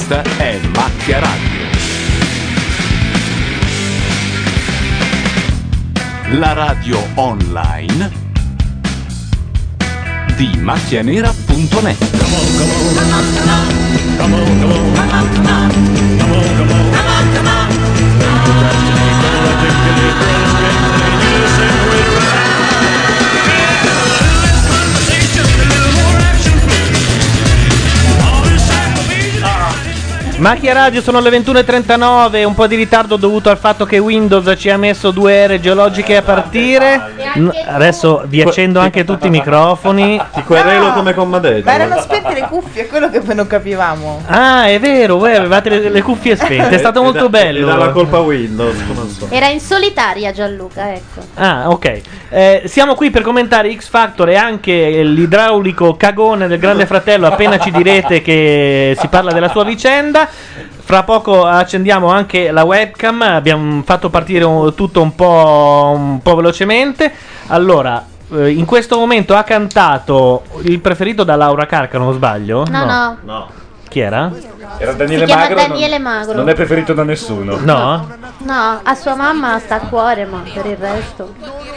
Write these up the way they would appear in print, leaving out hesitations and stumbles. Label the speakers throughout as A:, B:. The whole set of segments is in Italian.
A: Questa è Macchia Radio. La radio online di macchianera.net.
B: Macchia Radio, sono le 21:39, un po' di ritardo dovuto al fatto che Windows ci ha messo 2 ere geologiche a partire. Adesso vi accendo anche tutti i microfoni.
C: Ti querelo come commadetto.
D: Ma erano spente le cuffie, è quello che non capivamo.
B: Ah, è vero, voi avevate le cuffie spente, è stato molto bello.
C: Dà la colpa a Windows, non so.
E: Era in solitaria Gianluca, ecco.
B: Ah, ok. Siamo qui per commentare X Factor e anche l'idraulico cagone del Grande Fratello. Appena ci direte che si parla della sua vicenda. Fra poco accendiamo anche la webcam. Abbiamo fatto partire tutto un po' velocemente. Allora, in questo momento ha cantato il preferito da Laura Carcano, non sbaglio?
E: No.
B: Chi era?
F: Era Daniele
E: Si chiama
F: Magro.
E: Daniele Magro.
F: Non è preferito da nessuno.
B: No?
E: No, a sua mamma sta a cuore, ma per il resto.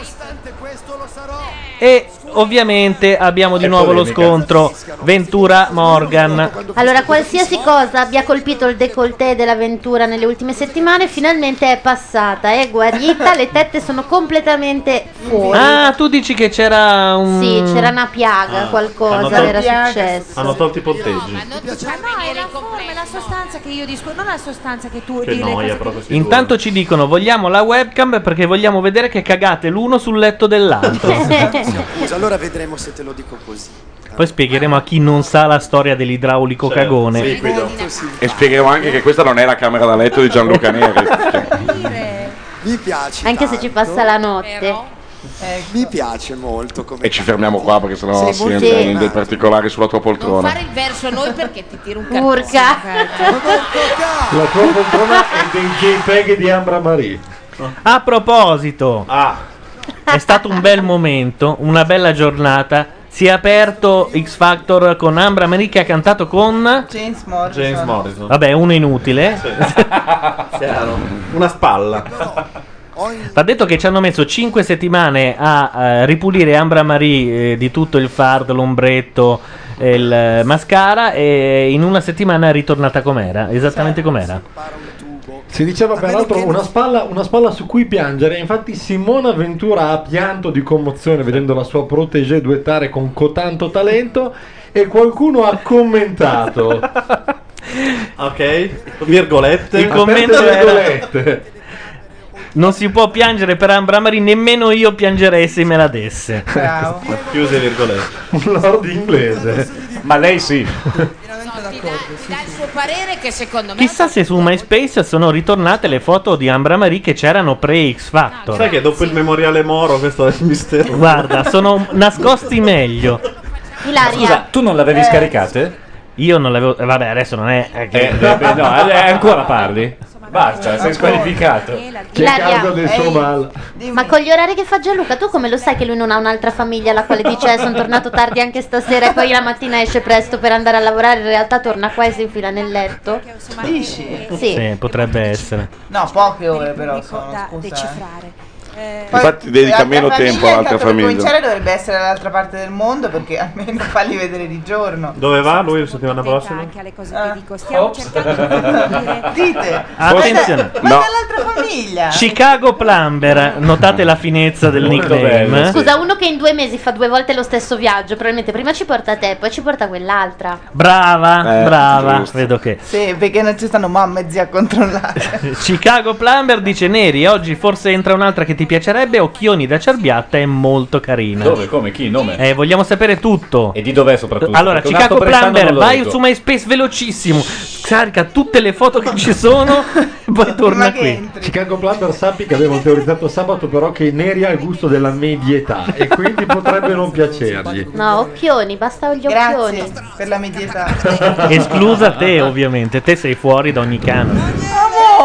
B: E ovviamente abbiamo di nuovo lo scontro Ventura-Morgan.
E: Allora, qualsiasi cosa abbia colpito il décolleté dell'avventura nelle ultime settimane, finalmente è passata, è guarita, le tette sono completamente fuori.
B: Ah, tu dici che c'era un...
E: Sì, c'era una piaga, qualcosa era successo.
C: Hanno tolto i ponteggi.
G: No, è la forma, è la sostanza che io discordo, non la sostanza che tu
C: Che
G: dire le
C: noia,
G: cose
C: però
G: che-
C: questi
B: Intanto ci dicono vogliamo la webcam perché vogliamo vedere che cagate l'uno sul letto dell'altro.
H: Scusa, allora vedremo se te lo dico così.
B: Poi spiegheremo a chi non sa la storia dell'idraulico cagone.
C: Sì, Guido.
I: E spiegheremo anche che questa non è la camera da letto di Gianluca Neri.
H: Mi piace.
E: Anche se ci passa la notte.
H: Mi piace molto come.
I: E ci fermiamo qua perché sennò
H: Sei
I: si
H: molto
I: entra in
H: buona.
I: dei particolari sulla tua
G: Non
I: poltrona.
G: fare il verso a noi perché ti tiro un
E: Urca.
C: La tua poltrona è dei JPEG di Ambra Marie.
B: A proposito, è stato un bel momento, una bella giornata. Si è aperto X Factor con Ambra Marie che ha cantato con
D: James Morrison.
B: Vabbè, uno inutile.
C: Chiaro. Una spalla.
B: Va detto che ci hanno messo 5 settimane a ripulire Ambra Marie di tutto il fard, l'ombretto, il mascara, e in una settimana è ritornata com'era, esattamente com'era.
J: Si diceva peraltro una spalla su cui piangere. Infatti Simona Ventura ha pianto di commozione vedendo la sua protégé duettare con tanto talento, e qualcuno ha commentato.
C: Ok, virgolette.
B: Il commento
J: Aperte
B: era:
J: virgolette.
B: non si può piangere per Ambra Marie, nemmeno io piangerei se me la desse.
D: Bravo.
C: Chiuse virgolette.
J: Un lord inglese.
F: Ma lei sì.
G: Ti dà il suo parere che secondo me
B: Chissà se su MySpace sono ritornate le foto di Ambra Marie che c'erano pre-X Factor.
C: Sai che dopo il memoriale Moro questo è il mistero.
B: Guarda, sono nascosti meglio.
E: Ilaria.
F: Scusa, tu non l'avevi scaricate?
B: Io non l'avevo. Vabbè, adesso non è.
F: No, ancora parli? Basta, sei squalificato.
J: Che causa del suo mal.
E: Ma con gli orari che fa Gianluca, tu come lo sai che lui non ha un'altra famiglia alla quale dice sono tornato tardi anche stasera e poi la mattina esce presto per andare a lavorare, in realtà torna qua e si infila nel letto?
D: Dici?
E: Sì.
B: Sì, potrebbe essere.
D: No, poche ore però sono,
G: da
D: scusa.
G: decifrare.
I: Infatti dedica
D: l'altra
I: meno tempo all'altra
D: intanto, per
I: famiglia.
D: cominciare dovrebbe essere dall'altra parte del mondo perché almeno falli vedere di giorno.
C: Dove va lui la settimana prossima?
G: Anche alle cose che dico, stiamo cercando di capire.
D: Dite,
B: Attenzione.
D: ma
I: No.
D: dall'altra famiglia.
B: Chicago Plumber, notate la finezza del
F: Molto
B: nickname.
F: bello, sì.
E: Scusa, uno che in 2 mesi fa 2 volte lo stesso viaggio, probabilmente prima ci porta te, poi ci porta quell'altra.
B: Brava,
I: giusto.
B: vedo che.
D: Sì, perché non ci stanno mamma e zia a controllare.
B: Chicago Plumber dice: Neri, oggi forse entra un'altra che ti piacerebbe. Occhioni da Cerbiatta è molto carina.
F: Dove, come, chi, nome?
B: Vogliamo sapere tutto.
F: E di dov'è soprattutto?
B: Allora,
F: Perché un
B: Chicago
F: atto prestando
B: Plumber,
F: non lo
B: vai
F: dico.
B: su MySpace velocissimo, carica tutte le foto che ci sono e poi torna
D: Prima che
B: qui.
D: entri.
J: Chicago Plumber, sappi che abbiamo teorizzato sabato però che Neri ha il gusto della medietà e quindi potrebbe non piacergli.
E: No, occhioni, basta gli
D: Grazie
E: occhioni.
D: per la medietà.
B: Esclusa te, ovviamente. Te sei fuori da ogni canone.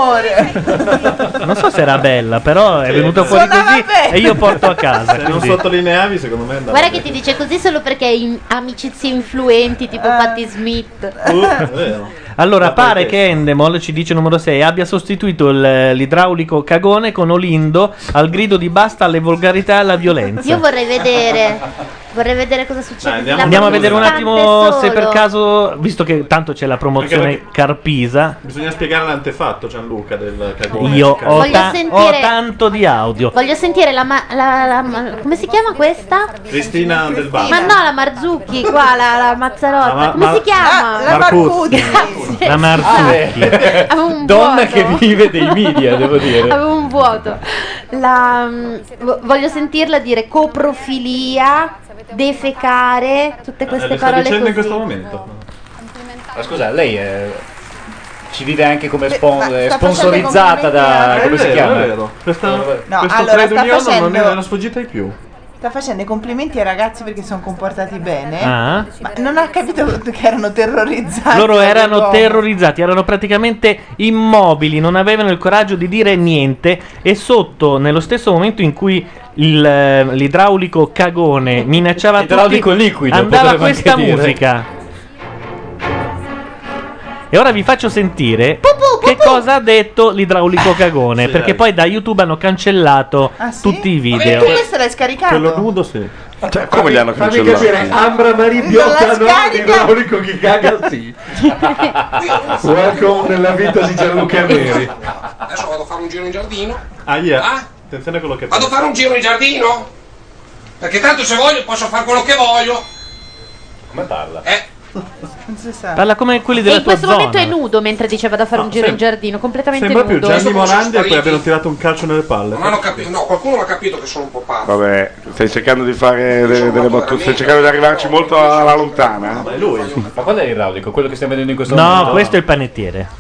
D: amore.
B: Non so se era bella, però è venuta fuori
D: Suonava
B: così
D: bene.
B: e io porto a casa.
C: Se non
B: quindi-
C: sottolineavi, secondo me andava.
E: Guarda che ti dice così solo perché hai amicizie influenti tipo Patti Smith.
C: È vero.
B: Allora, pare che Endemol, ci dice numero 6, abbia sostituito l'idraulico cagone con Olindo al grido di basta alle volgarità e alla violenza.
E: Io vorrei vedere cosa succede.
C: Dai,
B: Andiamo a vedere un attimo se per
E: solo.
B: caso, visto che tanto c'è la promozione
C: Perché-
B: Carpisa,
C: Bisogna spiegare l'antefatto, Gianluca, del cagone.
B: io ho,
E: Voglio
B: ho
E: sentire-
B: tanto di audio.
E: Voglio sentire come si chiama questa?
C: Cristina del Bar.
E: Ma no, la Marzucchi qua, la Mazzarotta.
C: Ma-
E: Come si chiama?
D: La Marcuzzi.
E: Grazie.
B: La Marzucchi.
E: Avevo un
F: Donna
E: vuoto.
F: che vive dei media, devo dire.
E: Avevo un vuoto. Voglio sentirla dire coprofilia, defecare, tutte queste
C: Le sto
E: parole
C: dicendo
E: così.
C: in questo momento.
F: Ma scusa, lei ci vive anche come
D: Beh, ma sta
F: sponsorizzata
D: facendo
F: da...
D: complimenti
F: come si
C: È
F: chiama?
C: vero. Questo
D: No,
C: questo
D: allora,
C: trade
D: sta
C: union
D: facendo-
C: non è una sfuggita ai più.
D: Sta facendo i complimenti ai ragazzi perché sono comportati bene.
B: Ah.
D: Ma non ha capito che erano terrorizzati.
B: Loro erano
D: dall'uomo.
B: terrorizzati, erano praticamente immobili, non avevano il coraggio di dire niente e sotto, nello stesso momento in cui l'idraulico cagone minacciava tutti,
F: Idraulico liquido,
B: andava
F: potremmo
B: questa
F: anche dire.
B: musica. E ora vi faccio sentire che cosa ha detto l'idraulico cagone,
C: Sì,
B: perché
C: dai.
B: poi da YouTube hanno cancellato
D: Ah, sì?
B: tutti i
D: Tu
B: video.
D: questo l'hai scaricato?
C: Quello nudo, sì.
J: Cioè,
I: Come li hanno
J: fammi
I: cancellato?
J: capire, Ambra Maria
D: Non
J: Biotta
D: la
J: no,
D: scarica.
J: l'idraulico che caga sì. Welcome nella vita di Gianluca Neri.
K: Adesso vado a fare un giro in giardino.
C: Ah? Attenzione a quello che
K: Vado a fare un giro in giardino? Perché tanto se voglio posso fare quello che voglio.
F: Come parla?
D: Non si sa.
B: Parla come quelli
E: E
B: della
E: in
B: tua
E: questo
B: zona.
E: momento è nudo mentre diceva da fare un giro in giardino, completamente
C: Sembra più
E: nudo.
C: Gianni Morandi e poi
K: spariti.
C: abbiano tirato un calcio nelle palle.
K: Non hanno capito, no, qualcuno mi ha capito che sono un po' pazzo.
I: Vabbè, stai cercando di fare delle battute, stai cercando di arrivarci molto alla lontana.
C: Ma è lui.
F: Ma qual è l'idraulico? Quello che stiamo vedendo in questo
B: No,
F: momento?
B: questo è il panettiere.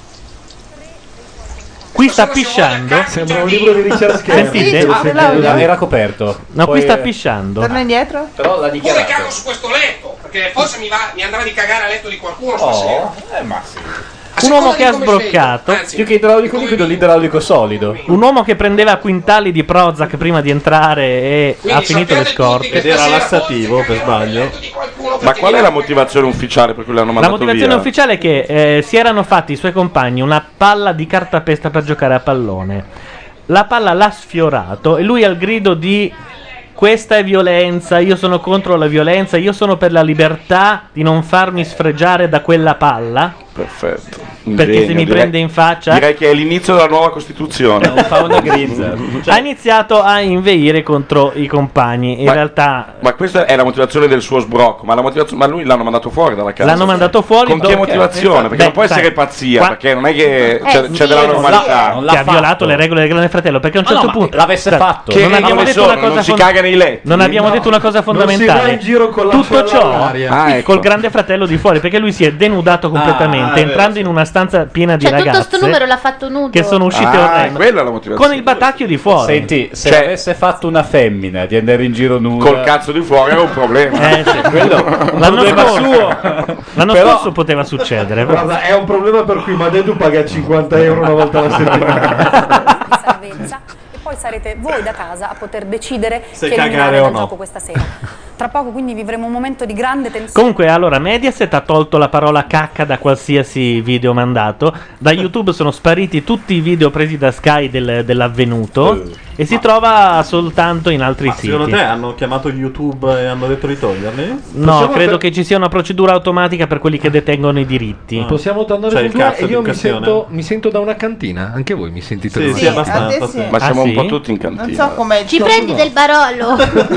B: Qui sta pisciando.
J: Sembra un libro di Richard Scherzi.
B: Sentite?
J: Devo
D: Ah,
J: sentire
D: Claudio.
J: da-
F: Era coperto.
B: No,
F: Poi,
B: qui sta pisciando.
D: Torna indietro?
F: Però l'ha
K: Oppure
F: dichiarato.
K: cago su questo letto, perché forse mi andrà di cagare a letto di qualcuno stasera.
F: Oh, ma sì.
K: A
B: Un uomo
K: seconda
B: che
K: di
B: ha
K: come
B: sbroccato.
K: sveglio. Anzi,
F: Più che idraulico liquido, l'idraulico solido.
B: Un uomo che prendeva quintali di Prozac prima di entrare e
K: quindi
B: ha finito le
K: sappiate tutti
B: scorte.
K: che
C: Ed era
K: stasera
C: lassativo,
K: forse
C: per
K: cagherò
C: sbaglio.
K: a letto di qualcuno
I: Ma
K: perché
I: qual è
K: mi-
I: la motivazione ufficiale per cui l'hanno
B: La
I: mandato
B: motivazione
I: via?
B: ufficiale è che si erano fatti i suoi compagni una palla di cartapesta per giocare a pallone. La palla l'ha sfiorato e lui al grido di questa è violenza, io sono contro la violenza, io sono per la libertà di non farmi sfregiare da quella palla.
I: Perfetto.
B: Perché se mi
I: Ingegno,
B: prende in faccia
I: Direi che è l'inizio della nuova Costituzione.
F: Fa una grizza.
B: ha iniziato a inveire contro i compagni. In
I: Ma-
B: realtà
I: Ma questa è la motivazione del suo sbrocco. Ma lui l'hanno mandato fuori dalla casa.
B: l'hanno mandato fuori.
I: Con che
B: dopo-
I: motivazione? Perché
B: Beh,
I: non può
B: sai,
I: essere pazzia,
B: qua-
I: perché non è che c'è
E: sì,
I: della
E: non
I: normalità.
F: non
B: che
F: l'ha
B: ha violato
F: fatto.
B: le regole del Grande Fratello. Perché a un
F: No,
B: certo
F: no, ma
B: punto
F: l'avesse
B: Cioè,
F: fatto.
I: Che
B: non abbiamo
I: regole
B: detto una
I: sono?
B: cosa
I: Non si
B: fonda-
I: caga nei letti?
B: Non abbiamo
J: No,
B: detto una cosa
J: non si va
B: fondamentale.
J: in giro con la
B: Tutto
J: ciò
B: ciò
J: all'aria.
I: Ah, ecco.
B: col Grande Fratello di fuori, perché lui si è denudato completamente,
C: è vero,
B: entrando
C: sì.
B: in una stanza piena di
E: Cioè tutto
B: ragazze
E: sto numero l'ha fatto nudo.
B: che sono uscite orrende,
I: quella è la motivazione.
B: con il batacchio di fuori.
F: Senti, se
I: Cioè-
F: avesse fatto una femmina di andare in giro nuda,
I: Col cazzo di fuori è un problema.
B: Sì.
F: quello
B: L'anno
F: problema
B: scorso,
F: suo.
B: l'anno
F: Però-
B: scorso poteva succedere.
J: Guarda, è un problema per cui Madedu paga 50 euro una volta alla settimana.
L: di salvezza e poi sarete voi da casa a poter decidere
C: Se
L: chi
C: cagare
L: eliminare
C: o
L: dal
C: no.
L: gioco questa sera. Tra poco quindi vivremo un momento di grande tensione.
B: Comunque, allora, Mediaset ha tolto la parola cacca da qualsiasi video mandato. Da YouTube sono spariti tutti i video presi da Sky dell'avvenuto e si trova soltanto in altri siti.
C: Secondo te hanno chiamato YouTube e hanno detto di toglierli?
B: No,
J: Possiamo
B: credo
J: fer-
B: che ci sia una procedura automatica per quelli che detengono i diritti.
J: Possiamo tornare
C: C'è
J: sul
C: il
J: tuo
C: cazzo
J: e
C: di
J: io mi
C: educazione?
J: sento da una cantina. Anche voi mi sentite da
C: Sì,
J: una
C: sì,
J: cantina?
C: abbastanza.
D: a te sì.
I: Ma siamo
B: Ah,
I: un
B: sì?
I: po' tutti in
D: Non
I: cantina.
D: so com'è il
E: Ci
D: tuo
E: prendi del Barolo?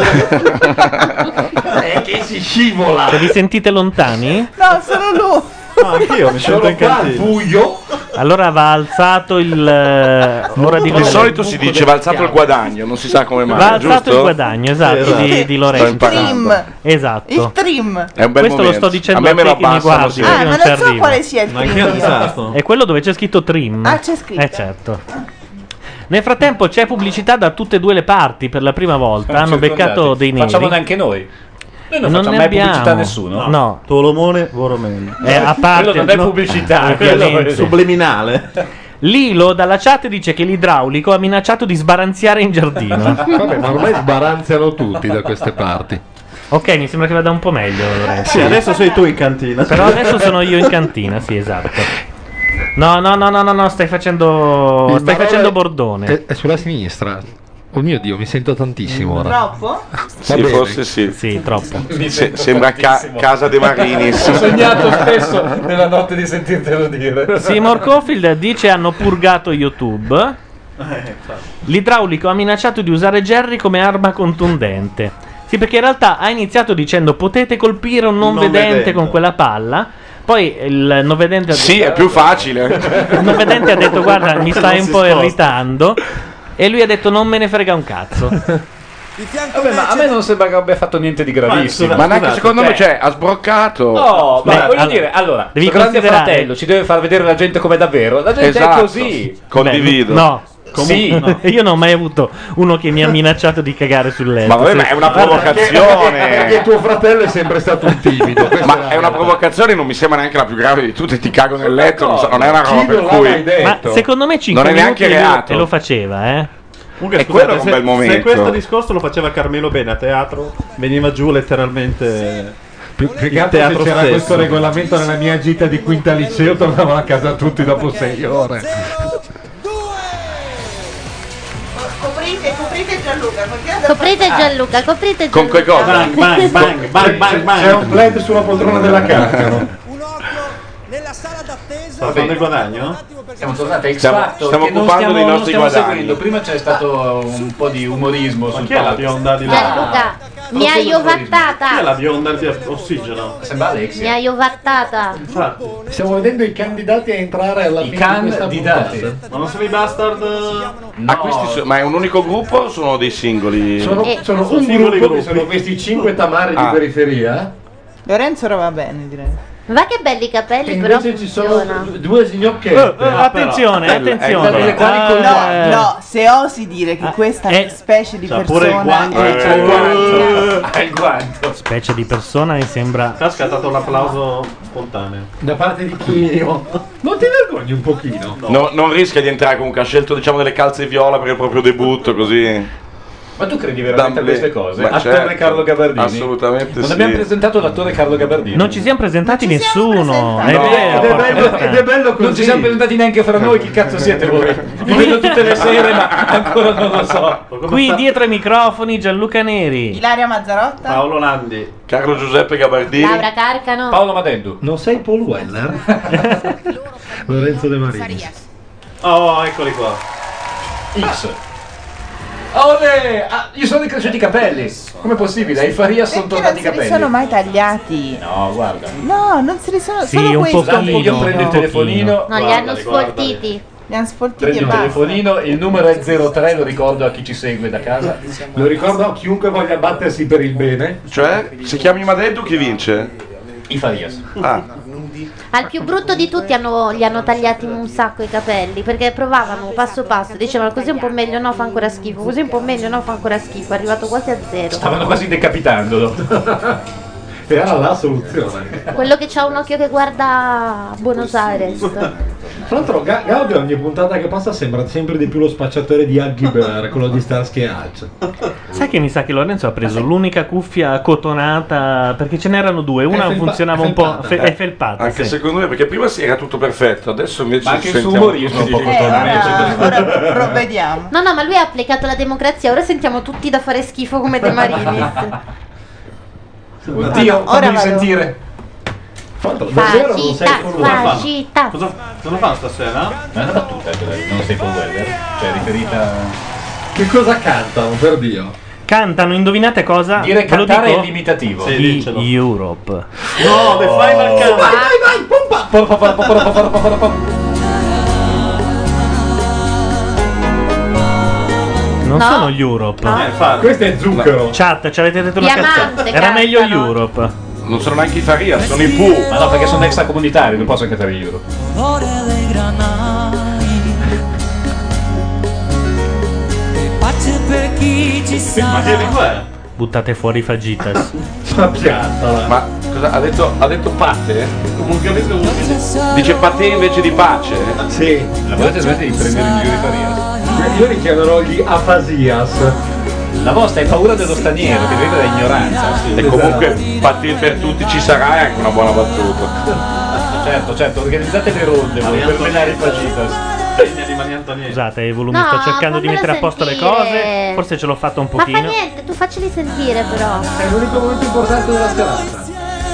J: Che si scivola!
B: Se vi sentite lontani,
D: No, sono lui.
C: No, anch'io mi sento
J: Solo
C: in
J: qua al
C: cantina.
J: buio.
B: allora va alzato il. Ora di
I: Di solito si dice va alzato il guadagno, non si sa come mai.
B: Va alzato
I: giusto?
B: il guadagno, esatto,
C: Esatto.
B: di
D: Il
B: Lorenzo.
D: trim.
B: Esatto.
D: Il trim.
I: È un bel
B: Questo lo
I: momento.
B: sto dicendo
I: a me
B: a
I: me
B: te
I: lo
B: che mi
I: abbassano
B: guardi.
I: sempre.
D: Ah,
B: non
D: ma
B: ci
D: non so
B: arrivo.
D: quale sia il
C: Ma anche io
D: trim.
C: disastro.
B: È quello dove c'è scritto trim.
D: Ah, c'è scritto.
B: Certo. Nel frattempo c'è pubblicità da tutte e due le parti per la prima volta. Hanno beccato dei neri.
F: Facciamone anche noi. Noi non,
B: Non
F: facciamo
B: ne
F: mai pubblicità a
B: abbiamo.
F: nessuno.
B: No.
C: Tolomone, Voromene.
B: A parte
F: Quello non è pubblicità,
B: ovviamente.
F: quello è
C: Subliminale.
B: Lilo dalla chat dice che l'idraulico ha minacciato di sbaranziare in giardino.
J: Vabbè, ma ormai sbaranziano tutti da queste parti.
B: Ok, mi sembra che vada un po' meglio, Lorenzo.
C: Sì, adesso sei tu in cantina.
B: Però adesso sono io in cantina, sì, esatto. No, stai facendo bordone.
J: È sulla sinistra. Oh mio Dio, mi sento tantissimo ora.
D: Troppo?
I: Sì, forse sì.
B: Sì, troppo.
I: Sembra casa De Marinis.
F: Ho sognato spesso nella notte di sentirtelo dire.
B: Seymour Cofield dice hanno purgato YouTube. L'idraulico ha minacciato di usare Jerry come arma contundente. Sì, perché in realtà ha iniziato dicendo potete colpire un non vedente con quella palla. Poi il non vedente ha detto,
I: Sì, è più facile.
B: il non vedente ha detto guarda mi stai un po' irritando. E lui ha detto non me ne frega un cazzo.
F: Vabbè, ma a me non sembra che abbia fatto niente di gravissimo.
I: Ma neanche secondo me, ha sbroccato.
F: No,
B: Beh,
F: ma voglio
B: allora,
F: dire, allora,
B: devi
F: il grande
B: considerare-
F: fratello ci deve far vedere la gente com'è davvero. La gente
I: Esatto.
F: è così.
I: Condivido.
B: No.
F: Sì.
B: No. Io non ho mai avuto uno che mi ha minacciato di cagare sul letto.
I: Ma vabbè, ma è una provocazione.
J: Perché tuo fratello è sempre stato un timido.
I: Ma è una provocazione, non mi sembra neanche la più grave di tutte. Ti cago nel letto, non è una roba per cui.
B: Ma secondo me 5
I: non è
B: minuti
I: neanche reato.
B: e lo faceva,
C: Comunque,
I: E quello è un
C: se,
I: bel momento.
C: se questo discorso lo faceva Carmelo Bene a teatro, veniva giù letteralmente
J: Più che
C: il
J: altro se
C: teatro
J: c'era
C: stesso.
J: questo regolamento nella mia gita di quinta liceo, tornavano a casa tutti dopo 6 ore.
D: Coprite Gianluca.
E: Coprite
I: Con che cosa?
J: C'è un bled sulla poltrona della carta.
C: Sta facendo il guadagno?
F: Siamo tornati a X
I: Stiamo
F: Factor, che non
I: occupando dei
F: non
I: nostri
F: stiamo
I: guadagni.
F: seguendo. Prima c'è stato un po' di umorismo sul
C: Chi è la
F: palco.
C: bionda di là?
E: Gianluca, mi hai
C: Chi è la
E: ovattata.
C: bionda di ossigeno?
F: Sembra Alexia.
E: Mi hai ovattata.
C: Infatti.
J: Stiamo vedendo i candidati a entrare alla fine di questa
F: candidati.
J: puntata.
C: Ma non sono i bastard?
I: Ah, ma è un unico gruppo o sono dei singoli?
J: Sono un
C: singoli
J: gruppo che
C: gruppi.
J: sono questi 5 tamari di
I: Ah.
J: periferia.
D: Lorenzo ora va bene, direi.
E: Va che belli capelli,
J: E
E: però
J: invece ci sono
E: funziona.
J: due gnocchette.
B: attenzione,
I: però,
B: attenzione.
F: dalle quali
D: No, se osi dire che questa specie di
C: C'ha pure il
D: persona
C: guanto.
D: c'ha il guanto.
F: Ha il guanto.
B: Specie di persona mi sembra.
C: Ha scattato l'applauso spontaneo.
J: Da parte di chi? Non ti vergogni un pochino?
I: No, non rischia di entrare comunque. Ha scelto diciamo delle calze viola per il proprio debutto, così.
F: Ma tu credi veramente a queste cose?
I: Ma
F: Attore
I: certo,
F: Carlo Gabardini?
I: assolutamente
F: Non
I: sì.
F: abbiamo presentato l'attore Carlo Gabardini.
B: Non ci siamo presentati
D: Non ci siamo
B: nessuno.
D: presentati.
B: È
I: No.
B: vero,
J: Ed è
B: porca
J: bello,
B: puttana.
J: ed è bello così.
F: Non ci siamo presentati neanche fra noi, chi cazzo siete voi? Vi vedo tutte le sere, ma ancora non lo so.
B: Qui dietro ai microfoni Gianluca Neri.
D: Ilaria Mazzarotta.
C: Paolo Landi.
I: Carlo Giuseppe Gabardini.
E: Laura Carcano.
F: Paolo Madeddu.
J: Non sei Paul Weller? Lorenzo De Marini.
C: Oh, eccoli qua.
F: X. Olè! Ah, gli sono cresciuti i capelli. Com'è possibile? Ai Faria sono
D: Perché
F: tornati
D: non
F: i
D: se li
F: capelli.
D: sono mai tagliati?
F: No, guarda.
D: No, non se li sono.
B: Sì,
D: solo
B: un
D: questo.
B: pochino.
F: Io prendo il telefonino.
E: No, li hanno sfoltiti.
D: Li hanno sfoltiti
F: Prendo
D: e
F: il
D: basta.
F: telefonino, il numero è 03, lo ricordo a chi ci segue da casa.
J: Lo ricordo a chiunque voglia battersi per il bene.
I: Cioè, se chiami Madeddu chi vince?
F: I Farias.
I: Ah,
E: Al più brutto di tutti gli hanno tagliati un sacco i capelli perché provavano passo passo, dicevano così un po' meglio, no fa ancora schifo, così un po' meglio, no fa ancora schifo, è arrivato quasi a zero.
F: Stavano quasi decapitandolo.
J: Era la soluzione.
E: Quello che c'ha un occhio che guarda Buenos Aires.
J: Tra l'altro Gaudio ogni puntata che passa sembra sempre di più lo spacciatore di Huggy Bear, quello di Starsky e Hutch.
B: Sai che mi sa che Lorenzo ha preso l'unica cuffia cotonata perché ce n'erano due, una funzionava un po' è felpata.
I: anche
B: sì.
I: secondo me, perché prima sì era tutto perfetto, adesso invece
F: Ma anche il suo
I: sentiamo
F: umorismo è un po'
I: tutti-
D: Ora provvediamo.
E: No, ma lui ha applicato la democrazia, ora sentiamo tutti da fare schifo come De Marinis.
F: Oddio,
D: Ora
F: fammi
D: vado.
F: sentire.
J: Fatto, davvero non sei
E: Facita,
J: con lui.
E: facita.
C: Cosa fanno stasera?
F: Ma è una battuta, non sei Paul Weller? Cioè, riferita.
J: Che cosa cantano, per Dio?
B: Cantano, indovinate cosa?
F: Dire
B: Ve lo
F: cantare
B: dico?
F: è limitativo.
C: Sì,
B: I
C: dicelo.
B: Europe.
C: No, The Final Countdown.
B: Non
E: No.
B: sono gli Europe.
C: Infatti.
J: Questo è zucchero.
B: Chat, ci avete detto una
E: Diamante
B: cazzata. Era meglio
E: cantano.
B: Europe.
I: Non sono neanche i Faria, sono i Pooh.
F: Ma no, perché sono extracomunitari, non posso cantare io.
C: Ma che lingua è?
B: buttate fuori i fajitas.
I: Ma cosa ha detto? Ha detto patte? Comunque dice patte invece di pace?
J: Sì.
F: La volete smettere di prendere i migliori Farias?
J: Io li chiamerò gli afasias.
F: La vostra è paura dello straniero, che viene da ignoranza.
I: E comunque patte per tutti ci sarà, è anche una buona battuta.
F: Certo, organizzate le ronde voi per menare i fajitas.
B: Scusate, i volumi,
E: No,
B: sto cercando di
E: fammelo
B: mettere a posto le
E: sentire.
B: cose. Forse ce l'ho fatto un
E: Ma fa
B: pochino.
E: niente, tu facceli sentire però.
J: È l'unico momento importante della serata.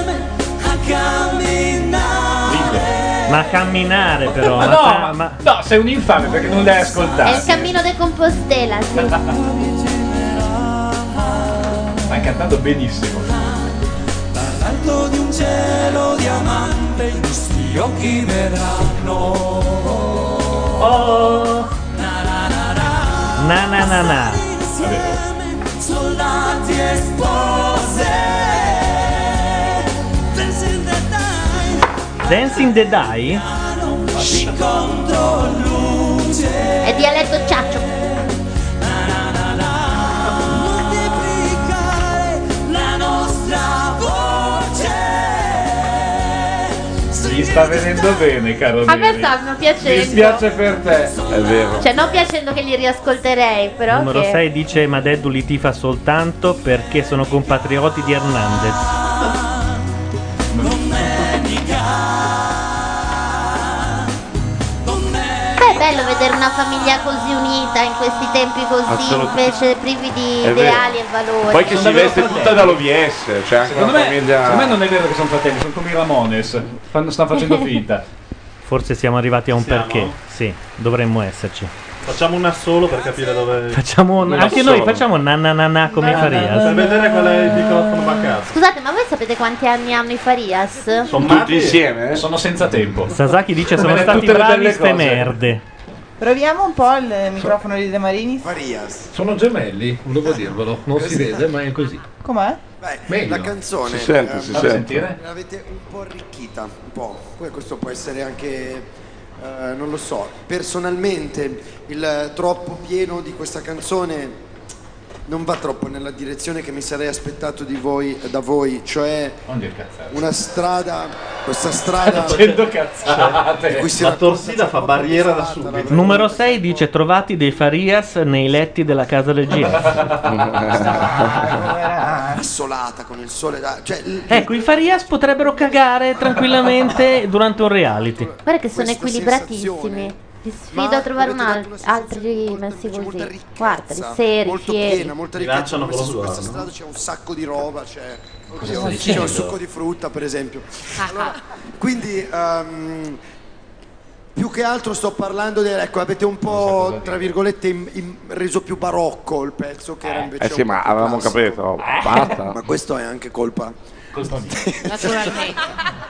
B: Ma camminare però.
F: No, sei un infame perché non l'hai
E: È
F: ascoltato.
E: il cammino de Compostela, sì.
F: Stai cantando benissimo.
M: Dall'alto di un cielo diamante i nostri occhi vedranno.
B: Oh. Na.
M: Soldati e spose.
B: Dancing the Die?
M: Contro luce.
E: È dialetto ciaccio.
M: Moltiplicare la nostra voce.
F: Gli sta venendo bene, caro
E: A me
F: Neri.
E: stanno
F: Mi
E: piacendo.
F: dispiace per te.
I: È vero.
E: Cioè, non piacendo che li riascolterei, però.
B: Numero
E: che...
B: 6 dice Madeddu li tifa soltanto perché sono compatrioti di Hernandez.
E: Beh, è bello vedere una famiglia così unita in questi tempi così,
I: Assolutamente.
E: invece privi di
I: È vero.
E: ideali e valori.
I: Poi che si veste tutta dall'OVS, cioè anche
F: Secondo
I: una
F: me,
I: famiglia.
F: secondo me non è vero che sono fratelli, sono come i Ramones. Stanno facendo finta.
B: Forse siamo arrivati a un
N: Siamo?
B: perché. Sì, dovremmo esserci.
N: Facciamo una solo per capire dove.
B: Facciamo
N: Una
B: anche
N: sola.
B: noi facciamo na come i
N: Per
B: Farias.
N: vedere qual è il microfono baccato.
E: Scusate, ma voi sapete quanti anni hanno i Farias?
I: Tutti insieme?
F: Sono senza tempo.
B: Sasaki dice sono
F: Come
B: stati
F: tutte le
B: bravi
F: belle
B: ste
F: cose.
B: merde.
D: Proviamo un po' il microfono di De Marinis.
H: Farias.
J: Sono gemelli, volevo dirvelo. Non si vede, ma è così.
D: Com'è?
H: Beh,
J: Meglio.
H: la canzone
I: Si sente, si
H: Fammi
I: sente.
H: sentire. L'avete un po' arricchita, un po'. Questo può essere anche, non lo so, personalmente il troppo pieno di questa canzone non va troppo nella direzione che mi sarei aspettato da voi, cioè
F: Non dire cazzate.
H: una strada, questa strada
F: Facendo cazzate.
H: di cui si
N: La
H: racconta
N: torsida fa barriera da subito.
B: Numero 6 dice trovati dei Farias nei letti della casa regia.
H: assolata con il sole, cioè
B: Ecco, i Farias potrebbero cagare tranquillamente durante un reality.
E: Guarda che sono
H: Questa
E: equilibratissimi. Ti sfido
H: Ma
E: a trovare
H: avete dato una
E: altri messi così. Guarda, seri,
H: molto
E: fieri.
H: piena, molta
N: Ti
H: ricchezza.
N: lanciano
H: Ho messo
N: con lo
H: su questa
N: sguardo.
H: strada c'è un sacco di roba, c'è
F: stai
H: un
F: dicendo?
H: succo di frutta per esempio. Allora, quindi più che altro sto parlando ecco, avete un po' tra virgolette reso più barocco il pezzo che era invece
I: Sì,
H: un
I: ma
H: po' più
I: avevamo
H: classico.
I: capito. Basta.
H: Ma questo è anche colpa
G: Naturalmente.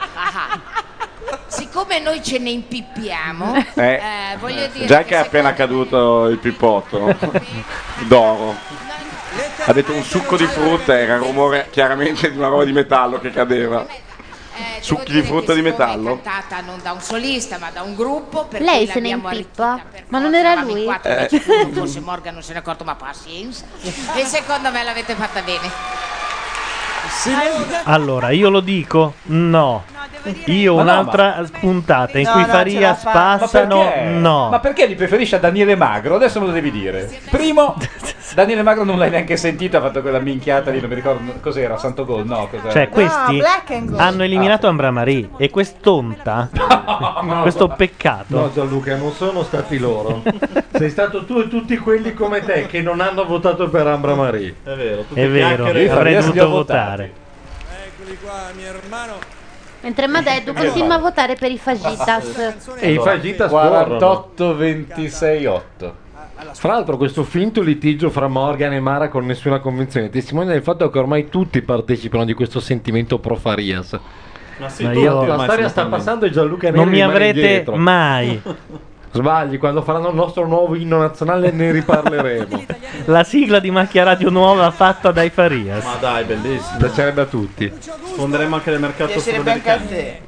G: Siccome noi ce ne impippiamo, voglio dire
I: Già che è appena caduto il pippotto d'oro. Ha detto un succo di frutta, era il rumore chiaramente di una roba di metallo che cadeva. Succhi di frutta di metallo?
G: cantata non da un solista ma da un gruppo, per
E: Lei
G: cui
E: se ne
G: l'abbiamo
E: impippa? Ma non era
G: eravamo in
E: lui?
G: quattro, invece forse Morgan non se ne è accorto, ma pazienza. E secondo me l'avete fatta bene.
B: Allora, io lo dico, no. Io
F: Ma no,
B: un'altra puntata in
D: No,
B: cui i
D: no, ce la
B: Farias
D: fa.
B: passano,
F: perché?
B: no.
F: Ma perché li preferisci a Daniele Magro? Adesso me lo devi dire. Primo, Daniele Magro non l'hai neanche sentito, ha fatto quella minchiata lì, non mi ricordo cos'era, Santo Gol, no, cos'era?
B: Cioè, questi
D: Black and Gold.
B: hanno eliminato Ambra Marie e quest'onta, questo peccato.
J: No Gianluca, non sono stati loro. Sei stato tu e tutti quelli come te che non hanno votato per Ambra Marie.
N: È vero, tutte
B: È vero,
N: chiacchiere.
B: avrei
F: Farias li
B: dovuto
F: ho votati.
B: votare.
M: Eccoli qua, mio hermano.
E: Mentre Madeddu continua a votare per i fajitas.
J: E i fajitas corrono.
F: 48-26-8.
J: Fra l'altro questo finto litigio fra Morgan e Mara con nessuna convinzione testimonia del fatto che ormai tutti partecipano di questo sentimento pro Farias.
N: Ma sì,
B: Ma
N: tutti
B: io-
N: ormai
J: La storia
N: sono
J: sta
N: convinti.
J: passando e Gianluca Neri
B: Non mi
J: rimane
B: avrete
J: indietro.
B: mai.
J: Sbagli, quando faranno il nostro nuovo inno nazionale ne riparleremo.
B: La sigla di Macchia Radio Nuova fatta dai Farias.
N: Ma dai, bellissimo.
J: Piacerebbe a tutti.
N: Sfonderemo anche nel mercato
D: Piacerebbe anche a
N: sudamericano.
D: te.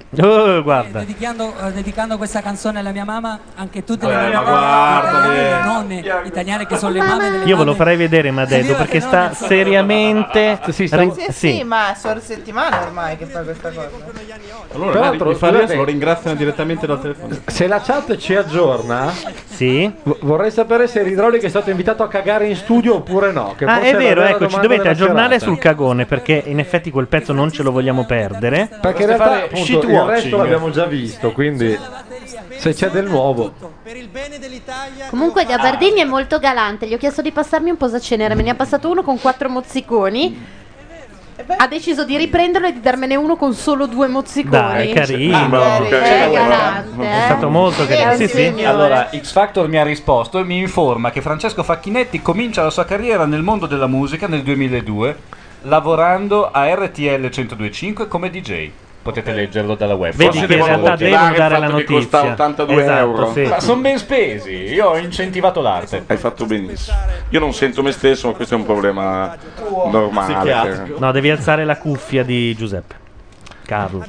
B: Guarda.
O: Dedicando questa canzone alla mia mamma, anche tutte le
N: ma
O: mamme,
N: guarda,
O: le nonne italiane che sono le mamme delle
B: Io ve lo
O: mamme.
B: farei vedere Madeddu perché sta seriamente
D: Sì, ma sono settimane ormai che fa questa cosa.
N: Allora,
J: Peraltro,
N: i Farias
J: scusate,
N: lo ringraziano direttamente dal telefono.
J: se la chat ci aggiorna,
B: sì.
J: Vorrei sapere se l'idraulico è stato invitato a cagare in studio oppure no. Che
B: Ah,
J: forse
B: è vero,
J: la vera
B: ecco, ci
J: domanda
B: dovete
J: della
B: aggiornare
J: serata.
B: sul cagone perché in effetti quel pezzo non ce lo vogliamo perdere.
J: Perché in realtà appunto, il resto l'abbiamo già visto, quindi se c'è del nuovo.
E: Comunque Gabardini è molto galante, gli ho chiesto di passarmi un posacenere, me ne ha passato uno con 4 mozziconi. Ha deciso di riprenderlo e di darmene uno con solo 2 mozziconi.
B: Dai, carino.
E: È galante,
B: È stato molto carino. Sì, sì.
F: Allora, X Factor mi ha risposto e mi informa che Francesco Facchinetti comincia la sua carriera nel mondo della musica nel 2002 lavorando a RTL 102.5 come DJ. Potete leggerlo dalla web.
B: Vedi che in realtà devono dare la notizia.
I: 82
B: Esatto,
I: euro.
B: sì.
F: Ma sono ben spesi. Io ho incentivato l'arte.
I: Hai fatto benissimo. Io non sento me stesso, ma questo è un problema normale.
B: No, devi alzare la cuffia di Giuseppe. Carlo.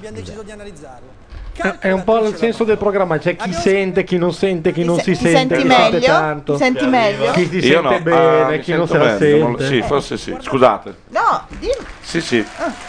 J: È un po' il senso del programma, c'è chi sente, chi non sente, chi non si
D: Ti
J: sente,
D: senti
J: chi sente
D: meglio?
J: tanto.
D: Ti senti meglio?
J: Chi ti
I: Io
J: sente
I: no,
J: bene,
I: mi
J: chi non
I: sento
J: se la
I: bene, non lo-
J: sente.
I: Sì, forse sì. Scusate.
D: No, dimmi.
I: Sì.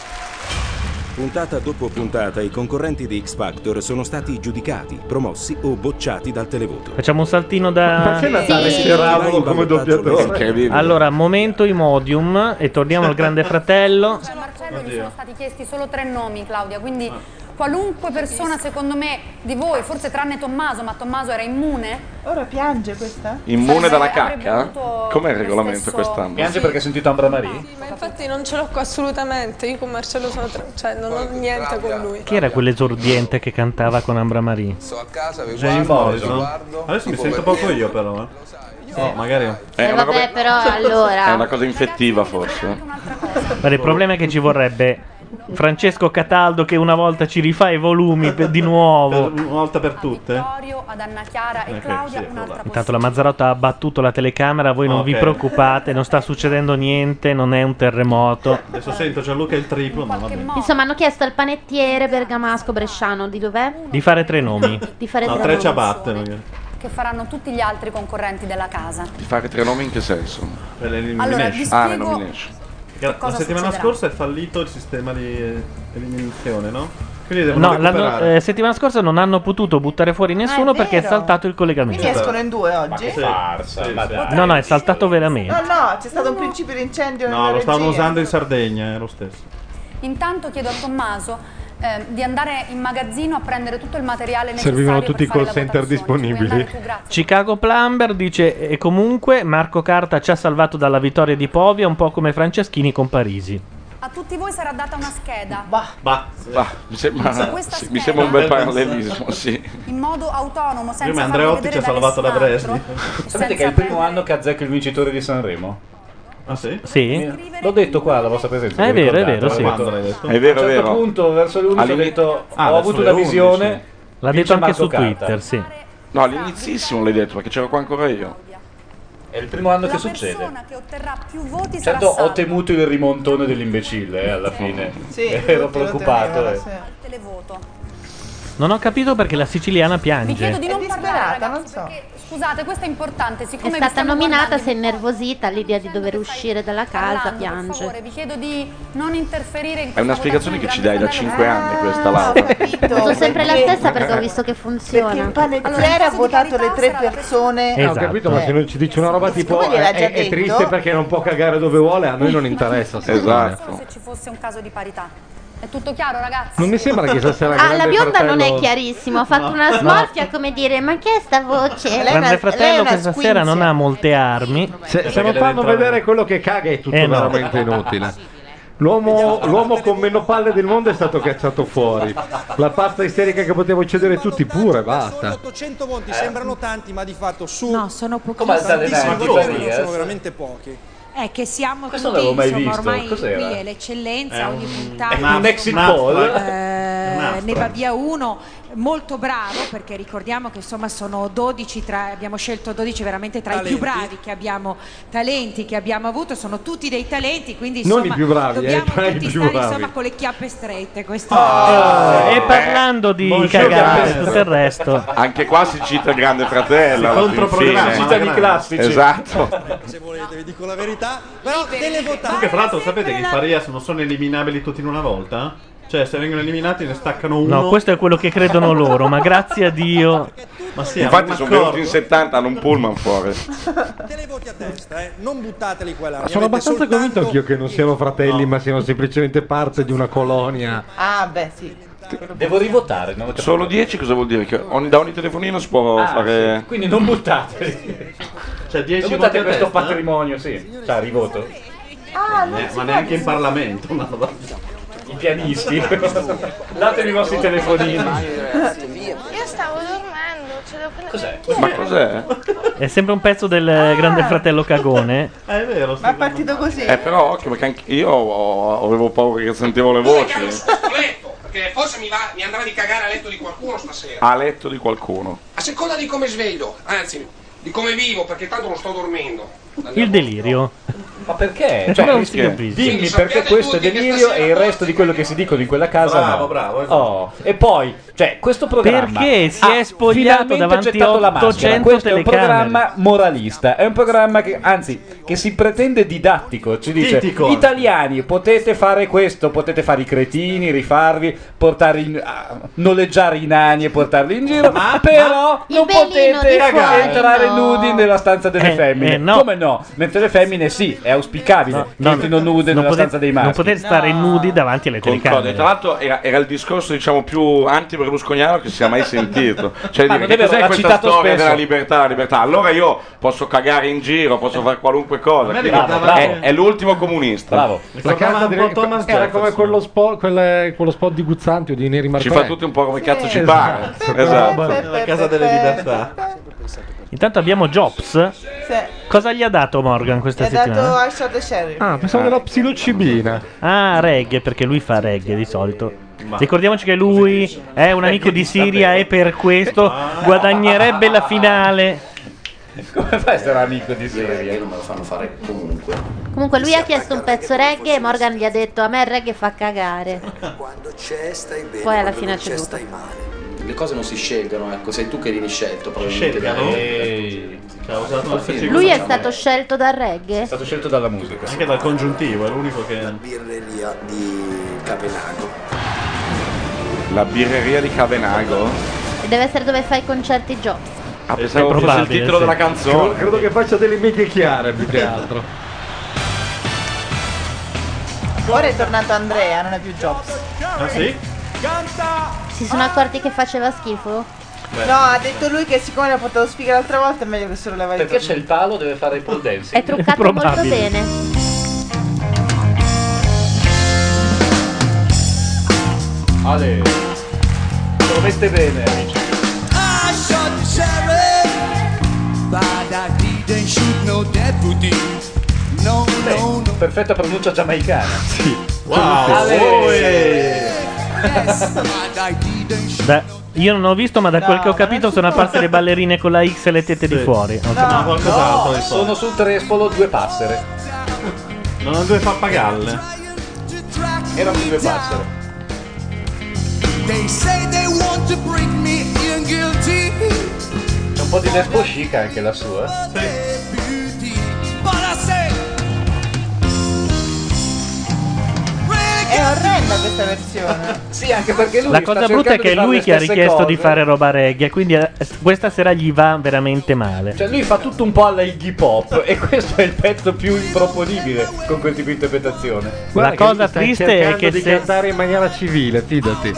P: Puntata dopo puntata i concorrenti di X Factor sono stati giudicati, promossi o bocciati dal televoto.
B: Facciamo un saltino da.
J: Perché Natale Ceravolo come doppiatore?
B: Allora, momento Imodium e torniamo al Grande Fratello.
L: Marcello gli sono stati chiesti solo 3 nomi, Claudia, quindi qualunque persona secondo me di voi, forse tranne Tommaso, ma Tommaso era immune.
D: Ora piange questa?
I: Immune dalla
L: Avrebbe
I: cacca?
L: avuto
I: Com'è il
L: lo
I: regolamento
L: stesso-
I: quest'anno?
F: Piange perché ha sentito Ambra Marie?
Q: Ma infatti non ce l'ho qua assolutamente, io con Marcello sono cioè non ho niente con lui.
B: Chi era quell'esordiente che cantava con Ambra Marie?
R: Sto a casa, vi
N: Jane
R: guardo,
N: Morrison.
R: guardo.
N: Adesso mi sento poco io però. Oh, magari.
E: Vabbè, però allora.
I: È una cosa infettiva forse.
B: Guarda, il problema è che ci vorrebbe Francesco Cataldo che una volta ci rifà i volumi di nuovo.
N: Una volta per tutte?
L: Vittorio, ad Anna Chiara e Claudia un'altra
B: Intanto la Mazzarotta ha abbattuto la telecamera, voi non vi
N: Ok.
B: preoccupate, non sta succedendo niente, non è un terremoto.
N: Adesso sento Gianluca il triplo, ma va bene.
E: Insomma, hanno chiesto al panettiere bergamasco bresciano di dov'è?
B: Di fare 3 nomi.
E: Di fare
N: No,
E: 3
N: 3
E: nomi.
N: ciabatte. magari.
L: che faranno tutti gli altri concorrenti della casa.
I: Di fare 3 nomi in che senso?
L: Allora, vi
I: Ah,
L: spiego
I: le nomination.
N: La
L: cosa
N: settimana
L: succederà.
N: scorsa è fallito il sistema di eliminazione, no? Quindi devono
B: No,
N: recuperare.
B: settimana scorsa non hanno potuto buttare fuori nessuno
D: è
B: perché è
D: vero.
B: saltato il collegamento.
D: Quindi escono in 2 oggi?
N: Sì, sì.
B: No, no, è saltato veramente.
D: No, no, c'è stato un principio di incendio nella
N: No, lo stavano
D: regia.
N: usando in Sardegna, è lo stesso.
L: Intanto chiedo a Tommaso di andare in magazzino a prendere tutto il materiale necessario.
J: Servivano tutti i
L: per fare
J: call
L: la
J: center
L: votazione. Ci puoi
J: disponibili.
L: andare tu, grazie.
B: Chicago Plumber dice e comunque Marco Carta ci ha salvato dalla vittoria di Povia un po' come Franceschini con Parisi.
L: A tutti voi sarà data una scheda
I: Bah, mi sembra,
L: Su questa
I: sì, mi
L: scheda-
I: sembra un bel parallelismo, sì.
L: in modo autonomo, senza
N: Prima
L: farlo
N: Andreotti
L: vedere
N: ci ha salvato da
L: nessun
N: Bresdi.
L: altro.
F: Sapete che è il primo anno che azzecca il vincitore di Sanremo?
N: Ah sì?
B: Sì?
F: L'ho detto qua alla vostra presenza.
B: È
F: vi
B: vero, è
F: ricordate?
B: vero, sì.
N: Quando l'hai detto?
I: È vero,
F: A un
I: è
F: certo
I: vero.
F: punto, verso le 11, ho
I: All'inizio-
F: detto,
N: Ah,
F: ho
N: verso
F: avuto
N: le
F: una
N: 11.
F: visione.
B: L'ha
F: vince
B: detto anche
F: Marco
B: su
F: Carta.
B: Twitter, sì.
I: No, all'inizissimo l'hai detto perché c'ero qua ancora io.
F: È il primo anno
L: La
F: che succede.
L: persona che otterrà più voti
F: Certo,
L: sarà
F: ho
L: salva.
F: temuto il rimontone dell'imbecille alla fine.
D: Sì,
F: Ero
D: tutti lo
F: preoccupato.
D: temevano,
F: eh.
D: sì.
L: Al televoto.
B: Non ho capito perché la siciliana
L: Vi chiedo
B: piange.
L: di non
D: È
L: parlare,
D: disperata,
L: ragazzi,
D: non so.
L: perché, scusate, questo è importante.
E: È
L: Siccome vi
E: stata
L: stanno
E: nominata,
L: guardando
E: si è
L: in
E: innervosita all'idea di dover uscire dalla casa,
L: parlando, per
E: piange.
L: favore, vi chiedo di non interferire in
I: È
L: questa
I: una spiegazione che
L: votazione
I: ci dai da
L: Grande
I: 5
L: Fratello.
I: anni questa
D: Ho
I: Laura.
D: capito.
E: Uso sempre la
D: perché-
E: stessa perché ho visto che
D: Perché
E: funziona.
D: il panettiere ha votato le 3 persone.
B: Esatto.
J: Ho capito, ma se non ci dice una roba tipo
D: Siccome gliel'ha già
J: è
D: detto.
J: triste perché non può cagare dove vuole, a noi non interessa. secondo me.
I: Esatto.
L: Se ci fosse un caso di parità. È tutto chiaro, ragazzi?
J: Non mi sembra che stasera
E: Ah, la
J: Grande
E: bionda non è
J: Fratello-
E: chiarissimo, ha fatto una smorfia come dire ma che è sta voce?
D: Lei è
B: Grande
D: una
B: Fratello questa
D: squinzia.
B: sera non ha molte armi.
J: Se non fanno vedere quello che caga è tutto
B: No.
J: veramente inutile. L'uomo con meno palle del mondo è stato cacciato fuori. La pazza isterica che poteva uccidere tutti pure, basta.
S: 800 voti sembrano tanti, ma di fatto su
T: No, sono pochissimi.
F: Come alzare le
S: tantissimi
F: mani,
S: voti
F: Farias?
S: sono veramente pochi.
T: È che siamo
F: Questo
T: tutti,
F: non l'avevo mai
T: insomma,
F: visto.
T: ormai
F: Cos'era?
T: qui è l'eccellenza,
N: È
T: ogni
N: un-
T: puntata.
F: Un exit poll?
R: ne va via uno molto bravo, perché ricordiamo che insomma sono 12 abbiamo scelto 12 veramente tra i più bravi che abbiamo, talenti che abbiamo avuto, sono tutti dei talenti, quindi insomma
J: Non i più bravi,
R: dobbiamo
J: tra i
R: tutti
J: più
R: stare
J: bravi.
R: insomma con le chiappe strette. Questo
B: E parlando di cagare e tutto il resto,
I: Anche qua si cita il Grande Fratello. alla
N: controprogramma,
I: fine.
N: cita i classici.
I: Esatto.
S: Se volete vi dico la verità, però
N: Comunque, fra l'altro, sapete che i Farias non sono eliminabili tutti in una volta? Cioè, se vengono eliminati ne staccano uno.
B: no, questo è quello che credono loro, ma grazie a Dio.
N: Ma sì,
I: Infatti sono venuti in 70, hanno un pullman fuori.
S: televoti a testa, non buttateli qua là.
J: Ma sono abbastanza convinto anch'io che non siano fratelli, ma siano semplicemente parte di una colonia.
D: Ah, beh, sì.
F: Devo rivotare, non ho capito.
I: Solo 10 cosa vuol dire? Che da ogni telefonino si può fare...
F: Sì. Quindi non buttateli.
N: Cioè 10
F: non
N: voti
F: buttate
N: a
F: questo
N: testa?
F: patrimonio, sì. Cioè, rivoto.
D: Ah, non si
N: Ma
D: può
N: neanche in
D: dire.
N: Parlamento. Ma
F: I pianisti. Datemi i vostri telefonini.
Q: Io stavo dormendo, ce l'ho
F: Cos'è?
I: Ma cos'è?
B: È sempre un pezzo del Grande Fratello Cagone.
N: È vero,
D: Ma è partito così.
I: Però occhio, perché anche io avevo paura che sentivo le voci.
K: letto, perché forse mi andrà di cagare a letto di qualcuno stasera.
I: A letto di qualcuno.
K: A seconda di come sveglio, anzi, di come vivo, perché tanto non sto dormendo.
B: Il delirio.
F: Ma perché?
B: Non
F: Cioè,
B: si capisce.
F: dimmi perché questo è delirio e il resto di quello che si dicono in quella casa no.
N: Bravo.
F: Oh. E poi, cioè, questo programma
B: Perché si è spogliato
F: finalmente
B: davanti
F: gettato la maschera.
B: 800
F: Questo è un
B: telecamere.
F: programma moralista, è un programma che, anzi, che si pretende didattico, ci dice
N: Titico.
F: italiani, potete fare questo, potete fare i cretini, rifarvi, noleggiare i nani e portarli in giro, però
E: Il
F: non
E: bellino
F: potete
E: di fuori,
F: entrare
E: no.
F: nudi nella stanza delle femmine.
B: no.
F: Come no? Mentre le femmine sì, è auspicabile che entrino nude nella stanza dei maschi.
B: Non potete stare nudi davanti alle
I: Concordo.
B: telecamere.
I: Tra l'altro era il discorso diciamo più anti-berlusconiano che si sia mai sentito. Cioè
F: Ma
I: dire,
F: non
I: che
F: è vero,
I: cos'è
F: l'ha
I: questa
F: citato
I: storia
F: spesso.
I: della libertà, la libertà? Allora io posso cagare in giro, posso fare qualunque cosa.
N: A me
I: Quindi
N: ricordava-
I: è l'ultimo comunista.
F: Bravo.
J: La casa
N: un po' Thomas
J: era come
N: Jefferson.
J: quello spot di Guzzanti o di Neri
I: Ci
J: Martinez.
I: fa tutti un po' come cazzo ci pare.
J: Esatto.
I: Esatto.
N: La casa delle libertà.
B: Intanto abbiamo Jobs.
D: Sì.
B: Cosa gli ha dato Morgan questa
D: Gli ha dato
B: settimana?
D: I Shot the Sheriff.
J: Ah, pensavo della psilocibina.
B: Ah, reggae, perché lui fa reggae di solito. Ricordiamoci che lui è un amico di Siria e per questo guadagnerebbe la finale.
F: Come fai a essere amico di Siria?
T: Non me lo fanno fare comunque.
E: Comunque lui ha chiesto un pezzo reggae e Morgan gli ha detto a me il reggae fa cagare.
H: Quando c'è stai bene,
E: Poi alla
H: quando
E: fine ha
H: non c'è
E: ceduto.
H: stai male.
T: Le cose non si scelgono, ecco, sei tu che vieni scelto probabilmente.
N: Scelgano?
F: Ehi.
N: Cioè, ha usato una specie di
E: Lui è
N: cosa.
E: stato scelto dal reggae?
F: È stato scelto dalla musica.
N: Anche dal congiuntivo, è l'unico che.
H: Birreria di Cavenago.
I: La birreria di Cavenago.
E: E deve essere dove fai i concerti Jobs.
I: Ah, pensavo fosse il
B: probabile,
I: titolo
B: sì.
I: della canzone.
J: Credo che faccia delle meghe chiare più che altro.
D: Ora è tornato Andrea, non è più Jobs.
N: Ah sì?
E: Si sono accorti che faceva schifo?
D: No, ha detto lui che siccome l'ha portato sfiga l'altra volta è meglio che se lo leva di
F: Perché c'è il palo, deve fare il pole dancing.
E: È truccato molto
B: Probabile.
E: bene.
F: Ale, lo mette bene, amici.
M: I shot the sheriff, but I didn't shoot no deputy. No, no, no.
F: Perfetta pronuncia giamaicana.
J: Sì.
N: Wow!
F: Ale.
M: Yes, but I didn't shoot.
B: Io non ho visto, ma da quel che ho capito sono apparse le ballerine con la X e le tette di fuori.
N: No, qualcos'altro.
F: Sono sul Trespolo due passere.
N: Non ho due pappagalle.
F: Erano due passere.
M: They say they want to bring me in guilty.
F: C'è un po' di lesbo chic anche la sua.
M: Beauty, but I say
D: È orrenda questa versione.
F: Sì, anche perché lui
B: La cosa brutta è che è lui che ha richiesto di fare roba reggae, quindi questa sera gli va veramente male.
F: Cioè lui fa tutto un po' alla Iggy Pop e questo è il pezzo più improponibile con quel tipo di interpretazione.
B: La cosa triste è che
J: di
B: se
J: cantare in maniera civile, fidati.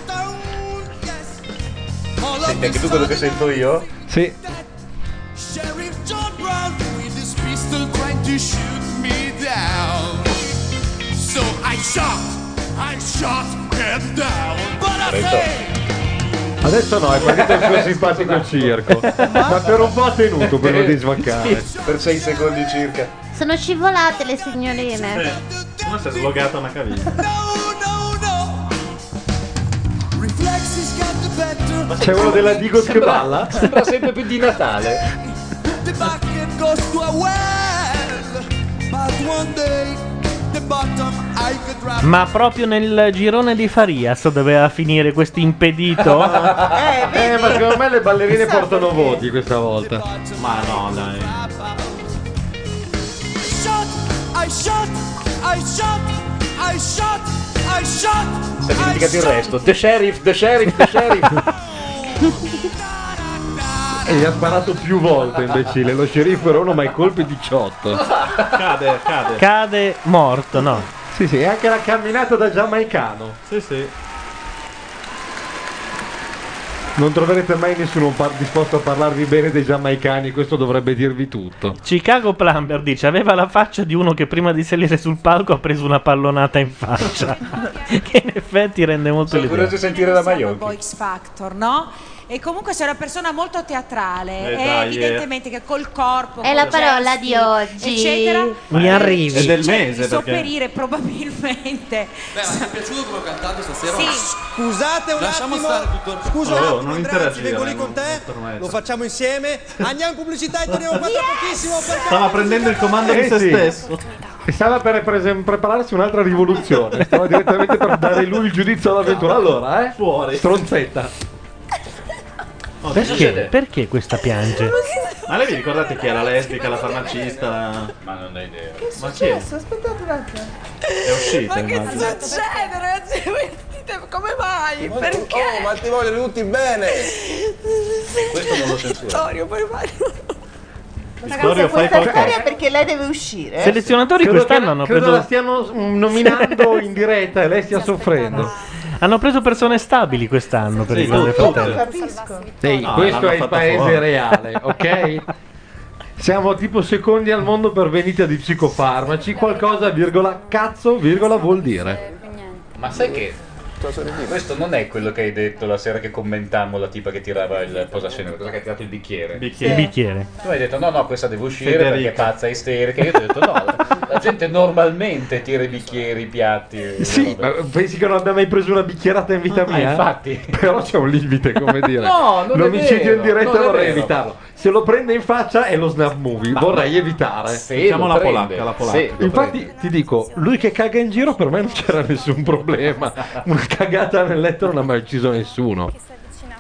F: Senti anche tu quello che sento io?
J: Sì.
M: Sheriff John Brown with his pistol trying to shoot me down. So I shot him down. But I say
J: Adesso no, è partito il suo simpatico circo. Ma per un po' ha tenuto per non disvaccare.
F: Sì, per 6 secondi circa.
E: Sono scivolate le signorine.
N: Una si è slogata una caviglia.
M: Flexi's got the better.
J: C'è uno della Digot che balla?
F: Sembra sempre più di Natale.
M: The bucket goes to a well, but one day the bottom I could drop.
B: Ma proprio nel girone di Farias doveva finire questo impedito?
J: Ma secondo me le ballerine portano voti questa volta.
N: Ma no, dai.
M: I shot.
F: Si è dimenticato il resto. The sheriff.
J: E gli ha sparato più volte, imbecille. Lo sceriffo era uno, ma i colpi 18.
N: Cade.
B: Cade morto, no?
J: Sì, e anche la camminata da giamaicano.
N: Sì.
J: Non troverete mai nessuno disposto a parlarvi bene dei giamaicani, questo dovrebbe dirvi tutto.
B: Chicago Plumber dice: aveva la faccia di uno che prima di salire sul palco ha preso una pallonata in faccia. Che in effetti rende molto
F: Sono
B: l'idea.
F: curioso di sentire da Maiocchi.
R: X Factor, no? E comunque sei una persona molto teatrale, evidentemente che col corpo
E: È la parola di oggi.
R: eccetera,
B: Mi arrivi.
N: È del
R: cerchi
N: mese,
R: di
N: perché
R: sopperire probabilmente.
T: Beh, ma ti è piaciuto come ho cantato stasera?
R: Sì.
S: Scusate un
T: Lasciamo
S: attimo.
T: stare tutto.
S: Scusa un
N: Oh,
S: attimo,
N: non
S: Andrea,
N: interagire,
S: vengo lì con te.
N: dottor Maestro.
S: Lo facciamo insieme. Andiamo in pubblicità e torniamo qua tra pochissimo. Perché
N: stava prendendo il comando di se
J: sì.
N: stesso.
J: E stava per prepararsi un'altra rivoluzione. Stava direttamente per dare lui il giudizio all'avventura. Allora,
N: Fuori.
J: stronzetta.
B: Perché questa piange?
N: Ma lei vi ricordate chi è la lesbica, la farmacista?
F: Ma non ho idea.
N: Ma chi è?
D: Aspettate un attimo.
N: È uscita,
Q: Ma che
N: immagino.
Q: succede, ragazzi? Voi dite come mai? Perché?
S: Oh, ma ti voglio tutti bene.
F: Questo non lo censura.
Q: Vittorio, puoi fare?
B: Vittorio, fai
D: Questa
B: qualcosa.
D: storia perché lei deve uscire.
B: Selezionatori quest'anno hanno
J: credo
B: preso
J: la stiano nominando in diretta e lei stia soffrendo.
B: Hanno preso persone stabili quest'anno per il Grande Fratello.
D: Capisco.
J: Sì,
N: No,
J: questo
N: l'hanno
J: è il
N: fatta
J: paese
N: fuori.
J: reale, ok? Siamo tipo secondi al mondo per vendita di psicofarmaci. Qualcosa, virgola, cazzo, virgola, vuol dire.
F: Ma sai che questo non è quello che hai detto la sera che commentammo la tipa che tirava il posascena, cosa che ha tirato il bicchiere.
B: Il bicchiere.
F: Tu hai detto no, questa deve uscire
N: Federica.
F: perché è pazza isterica. Io ti ho detto no, la gente normalmente tira i bicchieri, i piatti. e
J: Sì,
F: robe.
J: ma pensi che non abbia mai preso una bicchierata in vita mia?
F: infatti.
J: Però c'è un limite, come dire.
F: No, non è
J: l'omicidio
F: vero,
J: in diretta
F: non è
J: vorrei
F: vero.
J: evitarlo. Se lo prende in faccia è lo snap movie, vorrei evitare.
F: Se
N: Facciamo
F: lo
N: la
F: prende,
N: polacca, la polacca.
F: se lo
J: Infatti
F: prende.
J: ti dico, lui che caga in giro per me non c'era nessun problema. Una cagata nel letto non ha mai ucciso nessuno.
Q: Che sei avvicinato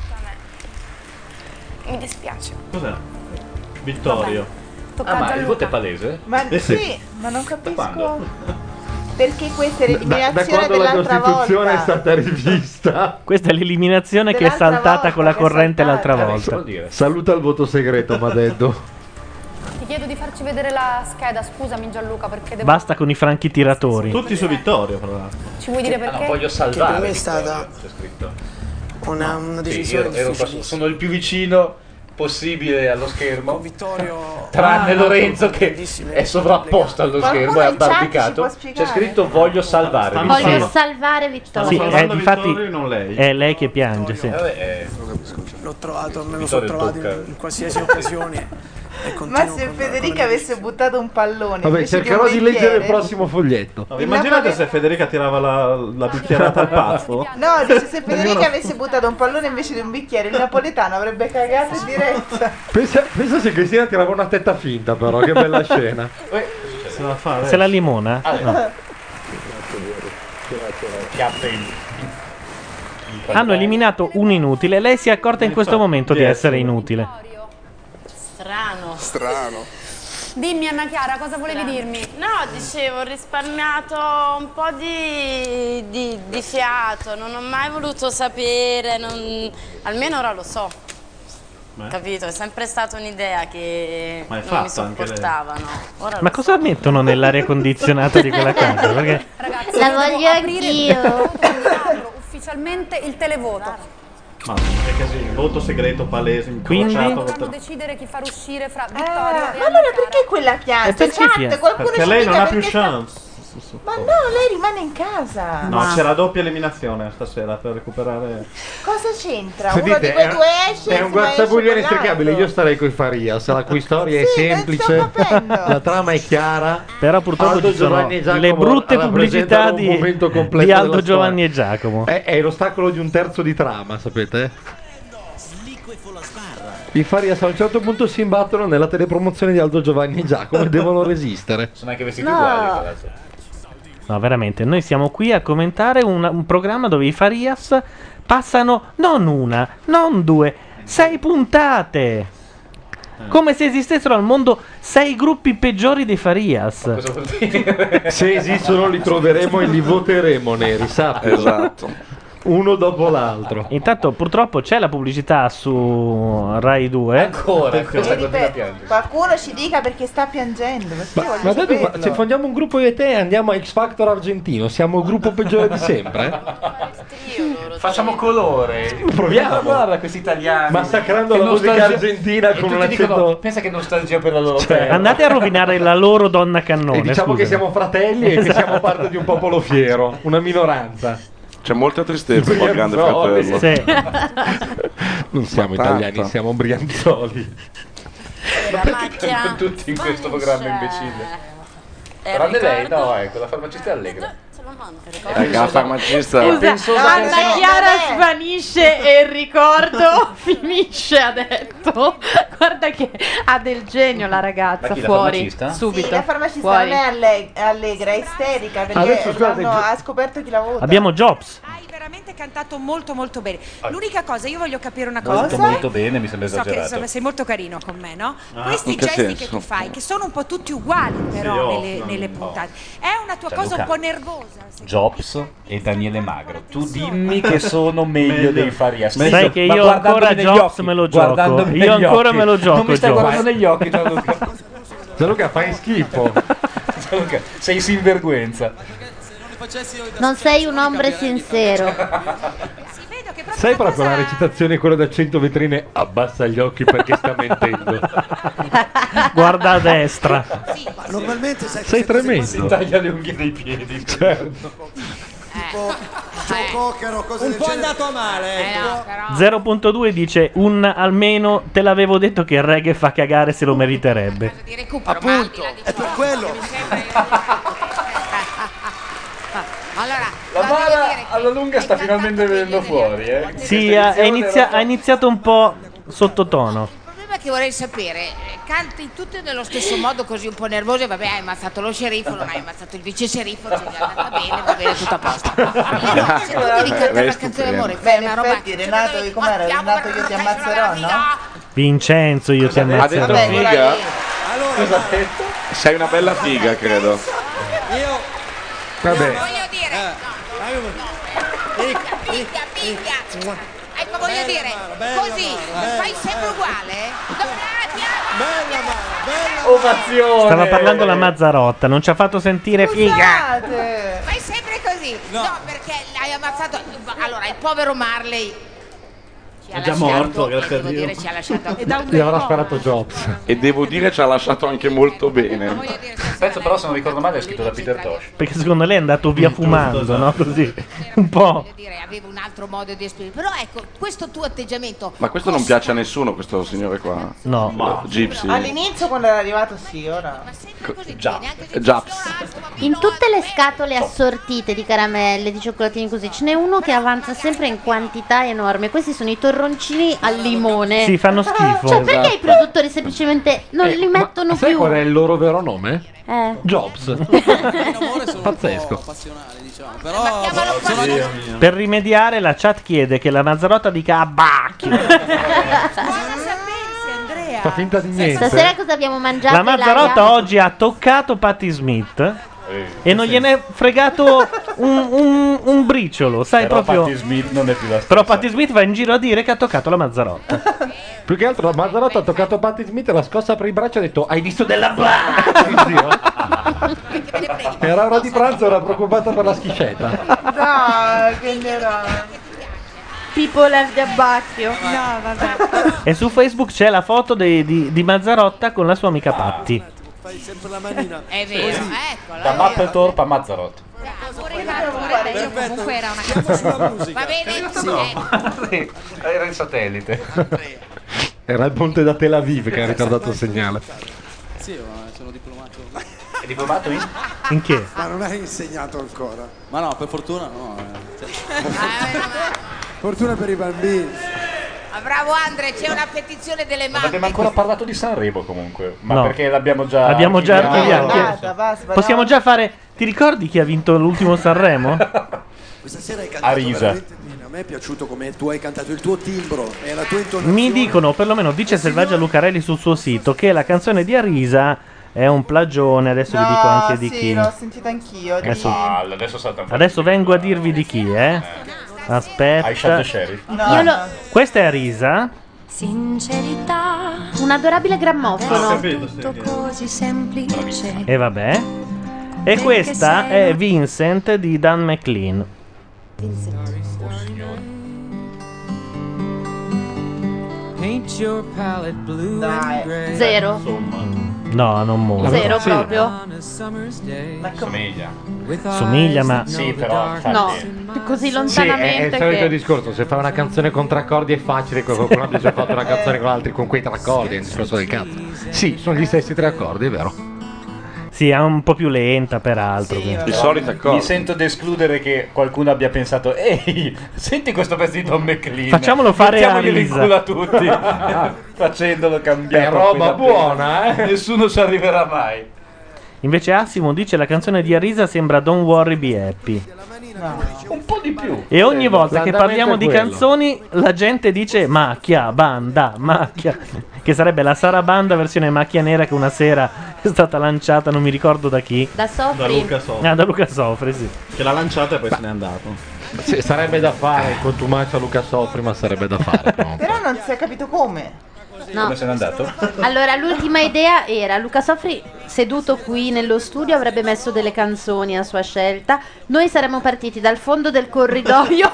Q: a me. Mi dispiace.
N: Cos'è? Vittorio.
Q: Tocca a
F: ma il
Q: Gianluca.
F: voto è palese?
D: Ma
N: sì.
D: sì, ma non
F: Da
D: capisco
F: quando?
D: perché questa è
J: Da
D: l'eliminazione
J: quando la
D: dell'altra
J: Costituzione
D: volta.
J: è stata rivista.
B: Questa è l'eliminazione che è
D: Dell'altra
B: saltata
D: volta,
B: con la
D: che è
B: corrente
D: saltata.
B: l'altra
F: Cosa vuol
B: volta.
F: dire?
J: Saluta il voto segreto, m'ha detto.
L: Ti chiedo di farci vedere la scheda, scusami Gianluca, perché devo...
B: Basta con i franchi tiratori.
N: Tutti su Vittorio, fra l'altro.
L: Ci vuoi dire
F: Ah,
L: perché?
F: no, voglio salvare.
H: per me è
F: Vittorio,
H: stata
F: c'è scritto.
H: una
F: Sì,
H: decisione
F: ero
H: difficilissima.
F: sono il più vicino possibile allo schermo,
H: Vittorio
F: tranne Lorenzo che è sovrapposto allo schermo, è
D: Qualcuno in chat ci
F: abbarbicato.
D: può
F: C'è
D: spiegare?
F: scritto voglio salvare.
N: Stanno
F: Vittorio.
E: Voglio salvare
B: Sì,
E: Vittorio.
N: salvando
B: difatti
N: Vittorio, non lei.
B: è lei che piange, sì.
H: l'ho trovato, me lo
F: Vittorio
H: sono trovato
F: tocca.
H: in qualsiasi occasione e
D: Ma
H: continuo
D: se
H: con-
D: Federica
H: con-
D: avesse buttato un pallone
J: Vabbè,
D: invece
J: cercherò
D: un
J: di leggere il
D: bicchiere-
J: prossimo foglietto.
N: No, immaginate se Federica tirava la bicchierata al pazzo.
D: No, dice se Federica avesse buttato un pallone invece di un bicchiere, il napoletano avrebbe cagato in diretta.
J: Pensa se Cristina tirava una tetta finta, però, che bella scena.
N: Se la fa,
B: Se la limona?
F: Ah,
B: No. Hanno eliminato un inutile. Lei si è accorta in questo momento di essere inutile.
Q: Strano.
L: Dimmi Anna Chiara, cosa volevi dirmi?
Q: No, dicevo, ho risparmiato un po' di fiato, non ho mai voluto sapere, almeno ora lo so. Capito? È sempre stata un'idea che
N: Ma è
Q: non mi
N: fatta anche lei.
Q: sopportavano. Ora
B: Ma cosa mettono nell'aria condizionata di quella casa? Perché
L: Ragazzi,
E: La
L: devo
E: voglio
L: aprire
E: anch'io.
L: ufficialmente il televoto.
N: Mamma mia, che sì, voto segreto palese,
B: Quindi?
N: incrociato.
L: Dobbiamo decidere chi far uscire fra Vittorio
D: Ma
L: e Anna
D: allora
L: Chiara.
D: perché quella piange?
B: perché
D: Chat,
B: piange?
D: qualcuno
N: Perché
D: ci
N: lei non
D: dica
N: ha più
D: perché
N: chance.
D: Ma no, lei rimane in casa.
N: No, c'è la doppia eliminazione stasera per recuperare.
D: Cosa c'entra?
J: Se
D: Uno
J: dite,
D: di quei due esce
J: è un
D: ma esce
J: guazzabuglio
D: quell'altro.
J: inestricabile. Io starei coi Farias. La cui storia è
D: Sì, non
J: semplice,
D: sto capendo.
J: la trama è chiara.
B: Però purtroppo
J: Aldo,
B: ci sono
J: Giovanni e Giacomo
B: le brutte pubblicità
J: rappresentano un momento completo
B: di Aldo,
J: della
B: Giovanni
J: storia.
B: e Giacomo.
J: È l'ostacolo di un terzo di trama, sapete? I Farias a un certo punto si imbattono nella telepromozione di Aldo, Giovanni e Giacomo e devono resistere.
F: Sono anche vestiti
E: No.
F: uguali, tra l'altro.
B: No, veramente, noi siamo qui a commentare un programma dove i Farias passano non una, non due, 6 puntate. Come se esistessero al mondo 6 gruppi peggiori dei Farias.
J: Se esistono li troveremo e li voteremo, Neri, sappilo.
I: Esatto.
J: Uno dopo l'altro.
B: Intanto purtroppo c'è la pubblicità su Rai 2.
F: Ancora, questa
D: E
F: continua a
D: ripeto,
F: piangere.
D: qualcuno ci dica perché sta piangendo. Perché io voglio
J: Ma dai,
D: saperlo.
J: se fondiamo un gruppo io e te andiamo a X Factor argentino, siamo il gruppo peggiore di sempre?
F: Facciamo colore.
J: Proviamo.
F: Guarda questi italiani.
J: Massacrando
F: Che
J: la musica
F: nostalgia-
J: argentina
F: E
J: con un
F: tutti dicono,
J: accento.
F: pensa che nostalgia per la loro
J: Cioè,
F: terra.
B: Andate a rovinare la loro donna cannone.
J: E diciamo che
B: scusami.
J: siamo fratelli e che siamo parte di un popolo fiero, una minoranza.
I: C'è molta tristezza col grande fratello.
B: Sì.
J: Non siamo italiani, siamo brianzoli.
F: Sono tutti in questo programma imbecille. Tranne lei, no, ecco, la farmacista è allegra.
I: La farmacista.
E: Anna Chiara svanisce e il ricordo finisce, ha detto. Guarda che ha del genio la ragazza,
F: Ma chi, la
E: fuori
F: farmacista?
E: subito.
D: Sì, la farmacista
E: fuori.
D: non è allegra, è isterica perché
J: Adesso, scusate,
D: ha scoperto chi la vota.
B: Abbiamo Jobs.
R: Hai veramente cantato molto molto bene. L'unica cosa, io voglio capire una
F: Molto,
R: cosa.
F: molto bene, mi sembra
R: So che
F: esagerato.
R: insomma, sei molto carino con me, no?
F: Ah,
R: Questi
I: in che
R: gesti
I: senso?
R: che tu fai, che sono un po' tutti uguali però
F: Sì,
R: nelle puntate. È una tua
F: Gianluca.
R: cosa un po' nervosa.
F: Jobs e Daniele Magro. Tu dimmi che sono meglio dei Farias.
B: Sai che io ancora Jobs me lo gioco. Io ancora me lo gioco.
F: Non mi stai
B: Jobs.
F: guardando negli occhi, Gianluca.
J: Gianluca, fai schifo.
F: Gianluca, sei sinvergüenza.
E: Non sei un hombre sincero.
J: Sai proprio la recitazione, quella da 100 vetrine? Abbassa gli occhi perché sta mentendo.
B: Guarda a destra.
H: Normalmente sai che
J: Sei
H: queste cose
J: tremendo.
F: Si taglia le unghie dei piedi.
J: Certo.
H: tipo Joe Cocker o cose
S: Un
H: del
S: po' è
H: genere.
S: andato a male. ecco.
B: 0.2 dice almeno te l'avevo detto che il reggae fa cagare, se lo meriterebbe.
H: Appunto, è per quello.
G: Allora,
F: La Mara alla lunga sta finalmente venendo fuori,
B: Sì, ha iniziato un po' sottotono.
G: il problema è che vorrei sapere, canti tutte nello stesso modo così un po' nervose, vabbè hai ammazzato lo sceriffo, non hai ammazzato il vice sceriffo, cioè è andata bene, va bene, tutto a posto. Se tu devi cantare una canzone d'amore, fai una roba...
D: Renato, com'era? Renato io ti ammazzerò, no?
B: Vincenzo, io ti
I: Ha detto
B: ammazzerò.
I: figa? Cosa ha detto? Sei una bella figa, credo.
J: Vabbè.
G: Ecco, voglio dire, così, fai sempre uguale?
F: Ovazione!
B: Stava parlando la Mazzarotta, non ci ha fatto sentire figa.
G: Fai sempre così? No, perché l'hai ammazzato. Allora, il povero Marley ci ha
J: È già
G: lasciato,
J: morto,
G: e
J: grazie a
G: devo
J: Dio.
G: dire ci ha lasciato.
J: Gli avrà sparato Jobs.
I: E devo dire ci ha lasciato anche molto bene.
F: Il pezzo però, se non ricordo male, è scritto da Peter Tosh.
B: Perché secondo lei è andato via fumando, no? Così. Un po'.
G: Dire, avevo un altro modo di esprimere. Però ecco, questo tuo atteggiamento.
I: Ma questo non piace a nessuno, questo signore qua.
B: No.
I: Gypsy.
D: All'inizio quando era arrivato sì, ora.
I: Japs.
E: In tutte le scatole assortite di caramelle, di cioccolatini così, ce n'è uno che avanza sempre in quantità enorme. Questi sono i torroncini al limone.
B: Sì, fanno schifo.
E: Cioè, perché i produttori semplicemente non li mettono
J: Sai
E: più?
J: qual è il loro vero nome? Jobs.
S: Pazzesco.
B: Per rimediare, la chat chiede che la Mazzarotta dica abbacchi.
J: Fa finta di niente.
E: Stasera cosa abbiamo mangiato?
B: La Mazzarotta
E: Ilaria?
B: oggi ha toccato Patti Smith e non gliene è fregato un briciolo, sai
F: Però
B: proprio.
F: Patti Smith non è più la stessa.
B: Però Patti Smith va in giro a dire che ha toccato la Mazzarotta.
J: Più che altro la Mazzarotta ha toccato Patti Smith, l'ha scossa per i bracci e ha detto: hai visto della Era ora di pranzo, era preoccupata per la schiscetta.
D: Dai, che nerone.
E: People have the abbacchio.
R: No, vabbè.
B: E su Facebook c'è la foto di Mazzarotta con la sua amica Patti.
H: fai sempre la manina.
G: È vero,
H: Così.
G: ecco.
F: Da Mappetorp a Mazzaroth.
R: Perfetto. Comunque era una
H: Sulla musica.
G: Va bene,
F: Sì, era il satellite.
J: Era il ponte da Tel Aviv che ha ritardato il segnale.
T: Sì, ma sono diplomato.
F: È diplomato in?
B: In che?
H: Ma non hai insegnato ancora.
T: Ma no, per fortuna no.
H: Fortuna per i bambini.
G: Ah, bravo Andre, c'è una petizione delle
F: Non
G: mamme.
F: abbiamo ancora parlato di Sanremo comunque. Ma
B: No.
F: perché l'abbiamo già.
B: Abbiamo già
F: archiviato?
B: archiviato. Possiamo già fare. Ti ricordi chi ha vinto l'ultimo Sanremo?
H: Questa sera hai cantato
F: Arisa.
H: veramente bene. A me è piaciuto come tu hai cantato il tuo timbro e la tua intonazione.
B: Mi dicono, perlomeno dice Selvaggia Lucarelli sul suo sito, che la canzone di Arisa è un plagione. Adesso vi dico anche di
D: sì,
B: chi.
D: l'ho sentita anch'io. di-
B: Adesso-
F: Adesso saltano fuori.
B: Adesso vengo a dirvi di chi, Aspetta.
F: Hai shot the sheriff?
E: Io lo-
B: Questa è Arisa.
E: Sincerità. Un adorabile grammofono.
M: Tutto così semplice.
B: E vabbè. E questa è Vincent di Dan McLean.
O: Paint your palette blue and gray.
E: Zero.
B: No, non molto.
E: Zero proprio.
O: On a summer's day.
F: Somiglia.
B: Somiglia, ma.
F: Sì, però.
E: No, così
J: Sì, è
E: lontanamente
J: il solito
E: che...
J: discorso. Se fai una canzone con tre accordi è facile, qualcuno ha già fatto una canzone con altri con quei tre accordi, è un discorso del cazzo. Sì, sono gli stessi tre accordi, è vero.
B: Sì, è un po' più lenta, peraltro.
I: Il solito accordo.
F: Mi sento di escludere che qualcuno abbia pensato: ehi, senti questo pezzo di Don McLean.
B: Facciamolo fare a
F: Mettiamoglielo in
B: Risa.
F: culo a tutti. Facendolo cambiare.
J: È roba buona,
F: Nessuno ci arriverà mai.
B: Invece Assimo dice la canzone di Arisa sembra Don't Worry Be Happy.
F: Un po' di più.
B: E ogni volta che
J: l'andamento
B: parliamo
J: è
B: di
J: quello.
B: canzoni la gente dice macchia, banda, macchia. Che sarebbe la Sarabanda versione macchia nera che una sera è stata lanciata, non mi ricordo da chi.
E: Da Sofri.
N: Da Luca Sofri.
B: Ah, da Luca Sofri, sì.
N: Che l'ha lanciata e poi se n'è andato.
J: Sì, sarebbe da fare il contumacio a Luca Sofri, ma sarebbe da fare.
D: Però non si è capito come.
E: No.
F: Come se n'è andato?
E: Allora, l'ultima idea era Luca Sofri seduto qui nello studio avrebbe messo delle canzoni a sua scelta. Noi saremmo partiti dal fondo del corridoio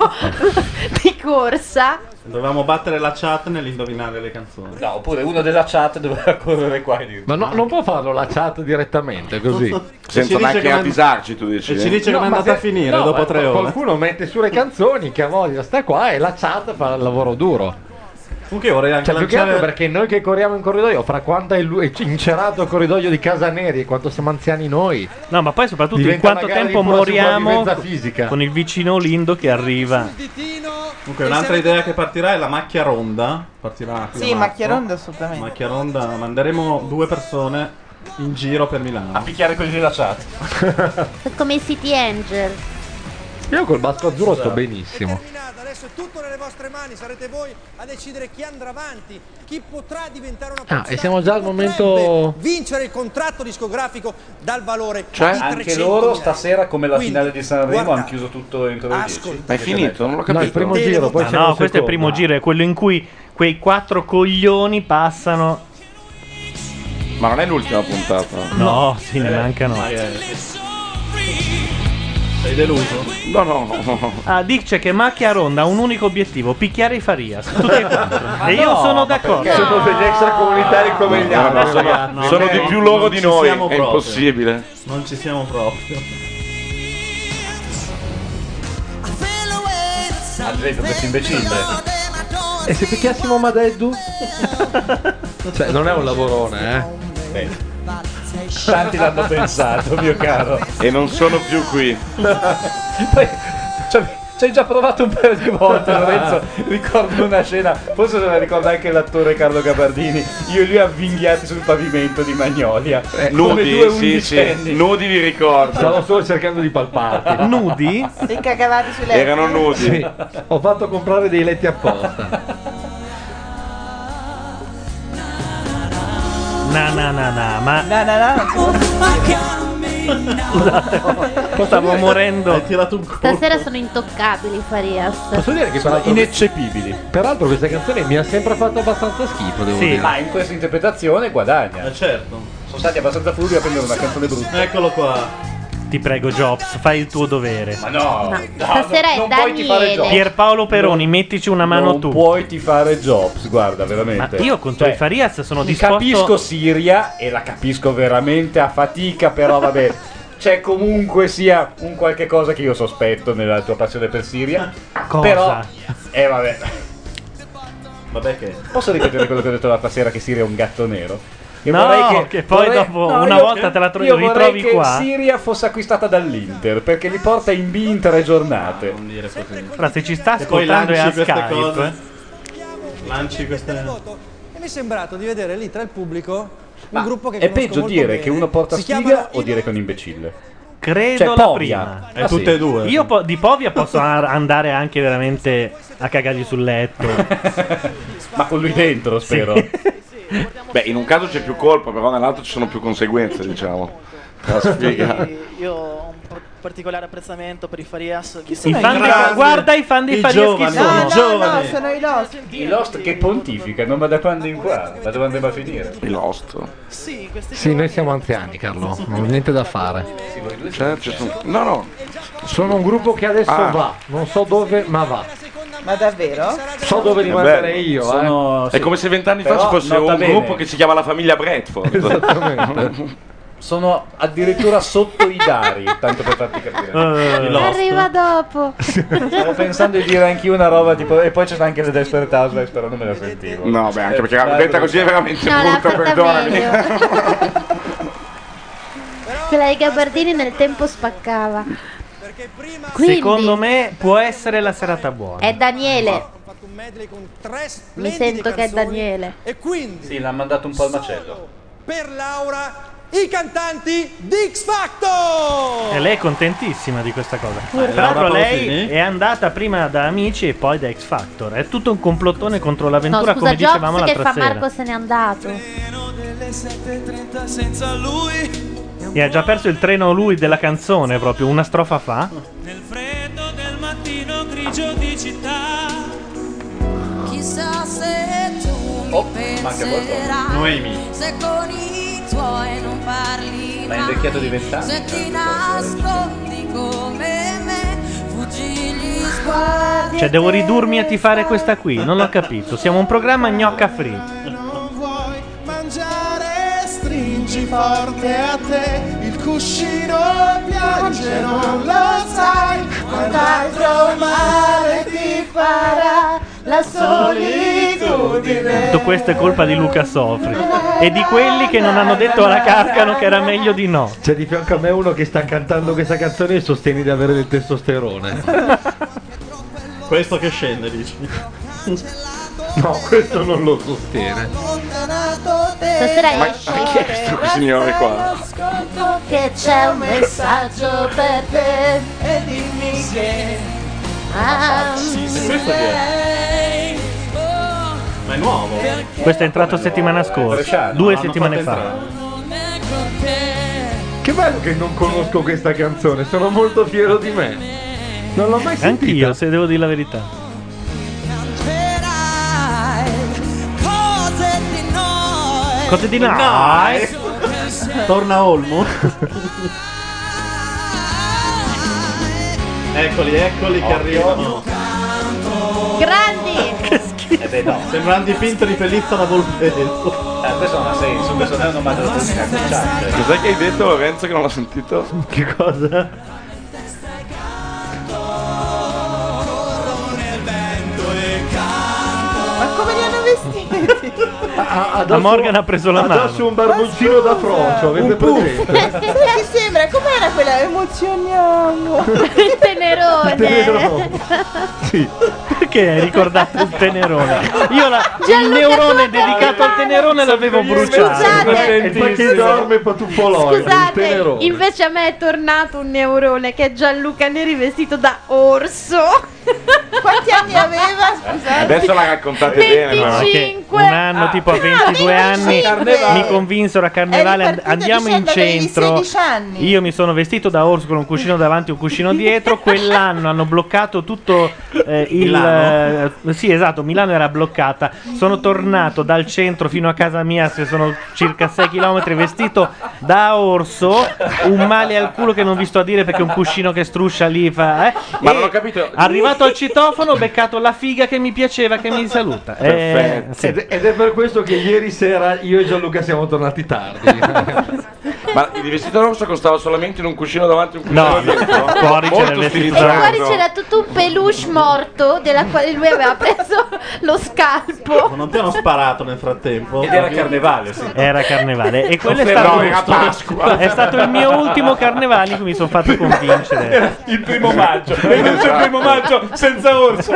E: di corsa.
N: Dovevamo battere la chat nell'indovinare le canzoni.
F: No, oppure uno della chat doveva correre qua e dire:
J: Ma no, non può farlo la chat direttamente così.
I: Senza neanche avvisarci, tu dici.
N: E ci dice come è andata a finire dopo 3 ore.
J: Qualcuno mette su le canzoni che ha voglia, sta qua e la chat fa il lavoro duro.
N: Comunque vorrei anche
J: Cioè, più che
N: lanciare...
J: altro perché noi che corriamo in corridoio, fra quanto è incerato il corridoio di Casa Neri e quanto siamo anziani noi.
B: No, ma poi soprattutto in
J: diventa
B: quanto
J: una gara
B: tempo
J: di pura
B: moriamo
J: sopravvivenza fisica.
B: con il vicino Lindo che arriva.
N: Comunque un'altra idea che partirà è la macchia ronda. Partirà qui
D: Sì,
N: a
D: macchia
N: marzo.
D: ronda assolutamente.
N: Macchia ronda, manderemo 2 persone in giro per Milano.
F: a picchiare quelli della chat.
E: Come i City Angel.
J: Io col basco azzurro sto benissimo.
S: Adesso è tutto nelle vostre mani, sarete voi a decidere chi andrà avanti, chi potrà diventare una
J: Ah,
S: popstar,
J: e siamo già al
S: chi
J: momento.
S: potrebbe vincere il contratto discografico dal valore
F: Cioè,
S: di
F: anche
S: 300.000
F: loro stasera, come la
S: Quindi,
F: finale di Sanremo,
S: guarda,
F: hanno chiuso tutto entro le 10.
I: Ma è finito? Non l'ho
J: No,
I: capito.
J: il primo giro, poi
B: Ah,
J: c'è
B: no,
J: il
B: questo è il primo giro, è quello in cui quei 4 coglioni passano.
I: Ma non è l'ultima puntata.
B: No, sì, ne mancano.
N: Sei deluso?
I: No, no.
B: Ah, dice che Macchia Ronda ha un unico obiettivo: picchiare i Farias. Tutti e quattro. E io
F: no,
B: sono
F: ma
B: d'accordo.
F: perché?
J: Sono degli extracomunitari come gli altri.
I: Sono di più loro
N: non
I: di
N: ci
I: noi.
N: siamo
I: È
N: proprio.
I: impossibile.
N: Non ci siamo proprio.
F: Andrei questo imbecille.
J: E se picchiassimo Madeddu? Cioè, non è un lavorone,
F: Bene. Tanti l'hanno pensato, mio caro.
I: E non sono più qui.
F: Poi, ci hai già provato un paio di volte, Lorenzo. Ricordo una scena, forse se la ricorda anche l'attore Carlo Gabardini. Io e lui avvinghiati sul pavimento di Magnolia. Come
I: Nudi,
F: due
I: sì,
F: undicenni.
I: sì. Nudi vi ricordo.
J: Stavo solo cercando di palparti.
B: Nudi?
D: E cagavate sui letti.
I: Erano nudi.
J: Sì, ho fatto comprare dei letti apposta.
B: Ma scusate, stavo morendo.
N: Hai tirato un colpo.
E: Stasera sono intoccabili i Farias.
J: Posso dire che peraltro,
F: Ineccepibili.
J: peraltro questa canzone mi ha sempre fatto abbastanza schifo, devo
B: Sì,
J: dire.
F: Ma in questa interpretazione guadagna.
N: Certo.
F: Sono stati abbastanza furbi a prendere una canzone brutta.
N: Eccolo qua.
B: Ti prego, Jobs, fai il tuo dovere.
F: Ma no,
E: Stasera è
F: non puoi tifare
E: Daniele.
F: Jobs.
B: Pierpaolo Peroni, mettici una mano
F: Non
B: tu.
F: puoi tifare Jobs, guarda, veramente.
B: Ma io contro i Farias sono disposto.
F: Capisco Siria e la capisco veramente a fatica, però vabbè. C'è comunque sia un qualche cosa che io sospetto nella tua passione per Siria.
B: Cosa?
F: Però vabbè.
N: Vabbè che.
F: Posso ripetere quello che ho detto l'altra sera, che Siria è un gatto nero? Io
B: No,
F: vorrei
B: che poi dopo una volta te la
F: io
B: ritrovi
F: vorrei che
B: qua.
F: Siria fosse acquistata dall'Inter, perché li porta in B in 3 giornate.
N: Non dire così.
B: Fra, se ci sta
N: E poi
B: ascoltando e a
N: lanci queste
B: Skype.
N: cose. Lanci queste.
S: E mi è sembrato di vedere lì tra il pubblico un gruppo che
F: È
S: conosco
F: peggio
S: molto
F: dire
S: bene.
F: che uno porta
S: Si
F: sfiga
S: chiamano
F: o dire che è un imbecille?
B: Credo
F: Cioè,
B: la
F: Povia.
B: prima.
F: Ah, sì.
N: tutte e due.
B: Io di Povia posso andare anche veramente a cagargli sul letto.
F: Ma con lui dentro, spero.
I: Beh, in un caso c'è più colpa, però nell'altro ci sono più conseguenze, diciamo. La sfiga.
U: Io ho un particolare apprezzamento per i Farias.
B: I fan guarda i fan dei Farias chi sono?
D: No, sono i Lost.
F: I Lost che pontificano, ma da quando in qua? Ma dove andiamo a finire?
I: I Lost.
J: Sì, noi siamo anziani, Carlo, non ho niente da fare.
I: No.
J: Sono un gruppo che adesso
I: Ah.
J: va, non so dove, ma va.
D: Ma davvero?
J: So dove li manderei io,
I: È come se 20 anni fa
F: Però,
I: ci fosse
F: nota
I: un
F: bene.
I: gruppo che si chiama la famiglia Bradford.
J: Esattamente.
F: Sono addirittura sotto i dari, tanto per farti capire.
E: Arriva dopo.
F: Stavo pensando di dire anch'io una roba tipo. E poi c'è anche le Desperate Housewives, però non me la sentivo.
I: No, beh, anche perché la detta così è veramente
E: No, l'ha
I: brutta,
E: fatta
I: perdonami.
E: meglio. Quella di Gabardini nel tempo spaccava. Quindi
B: Secondo me può essere la serata buona.
E: è Daniele. Mi sento che è Daniele.
S: E quindi
F: Sì, l'ha mandato un po' al macello.
S: per Laura i cantanti di X Factor.
B: E lei è contentissima di questa cosa.
S: Laura
B: Tra l'altro lei
S: Pausini?
B: è andata prima da Amici e poi da X Factor. È tutto un complottone contro
E: No,
B: l'avventura,
E: scusa,
B: come dicevamo
E: Jobs che
B: l'altra
E: fa
B: sera.
E: Marco se n'è andato.
M: Delle 7:30 senza lui.
B: E ha già perso il treno lui della canzone, proprio una strofa fa.
M: Nel freddo del mattino grigio di città.
Q: Chissà se tu mi
F: manca qualcosa.
Q: penserai.
F: Noemi.
Q: Se con i tuoi non parli
F: Ma è
Q: mai.
F: invecchiato di 20 anni.
Q: Se ti nascondi come me, fuggi gli sguardi.
B: Cioè, devo ridurmi a tifare questa qui? Non l'ho capito. Siamo un programma gnocca free.
M: Non vuoi mangiare, stringi forte a te il cuscino e piange, non lo sai quant'altro male ti farà la solitudine.
B: Tutto questo è colpa di Luca Sofri e di quelli che non hanno detto alla Carcano che era meglio di no.
J: C'è di fianco a me uno che sta cantando questa canzone e sostieni di avere del testosterone.
N: Questo che scende, dici.
J: No, questo non lo sostiene.
E: Stasera
I: Ma
E: esce.
I: chi è questo signore qua?
E: Che c'è un messaggio per te.
M: E dimmi che
N: questo chi è? Ma è nuovo.
B: Questo è entrato settimana scorsa, 2 settimane fa.
J: Che bello che non conosco questa canzone, sono molto fiero di me. Non l'ho mai sentita.
B: Anch'io, se devo dire la verità. Cose di noi.
N: Torna Olmo. Eccoli che arrivano.
E: Grandi!
F: Beh, no.
N: Sembra un dipinto di Fellizza da Volpeto.
F: Questo non ha senso, questo non è un omaggio alla musica cocciante.
I: Cos'è che hai detto, Lorenzo, che non l'ha sentito?
B: Che cosa?
D: Ma come li hanno vestiti?
B: La Morgan ha preso la mano.
J: Addosso un barboncino da frocio, avete presente?
D: Sai che sembra? Com'era quella? Emozioniamo.
E: Il tenerone.
J: Sì.
B: Perché hai ricordato il tenerone? Io il neurone dedicato al tenerone l'avevo bruciato.
J: E poi che dorme patufoloi, il
E: Scusate,
J: tenerone.
E: invece a me è tornato un neurone che è Gianluca Neri vestito da orso.
D: Quanti anni aveva? Scusate.
I: Adesso la raccontate bene, ma
B: Perché un anno, tipo a 22 anni, mi convinsero a Carnevale, andiamo in centro.
D: 16 anni.
B: Io mi sono vestito da orso con un cuscino davanti e un cuscino dietro. Quell'anno hanno bloccato tutto
N: Milano?
B: sì, esatto, Milano era bloccata. Sono tornato dal centro fino a casa mia, se sono circa 6 km, vestito da orso, un male al culo che non vi sto a dire perché un cuscino che struscia lì fa.
I: Ma non ho capito.
B: Arrivato al citofono, ho beccato la figa che mi piaceva, che mi saluta.
J: Perfetto.
B: Sì.
J: Ed è per questo che ieri sera io e Gianluca siamo tornati tardi.
I: Ma il vestito rosso costava solamente in un cuscino davanti e un cuscino
B: No,
I: dietro?
B: fuori c'era
I: Molto
B: il vestito
E: E
I: stilizzato.
E: fuori c'era tutto un peluche morto della quale lui aveva preso lo scalpo.
N: Non ti hanno sparato nel frattempo?
F: Ed era carnevale, sì.
B: Era Carnevale e quello
I: No, era Pasqua.
B: è stato il mio ultimo Carnevale in cui mi sono fatto convincere.
F: Il 1° maggio. E invece il 1° maggio senza orso.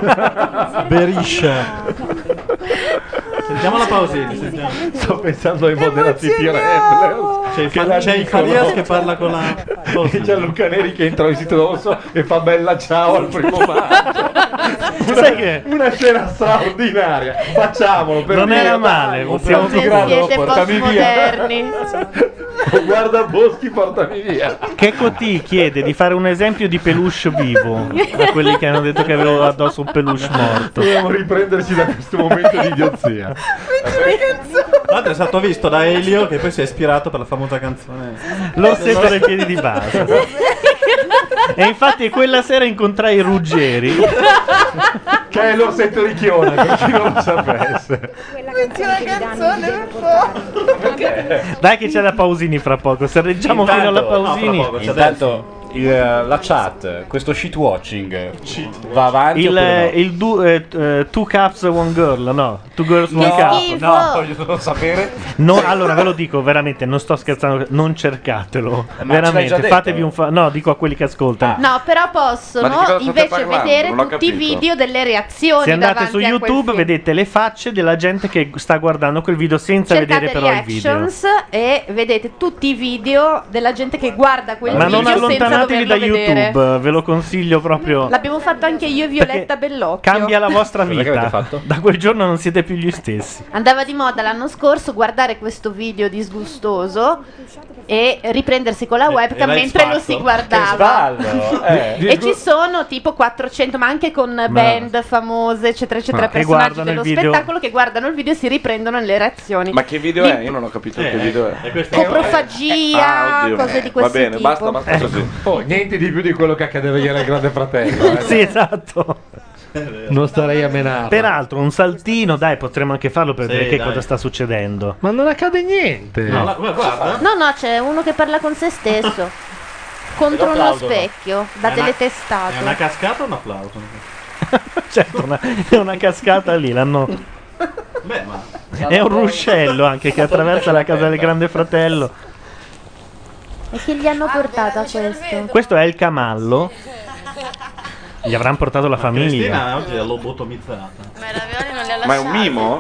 N: Beriscia. Sentiamo la pausina. Sentiamo.
J: Sto pensando ai moderati Ramblers.
N: C'è il Farias che parla con la.
J: E Gianluca Neri che entra vestito d'orso e fa bella ciao al 1° maggio.
B: Sai che
J: Una scena straordinaria. Facciamolo per
B: non
J: dire,
B: era male,
J: dai,
B: possiamo
J: ti grado,
E: Siete
J: portami
E: postmoderni.
J: Guarda Boschi, portami via.
B: Checco T chiede di fare un esempio di peluche vivo a quelli che hanno detto che avevo addosso un peluche morto.
J: Dobbiamo riprenderci da questo momento di idiozia.
N: Tra l'altro è stato visto da Elio che poi si è ispirato per la famosa canzone.
B: L'orsetto dei piedi di base. E infatti quella sera incontrai Ruggeri,
J: che è l'orsetto di Chiona, per chi non lo sapesse.
D: Metti una canzone per favore.
B: dai che c'è la Pausini fra poco, se reggiamo fino alla Pausini.
F: Intanto la chat, questo shit watching va avanti oppure no?
B: Two cups one girl, no, two girls one cup.
F: No, voglio solo sapere.
B: No, allora ve lo dico veramente, non sto scherzando, non cercatelo.
F: Ma ce l'hai
B: Veramente,
F: già detto?
B: fatevi un no, dico a quelli che ascoltano.
E: No, però
I: Ma di cosa
E: possono
I: state
E: invece
I: parlando?
E: vedere
I: Non ho
E: tutti i
I: capito.
E: video delle reazioni.
B: Se andate
E: davanti
B: su
E: a quel
B: YouTube
E: film.
B: vedete le facce della gente che sta guardando quel video senza
E: Cercate
B: vedere però il video.
E: reactions e vedete tutti i video della gente che guarda quel
B: Ma
E: video
B: non
E: senza
B: allontanatevi da
E: doverlo vedere.
B: YouTube, ve lo consiglio proprio.
E: L'abbiamo fatto anche io e Violetta Bellocchio.
B: Cambia la vostra
F: Cos'è che avete
B: vita.
F: fatto?
B: Da quel giorno non siete più gli stessi.
E: Andava di moda l'anno scorso guardare questo video disgustoso e riprendersi con la webcam
N: l'hai
E: mentre lo
N: fatto?
E: si
F: Che
E: guardava.
F: sballo!
E: E ci sono tipo 400, ma anche con band famose, eccetera, eccetera,
B: Ma che
E: personaggi
B: guardano
E: dello
B: il video?
E: spettacolo che guardano il video e si riprendono le reazioni.
I: Ma che video è? Io non ho capito che video è.
E: Coprofagia,
I: Oddio.
E: cose di questo
I: Va bene,
E: tipo.
I: basta così.
J: Oh, niente di più di quello che accadeva ieri al Grande Fratello.
B: Sì, esatto.
J: Non starei a menare.
B: Peraltro, un saltino, dai, potremmo anche farlo per
J: Sì,
B: vedere che
J: dai.
B: cosa sta succedendo.
J: Ma non accade niente.
N: No, guarda.
E: No, no, c'è uno che parla con se stesso. Contro
N: Lo
E: uno
N: applaudono.
E: specchio, da
N: È una-
E: teletestate.
N: È una cascata o un applauso?
B: Certo, è una cascata lì, l'hanno.
N: Beh, ma.
B: È un ruscello anche che attraversa la casa del Grande Fratello.
E: E che gli hanno portato a questo?
B: Questo è il camallo. Gli avranno portato la famiglia.
N: Cristina oggi è lobotomizzata.
Q: Ma i ravioli non li ha
I: Ma è un
Q: lasciati.
I: mimo?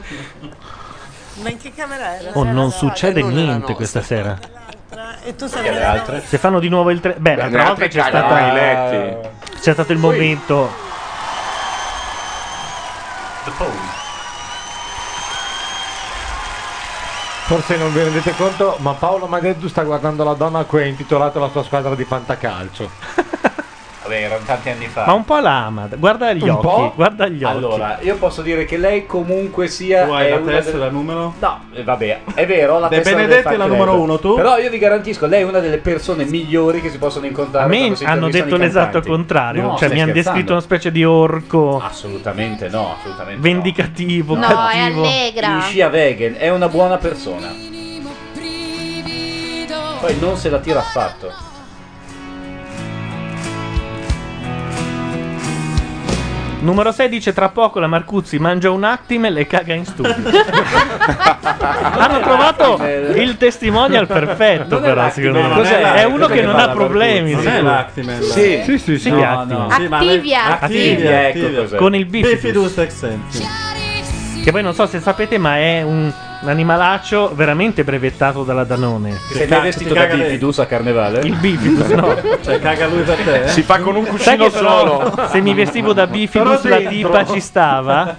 A: Ma in che camera era?
B: Oh, non succede niente questa sera.
A: E tu
F: E
A: sei
F: le altre?
B: Se fanno di nuovo il tre. Beh,
I: Le
B: l'altra volta
I: altre
B: c'è
I: cagano
B: stata.
I: i letti.
B: C'è stato il momento.
F: The Pose.
J: Forse non vi rendete conto, ma Paolo Madeddu sta guardando la donna a cui ha intitolato la sua squadra di fantacalcio.
F: Vabbè, erano tanti anni fa.
B: Ma un po' la ama. Guarda gli
J: Un
B: occhi.
J: po'?
B: Guarda gli occhi.
F: Allora, io posso dire che lei comunque sia.
N: Tu hai
F: è
N: la
F: una
N: tessera
F: delle-
N: numero?
F: No, vabbè, è vero, la
N: De
F: tessera del
N: Benedetti è
F: fan
N: la
F: club.
N: numero 1, tu?
F: Però io vi garantisco, lei è una delle persone migliori che si possono incontrare.
B: A me
F: quando si
B: hanno
F: intervistano
B: detto
F: i
B: l'esatto
F: cantanti.
B: contrario.
F: No,
B: Cioè,
F: stai
B: mi hanno
F: scherzando?
B: descritto una specie di orco
F: Assolutamente no, assolutamente
B: vendicativo,
E: No, è
B: cattivo.
E: allegra.
F: In scia vegan, è una buona persona. Poi non se la tira affatto.
B: Numero 6 dice: tra poco la Marcuzzi mangia un Actimel e caga in studio. Hanno trovato il testimonial perfetto,
F: Non è
B: però secondo me.
F: l'Actimel,
B: È uno che non ha
F: la
B: problemi.
N: Non è
B: sicuro.
N: l'Actimel.
F: Sì,
J: Sì, sì,
B: Sì,
J: sì.
B: che Actimel.
N: Sì, ma
E: Activia.
F: Activia, ecco cos'è.
B: Con il
N: Bifidus
B: bifidus.
N: exentis.
B: Che poi non so se sapete, ma è Un animalaccio veramente brevettato dalla Danone.
F: Sei mai vestito da Bifidus a carnevale?
B: Il Bifidus, no.
N: Cioè, caga lui per te?
I: Si fa con un
B: Sai
I: cuscino
B: che però,
I: solo.
B: se mi vestivo da Bifidus
J: Però
B: la
J: dentro.
B: tipa ci stava.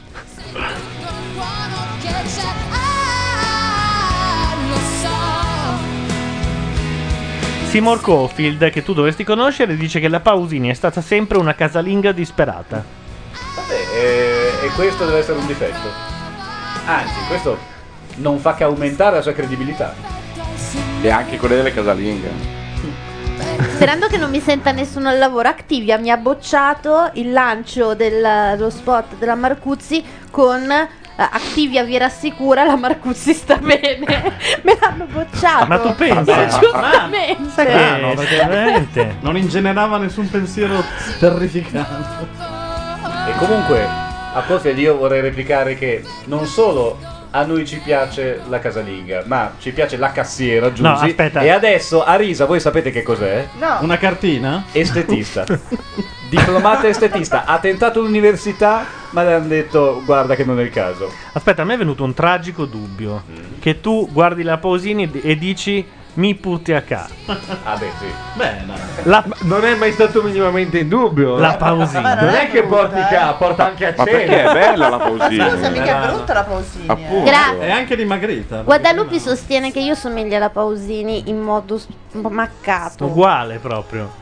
B: Seymour Caulfield, che tu dovresti conoscere, dice che la Pausini è stata sempre una casalinga disperata.
F: Vabbè, e questo deve essere un difetto. Anzi, questo non fa che aumentare la sua credibilità.
I: E anche quelle delle casalinghe.
E: Sperando che non mi senta nessuno al lavoro, Activia mi ha bocciato il lancio dello spot della Marcuzzi con Activia vi rassicura, la Marcuzzi sta bene. Me l'hanno bocciato.
B: Ma tu pensa?
E: Giustamente.
B: Sai che no, perché veramente
N: non ingenerava nessun pensiero terrificante.
F: E comunque, a Caulfield io vorrei replicare che non solo a noi ci piace la casalinga, ma ci piace la cassiera, Giusy.
B: No, aspetta.
F: E adesso Arisa, voi sapete che cos'è?
D: No.
N: Una cartina?
F: Estetista. Diplomata estetista. Ha tentato l'università, ma le hanno detto guarda che non è il caso.
B: Aspetta, a me è venuto un tragico dubbio. Che tu guardi la Pausini e dici mi putti a ca.
F: Ah beh sì.
N: Beh, no.
J: Non è mai stato minimamente in dubbio.
B: La Pausini.
J: Non è che porti ca, porta anche a
I: Ma
J: cena.
I: perché è bella la Pausini?
D: Scusa, mica è brutta la Pausini.
I: Appunto.
E: Grazie.
N: È anche dimagrita.
E: Guadalupi sostiene che io somiglio alla Pausini in modo maccato.
B: Uguale proprio.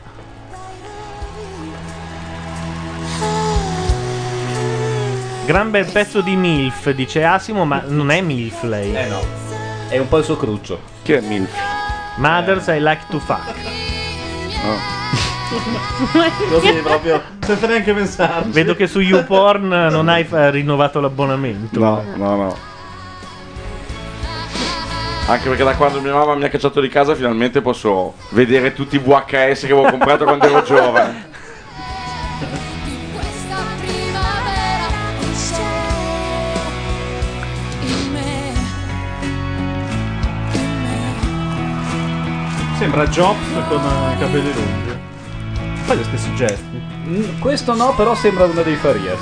B: Gran bel pezzo di MILF, dice Asimo, ma non è MILF lei.
F: No. È un po' il suo cruccio.
I: Che è MILF?
B: Mothers I like to fuck.
N: Così proprio, senza neanche pensarci.
B: Vedo che su YouPorn non hai rinnovato l'abbonamento.
I: No. Anche perché da quando mia mamma mi ha cacciato di casa finalmente posso vedere tutti i VHS che avevo comprato quando ero giovane.
N: Sembra Jobs con i capelli lunghi. Fa gli stessi gesti.
F: Questo no, però sembra uno dei Farias.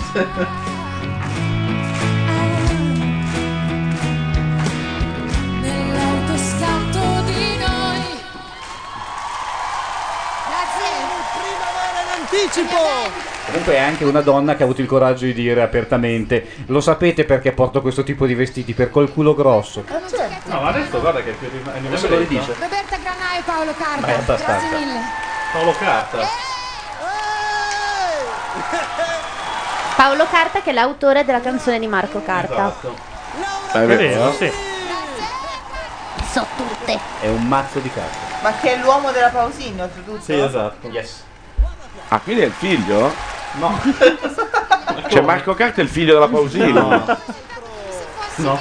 M: Nell'autoscatto di noi.
S: Primavera in anticipo.
F: Comunque è anche una donna che ha avuto il coraggio di dire apertamente: lo sapete perché porto questo tipo di vestiti? Per col culo grosso.
N: No, ma adesso guarda che è più
F: Adesso lo ridice.
L: Roberta Granaio e Paolo Carta.
F: Ma è alta
L: Grazie
F: stanza.
L: mille.
N: Paolo Carta.
E: Paolo Carta, che è l'autore della canzone di Marco Carta.
F: Esatto.
I: È vero,
B: sì.
E: So tutte.
F: È un mazzo di carta.
D: Ma che è l'uomo della Pausini, oltretutto?
N: Sì, esatto.
F: Yes.
I: Ah, quindi è il figlio?
N: No.
I: Cioè Marco Carta è il figlio della Pausini?
N: No.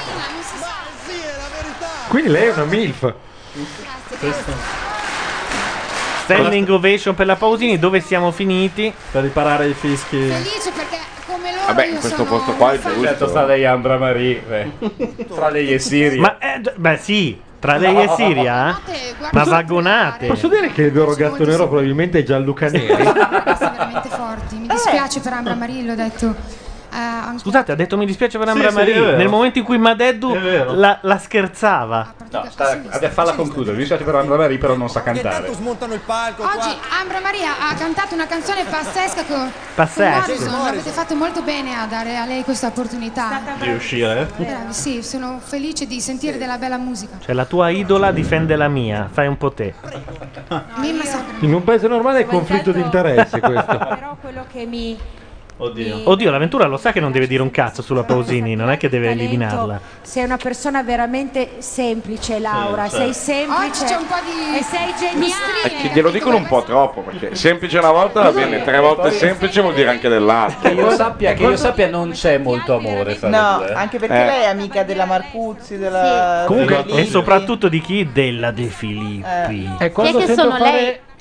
J: Quindi lei è una MILF.
B: Standing ovation per la Pausini. Dove siamo finiti?
N: Per riparare i fischi.
L: Felice perché come loro
I: Vabbè,
L: io
I: in questo
L: sono
I: posto qua è
F: Certo,
I: giusto.
F: sta lei Ambra Marie. Tra lei e Siria.
B: Ma beh sì, tra lei e Siria? Ma vagonate.
J: Posso dire che il loro gatto nero probabilmente è Gianluca Neri?
L: veramente forti. Mi dispiace per Ambra Marie, l'ho detto.
B: Scusate, ha detto mi dispiace per Ambra
N: sì,
B: Marie.
N: è vero.
B: Nel momento in cui Madeddu
N: È vero.
B: la scherzava.
F: No, falla concludere. Mi dispiace per Ambra Marie, però non sa cantare.
S: Tanto smontano il palco
L: Oggi
S: qua.
L: Ambra Maria ha cantato una canzone pazzesca con
B: Pazzesca.
L: Morrison. Avete fatto molto bene a dare a lei questa opportunità.
N: Di uscire.
L: Bravi, sì, sono felice di sentire della bella musica.
B: Cioè la tua idola difende la mia. Fai un po' te.
L: Mimma sa.
J: In un paese normale è conflitto di interesse questo.
R: Però quello che mi
B: Oddio, l'avventura lo sa che non deve dire un cazzo sulla Pausini. Non è che deve eliminarla.
R: sei una persona veramente semplice, Laura.
B: Sì,
R: Sei
B: certo.
R: semplice.
L: Oggi c'è un po' di
R: e sei geniale.
I: È che glielo dicono un po' troppo, perché semplice una volta va bene, 3 volte semplice vuol dire anche dell'altro.
F: Che io sappia non c'è molto amore fra
D: No,
F: le due.
D: anche perché lei è amica della Marcuzzi, della
B: Comunque,
D: Filippi.
B: e soprattutto di chi? Della De Filippi.
J: E quando
E: Chi è che
J: sento
E: sono
J: fare
E: lei?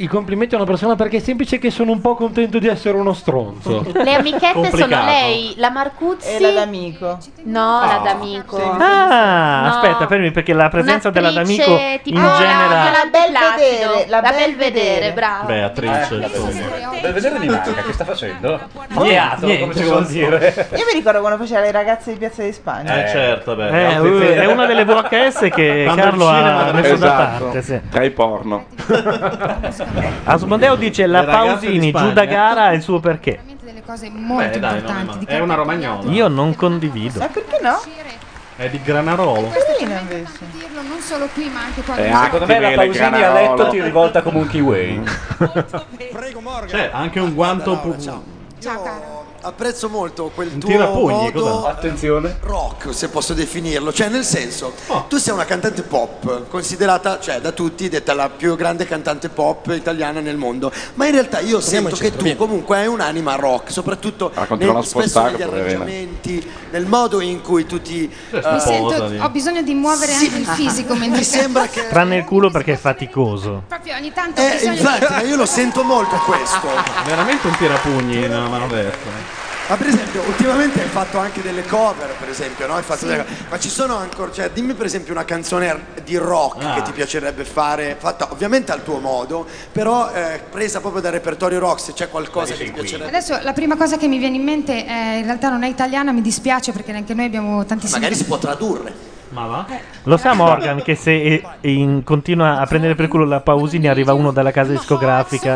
J: i complimenti a una persona perché è semplice che sono un po' contento di essere uno stronzo.
E: Le amichette sono lei, la Marcuzzi
D: E la d'amico.
E: No, la d'amico.
B: Ah,
E: No.
B: aspetta, fermi, perché la presenza dell'amico
E: Un'attrice tipo
B: in genere.
E: la
D: Belvedere,
E: la
D: la
E: Belvedere, bravo.
N: Beatrice.
F: Belvedere mi manca, che sta facendo?
B: Niente,
F: Come si vuol dire?
D: Io mi ricordo quando faceva le ragazze di Piazza di Spagna.
N: Certo, beh.
B: È una delle VHS che
N: Quando
B: Carlo
N: il cinema
B: ha messo da
I: Esatto,
B: parte. Sì.
I: tra i porno.
B: Asmodeo dice la
N: Le ragazze
B: Pausini
N: di Spagna.
B: giù da gara ha il suo perché.
L: Delle cose molto importanti.
N: È una romagnola.
B: Io non condivido.
D: Ma perché no?
N: È di Granarolo.
D: Carina invece.
L: Dirlo non solo qui, ma anche qua.
F: Secondo me la Pausini a letto ti rivolta come un kiwi.
S: Prego Morgan.
N: Cioè, anche un guanto.
H: Apprezzo molto quel tuo
N: tirapugni,
H: modo
N: cos'è?
F: Attenzione.
H: rock, se posso definirlo, cioè nel senso, tu sei una cantante pop, considerata, cioè da tutti, detta la più grande cantante pop italiana nel mondo, ma in realtà io sento che tu comunque hai un'anima rock, soprattutto
I: continuano a
H: spesso
I: spostare,
H: negli
I: poverina.
H: arrangiamenti, nel modo in cui tu ti...
L: Mi sento, ho bisogno di muovere anche il fisico mentre
H: mi sembra che...
B: Tranne il culo perché è faticoso.
L: proprio ogni tanto ho bisogno
H: infatti, ma io lo sento molto questo.
N: Veramente un tirapugni nella mano destra.
H: Ma per esempio, ultimamente hai fatto anche delle cover, per esempio, no? Hai fatto ma ci sono ancora, cioè dimmi per esempio una canzone di rock che ti piacerebbe fare, fatta ovviamente al tuo modo, però presa proprio dal repertorio rock, se c'è qualcosa che ti piacerebbe.
L: Adesso la prima cosa che mi viene in mente è, in realtà non è italiana, mi dispiace perché anche noi abbiamo tantissimi...
H: Magari si può tradurre.
N: Ma va?
B: Lo sa Morgan che se continua a prendere per culo la Pausini arriva uno dalla casa discografica.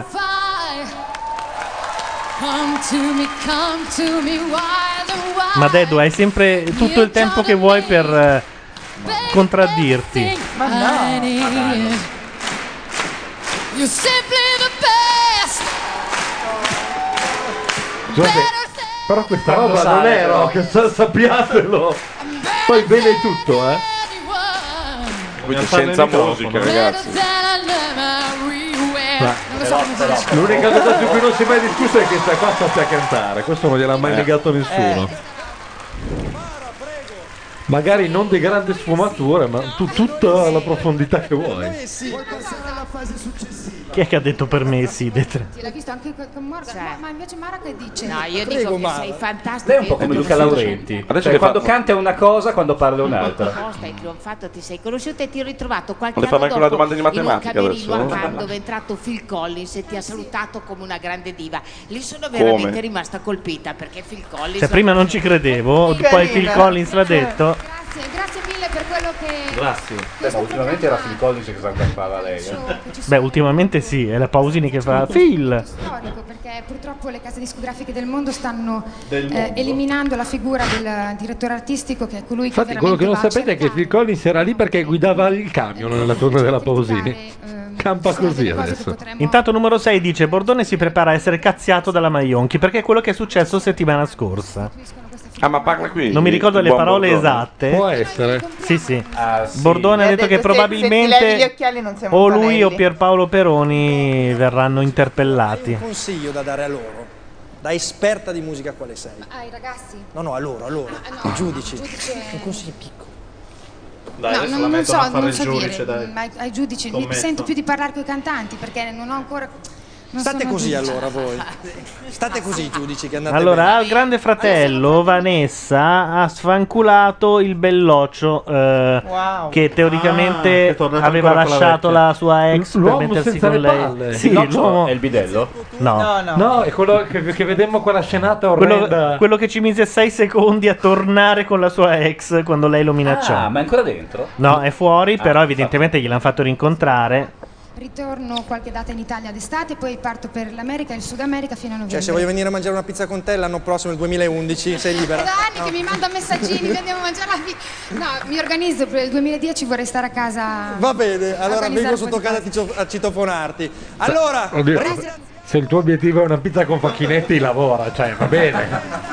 B: Ma Dedo, hai sempre tutto il tempo che vuoi per contraddirti.
D: Ma no.
J: Scusate, però questa roba non è rock, sappiatelo. Poi bene tutto, eh.
I: Quindi senza musica, ragazzi.
J: L'unica cosa su cui non si è mai discusso è che sta qua sappia cantare, questo non gliel'ha mai negato nessuno. Magari non di grande sfumature, ma tutta la profondità che vuoi.
H: Puoi passare alla fase successiva.
B: Chi è che ha detto per me sì, Detre?
L: L'hai visto anche con Morgan, ma invece Mara che dice?
G: No, io
S: Prego,
G: dico che
S: Mara.
G: sei fantastico.
F: Lei è un po' come Luca Laurenti. Cioè, quando canta una cosa, quando parla un'altra.
G: Hai trionfato, ti sei conosciuto e ti ho ritrovato qualche
I: Vuole fare
G: anno
I: anche una
G: dopo
I: domanda di matematica
G: in un camerino
I: adesso?
G: a Cannes dove è entrato Phil Collins e ti ha salutato come una grande diva. Lì sono veramente rimasta colpita perché Phil Collins...
B: Cioè, prima non ci credevo, poi Phil Collins l'ha detto.
L: Grazie mille per quello che...
F: Grazie. Ma ultimamente era Phil Collins che cantava lei.
B: Beh, ultimamente sì, è la Pausini che fa Phil.
L: Storico, perché purtroppo le case discografiche del mondo stanno
J: Del mondo.
L: eliminando la figura del direttore artistico, che è colui che
J: Infatti quello che non
L: veramente va a
J: sapete è che Phil Collins era lì perché guidava il camion nella torre della Pausini. Campa così adesso.
B: Intanto numero 6 dice Bordone si prepara a essere cazziato dalla Maionchi perché è quello che è successo settimana scorsa.
I: Ah, ma parla qui.
B: Non mi ricordo le
I: Buon
B: parole
I: Bordone.
B: esatte.
J: Può essere.
B: Sì, sì.
F: Sì.
B: Bordone ha detto che
D: se ti levi gli
B: probabilmente
D: occhiali non siamo
B: o lui
D: Antonelli.
B: o Pierpaolo Peroni verranno interpellati.
S: Un consiglio da dare a loro, da esperta di musica quale sei.
L: ai ragazzi?
S: No, a loro, i giudici. Un consiglio piccolo.
N: Dai,
L: No,
N: adesso
L: non
N: la mettono a fare
L: non
N: il
L: so
N: giudice,
L: dire,
N: dai.
L: ma ai giudici mi
N: Scommetto.
L: sento più di parlare con i cantanti perché non ho ancora... non
S: State
L: sono
S: così
L: giudice.
S: allora voi. State così giudici che andate
B: Allora,
S: bene.
B: al grande fratello Vanessa ha sfanculato il belloccio
D: Wow.
B: che
N: Ah, che
B: teoricamente
N: è tornato
B: aveva
N: ancora con la
B: lasciato
N: vecchia.
B: la sua ex per
J: L'uomo
B: mettersi
J: senza
B: con
J: le
B: lei.
J: palle.
B: Sì,
F: No,
B: l'uomo...
F: è il bidello?
B: No.
D: No, no.
J: No, è quello che vedemmo quella scenata orrenda.
B: Quello che ci mise 6 secondi a tornare con la sua ex quando lei lo minacciò.
F: Ah, ma è ancora dentro?
B: No, è fuori, però evidentemente gliel'hanno fatto rincontrare.
L: Ritorno qualche data in Italia d'estate, poi parto per l'America e il Sud America fino a novembre.
S: Cioè, se voglio venire a mangiare una pizza con te l'anno prossimo, il 2011, sei libera.
L: È da anni che mi manda messaggini, che andiamo a mangiare la pizza. No, mi organizzo per il 2010, vorrei stare a casa.
S: Va bene, allora
L: organizzare
S: vengo
L: un
S: sotto
L: po' di
S: casa a citofonarti. Allora,
J: Oddio, se il tuo obiettivo è una pizza con Facchinetti, lavora, cioè va bene.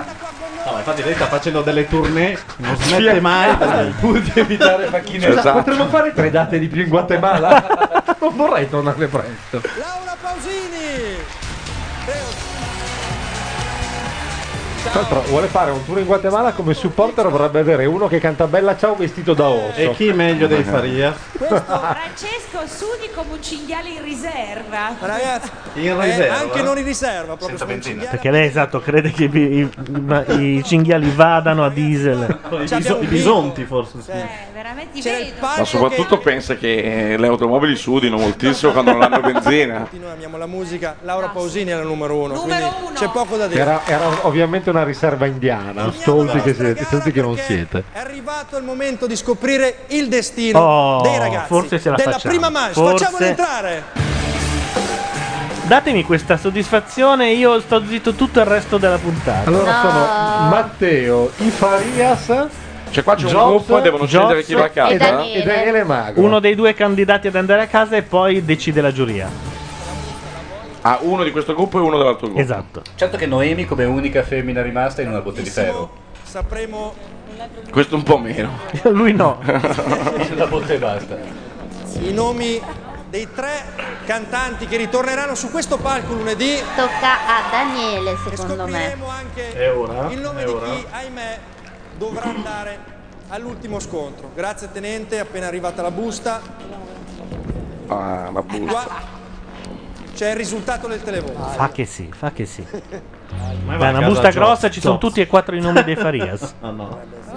N: No, ma infatti lei sta facendo delle tournée, non smette mai pur di evitare Facchinetti.
J: Scusa, potremmo fare 3 date di più in Guatemala? Non vorrei tornare presto.
S: Laura Pausini!
J: Tra l'altro vuole fare un tour in Guatemala, come supporter vorrebbe avere uno che canta Bella Ciao vestito da orso.
N: E chi meglio dei Faria?
R: Francesco Sudi come un cinghiale in riserva.
S: Ragazzi,
N: In riserva?
S: anche non in riserva, proprio
F: Senza benzina.
B: Perché lei, esatto, crede che i cinghiali vadano a diesel.
N: I bisonti forse. Sì.
R: Veramente
I: Ma soprattutto pensa che le automobili sudino moltissimo quando non hanno benzina.
S: Noi amiamo la musica, Laura Pausini è la numero uno, quindi c'è poco da dire.
J: Era ovviamente una riserva indiana, stolti che non siete.
S: È arrivato il momento di scoprire il destino dei ragazzi
B: forse se la
S: della
B: facciamo.
S: prima manche.
B: Forse-
S: Facciamoli entrare.
B: Datemi questa soddisfazione, io sto zitto tutto il resto della puntata.
J: Allora sono Matteo, i Farias.
I: Cioè qua c'è un gruppo e devono scegliere chi va a casa.
J: E Daniele Mago.
B: Uno dei due candidati ad andare a casa e poi decide la giuria.
I: Ah, uno di questo gruppo e uno dell'altro gruppo.
B: Esatto.
F: Certo che Noemi come unica femmina rimasta in una botte di ferro.
S: Sapremo
I: Questo un po' meno.
B: Lui no.
F: La botte e basta.
S: i nomi dei 3 cantanti che ritorneranno su questo palco lunedì.
E: Tocca a Daniele, secondo me.
N: È ora?
S: Il nome
N: È
S: di
N: ora?
S: chi, ahimè, dovrà andare all'ultimo scontro. Grazie tenente, appena arrivata la busta.
I: Ah, la busta.
S: Qua c'è il risultato del televoto.
B: Fa che sì, fa che sì.
N: Ma
B: Beh, una busta grossa, ci sono tutti e 4 i nomi dei Farias.
N: Ah no.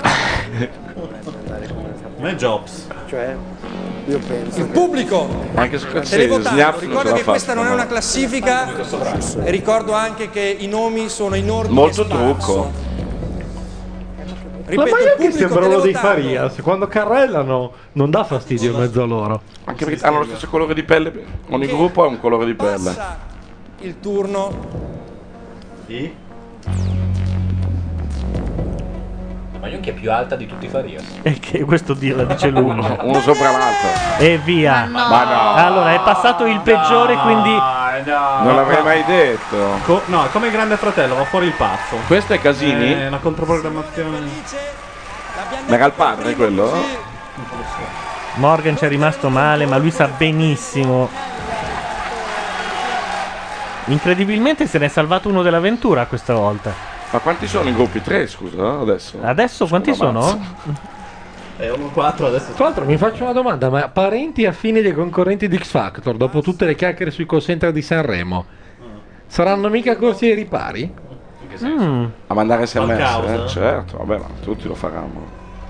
N: Ma è Jobs.
H: Cioè, io penso.
S: Il pubblico
I: Anche se
S: televotando.
I: Snap non
S: Ricordo
I: ce
S: che
I: l'ha
S: questa
I: fatta,
S: non è
I: no.
S: una classifica e ricordo anche che i nomi sono in ordine
I: Molto
S: sparso.
I: trucco.
J: La
S: Ripeto, il
J: Maio che
S: pubblico
J: sembra uno dei
S: televotando.
J: Farias. Quando carrellano non dà fastidio in mezzo a loro.
I: Anche perché hanno lo stesso colore di pelle. Ogni gruppo ha un colore di pelle.
S: Passa il turno.
F: Ma Ionchi è più alta di tutti i Faria.
B: E che questo la dice lui.
I: Uno sopra l'altro.
B: E via.
I: Ma no.
B: Allora, è passato il peggiore, quindi
I: Non l'avrei mai detto.
N: No, è come il Grande Fratello, va fuori il pazzo.
I: Questo è Casini?
N: È una controprogrammazione.
I: Ma era il padre quello?
B: Morgan ci è rimasto male, ma lui sa benissimo. Incredibilmente se ne è salvato uno dell'avventura questa volta.
I: Ma quanti sono i gruppi? 3, scusa, adesso.
B: Adesso quanti sono?
N: È 1-4 adesso.
J: Tra l'altro mi faccio una domanda, ma parenti affini dei concorrenti di X Factor, dopo tutte le chiacchiere sui call center di Sanremo, saranno mica corsi ai ripari?
I: A mandare sms?
N: Qualcausa?
I: Certo, vabbè, ma tutti lo faranno.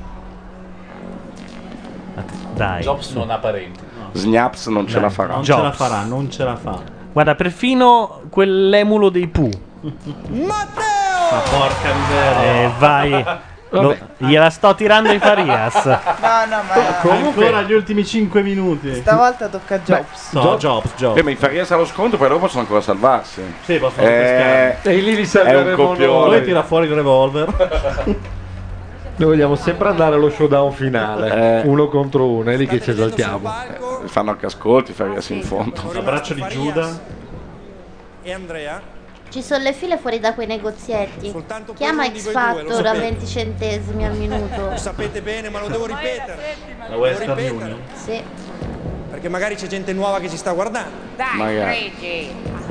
B: Dai.
F: Jobs non ha parenti.
I: Snaps non ce la farà.
N: Non ce la farà, non ce la fa.
B: Guarda, perfino quell'emulo dei Pooh.
N: Ma porca miseria.
B: Vai. Gliela sto tirando i Farias.
D: No, ma
N: Ancora gli ultimi 5 minuti.
D: stavolta tocca a Jobs.
N: No, Jobs.
I: Ma i Farias allo scontro, poi loro possono ancora salvarsi.
N: Sì, possono pescare.
J: E lì li
I: È un
J: salveremo
I: copione.
N: Lui tira fuori il revolver.
J: Noi vogliamo sempre andare allo showdown finale, uno contro uno, è lì che ci esaltiamo.
I: Fanno anche ascolti, Farias in fondo.
N: L'abbraccio di Giuda.
S: E Andrea.
E: Ci sono le file fuori da quei negozietti. Chiama
S: uno di
E: X
S: voi due, lo
E: Factor a
S: sapete.
E: 20 centesimi al minuto.
S: Lo sapete bene, ma lo devo ripetere.
N: La Western Union.
E: Sì.
S: Perché magari c'è gente nuova che ci sta guardando.
G: Dai,
I: Magari.
G: Luigi.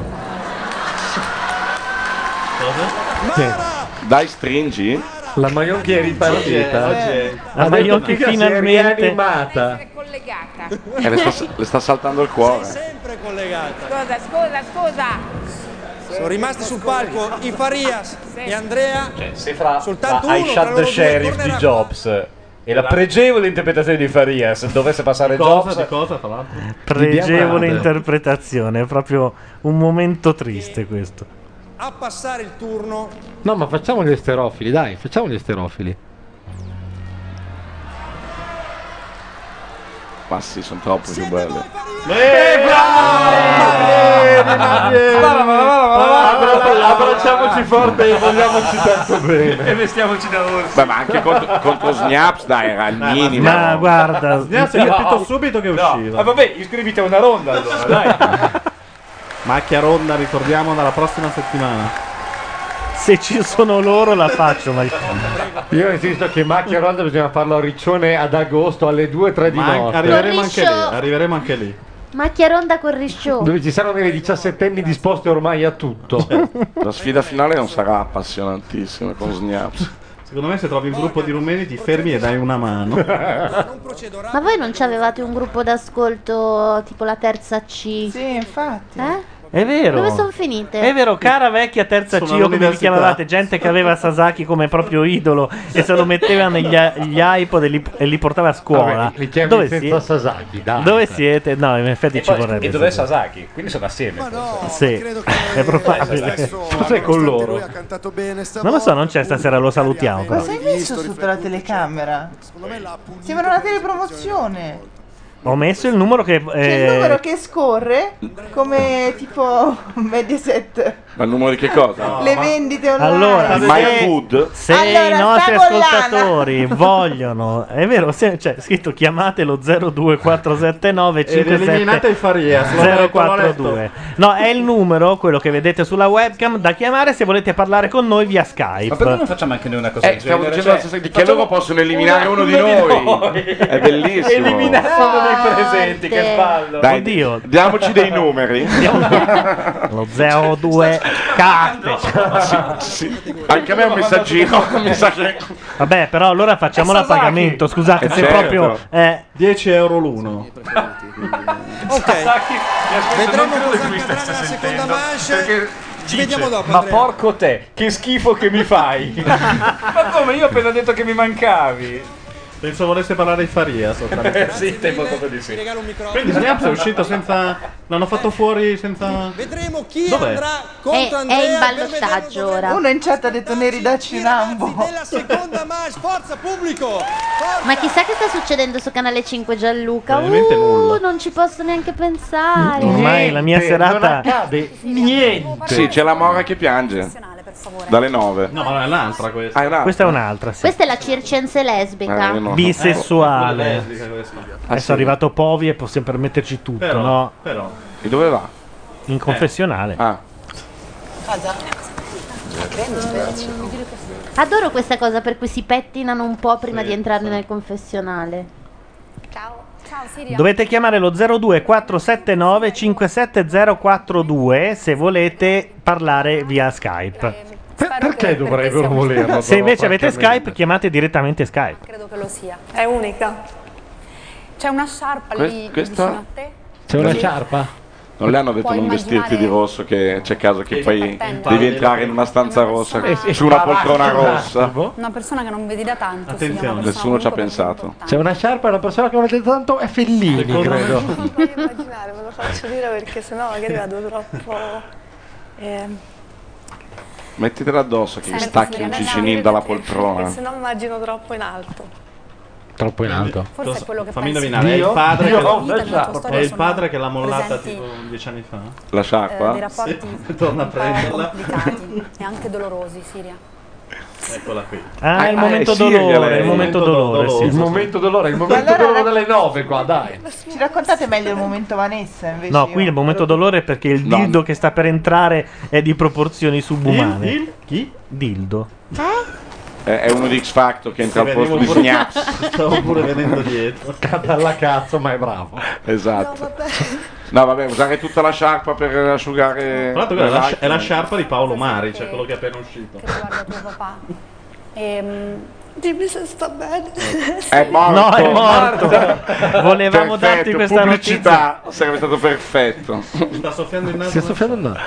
I: Dai, stringi.
J: La Maionchi è ripartita.
B: La Maionchi finalmente.
J: rianimata.
G: Collegata.
I: E le sta saltando il cuore.
S: Sempre collegata.
G: Scusa.
S: Sono rimasti sul palco i Farias e Andrea.
F: Cioè, se fra
S: Soltanto
F: I
S: uno tra
F: Shot
S: loro
F: the
S: due
F: Sheriff
S: tornerà.
F: di Jobs e la pregevole interpretazione di Farias dovesse passare
N: Di
F: Jobs.
N: cosa, tra l'altro?
B: Pregevole
J: Diamante.
B: interpretazione, è proprio un momento triste questo.
S: A passare il turno.
J: No, ma facciamo gli esterofili, dai, facciamo gli esterofili.
I: Ma sì, sono troppo più belli.
J: Abbracciamoci forte e vogliamoci tanto bene.
F: E vestiamoci da orsi.
I: Beh, ma anche contro Snaps, dai, era il minimo.
B: Ma guarda,
N: Sgnaz si è capito subito che usciva.
F: Ma vabbè, iscriviti a una ronda allora, dai.
N: Macchia ronda, ricordiamo, dalla prossima settimana.
B: se ci sono loro la faccio. Ma...
J: Io insisto che Macchia Ronda bisogna farlo a Riccione ad agosto alle 2-3 di notte.
N: Arriveremo anche lì.
E: Macchia ronda corrisciò.
J: Dove ci saranno dei 17enni disposti ormai a tutto.
I: La sfida finale non sarà appassionantissima con Snaps.
N: Secondo me se trovi un gruppo di rumeni ti fermi e dai una mano.
E: Ma voi non c'avevate un gruppo d'ascolto tipo la terza C?
D: Sì, infatti.
B: È vero.
E: Dove sono finite?
B: È vero, cara vecchia terza C,
N: Sono
B: o come vi
N: all'università.
B: chiamavate, gente che aveva Sasaki come proprio idolo e se lo metteva negli iPod e li portava a scuola.
J: Vabbè, li chiami
B: Dove
J: senza
B: siete?
J: Sasaki, dai.
B: Dove siete? No, in effetti ci vorrebbe.
F: E dov'è
B: Sasaki.
F: Sasaki? Quindi sono assieme.
B: Sì, è probabile.
J: Cos'è con loro?
B: Non lo so, non c'è stasera, lo salutiamo. Però.
D: Cosa hai messo sotto la telecamera? Sembra una telepromozione.
B: Ho messo il numero che.
D: C'è il numero che scorre come tipo Mediaset.
I: Ma il numero di che cosa?
D: Le vendite online.
B: Allora,
I: My Food?
B: se
D: Allora,
B: i nostri
D: sta bollana.
B: ascoltatori vogliono, è vero, c'è scritto chiamatelo 02479
N: Ed eliminate il Farias, l'ho letto,
B: 042. No, è il numero, quello che vedete sulla webcam, da chiamare se volete parlare con noi via Skype.
F: Ma perché non facciamo anche noi una cosa del
I: Stavo
F: genere?
I: dicendo
F: Cioè,
I: che loro possono eliminare uno di noi. È bellissimo.
F: Eliminare uno dei presenti, che ballo.
I: Dai,
B: Oddio.
I: diamoci dei numeri.
B: Lo 02 carte.
I: Anche a me è un messaggino. Mi sa che...
B: Vabbè, però allora facciamola a pagamento. Scusate, se
I: certo.
B: proprio
N: 10 euro l'uno.
S: Ok, vedremo cosa accadrà nella seconda manche. Ci vediamo dopo.
F: Ma
S: Andrea.
F: porco te, che schifo che mi fai. Ma come, io ho appena detto che mi mancavi.
N: Penso volesse parlare di Farias.
F: Sì, tempo proprio di sì.
S: Regalo un microfono.
N: Quindi Snaps è uscito senza. L'hanno fatto fuori senza.
S: Vedremo chi
N: Dov'è?
S: andrà contro Andrea.
E: È in
S: per
E: ballottaggio ora.
D: Uno in chat ha detto Neri dacci un ambo.
S: della seconda manche. Forza pubblico.
E: Ma chissà che sta succedendo su canale 5 Gianluca.
B: Veramente nulla.
E: Non ci posso neanche pensare.
B: Ormai la mia serata.
J: Non accade niente.
I: Sì, c'è la Mora che piange. Dalle 9.
N: No, ma non è l'altra questa.
I: Ah, è un'altra.
B: Questa è un'altra, sì.
E: Questa è la circense lesbica.
I: no.
B: Bisessuale.
N: Questa.
B: Adesso
I: sì.
B: è arrivato Povi e possiamo permetterci tutto,
N: Però,
B: no?
N: però.
I: E dove va?
B: In confessionale.
I: Ah.
E: Adoro questa cosa per cui si pettinano un po' prima di entrare nel confessionale.
L: Ciao Siria.
B: Dovete chiamare lo 02479 57042 se volete parlare via Skype.
J: Perché dovrebbero volerlo?
B: Se invece avete
J: francamente?
B: Skype, chiamate direttamente Skype.
L: Credo che lo sia. È unica. C'è una sciarpa lì
I: questa-
L: vicino a te?
J: C'è una sciarpa?
I: Non le hanno detto
L: Puoi
I: non vestirti
L: immaginare-
I: di rosso, che c'è caso che poi
L: partendo.
I: devi entrare in una stanza rossa
L: persona-
I: su una poltrona rossa.
L: Una persona che non vedi da tanto.
N: Attenzione.
I: Nessuno ci ha pensato.
J: C'è una sciarpa e una persona che non vede tanto è Fellini,
N: Secondo me-
J: credo.
C: Non voglio immaginare, me lo faccio dire perché sennò magari vado troppo.
I: Mettitela addosso che
L: Senti,
I: stacchi
L: Siria,
I: un
L: nella-
I: cicinin dalla
C: Perché
I: poltrona.
C: sennò immagino troppo in alto.
J: Troppo in alto.
L: Forse è quello che
N: Fammi
L: pensi.
N: indovinare, è il
J: Io?
N: padre,
J: Io
N: che,
J: ho
L: Vita nella tua
J: sciarpa.
L: storia
N: è il
L: sono
N: padre che l'ha mollata
L: presenti,
N: tipo 10 anni fa.
I: La sciarpa?
L: dei rapporti
N: Torna a
L: un po'
N: prenderla.
L: complicati e anche dolorosi, Siria.
N: Eccola qui.
B: Ah, il momento
I: sì, lei-
B: dolore, il momento dolore, sì.
J: Il momento dolore, il momento
D: allora
J: dolore
D: rag-
J: delle 9 qua, dai.
D: Ci raccontate meglio il momento Vanessa invece?
B: No,
D: io-
B: qui il momento dolore è perché il
I: No.
B: dildo che sta per entrare è di proporzioni subumane.
N: Chi?
B: Dildo.
I: È uno di X Factor che entra al
N: venivo
I: posto di
N: pure-
I: Snaps.
N: Stavo pure venendo dietro.
J: Dalla cazzo, ma è bravo.
I: Esatto. No, vabbè, usare tutta la sciarpa per asciugare.
N: Tra l'altro
I: le
N: quella è
I: lacrime.
N: la sciarpa di Paolo Mari, cioè quello che è appena uscito.
L: Che riguarda tuo papà.
C: Dimmi se sta bene.
I: È morto.
B: No, è morto. Volevamo darti
I: Perfetto,
B: questa
I: pubblicità. Sarebbe stato perfetto.
N: Sta soffiando il naso.
J: Si è soffiato il naso.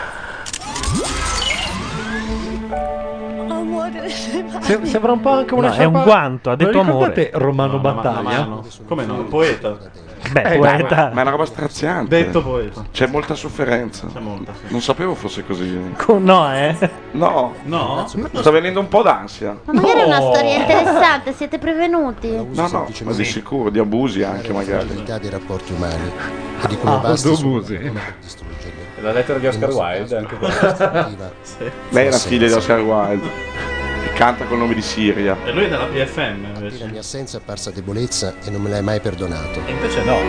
C: Amore delle mani.
J: Sembra un po' anche una
B: No, è
J: sciarpa.
B: un guanto, ha detto
J: Lo
B: amore.
J: ricordate Romano
N: No,
J: Battaglia?
N: no. Come no? Poeta.
B: Beh, poeta.
I: Ma è una roba straziante.
N: Detto poeta.
I: C'è molta sofferenza.
N: C'è molta, sì.
I: Non sapevo fosse così.
B: No,
I: No.
N: No?
I: Sta venendo un po' d'ansia.
E: Ma magari è una storia interessante, siete prevenuti.
I: No, ma di sicuro, di abusi anche magari.
V: dei rapporti umani e di come basta
J: abusi.
F: È la lettera di Oscar Wilde anche quella.
I: Lei è la figlia di Oscar Wilde. E canta col nome di Siria.
N: E lui è della PFM
V: La
N: invece.
V: mia assenza è apparsa debolezza e non me l'hai mai perdonato.
F: E invece no.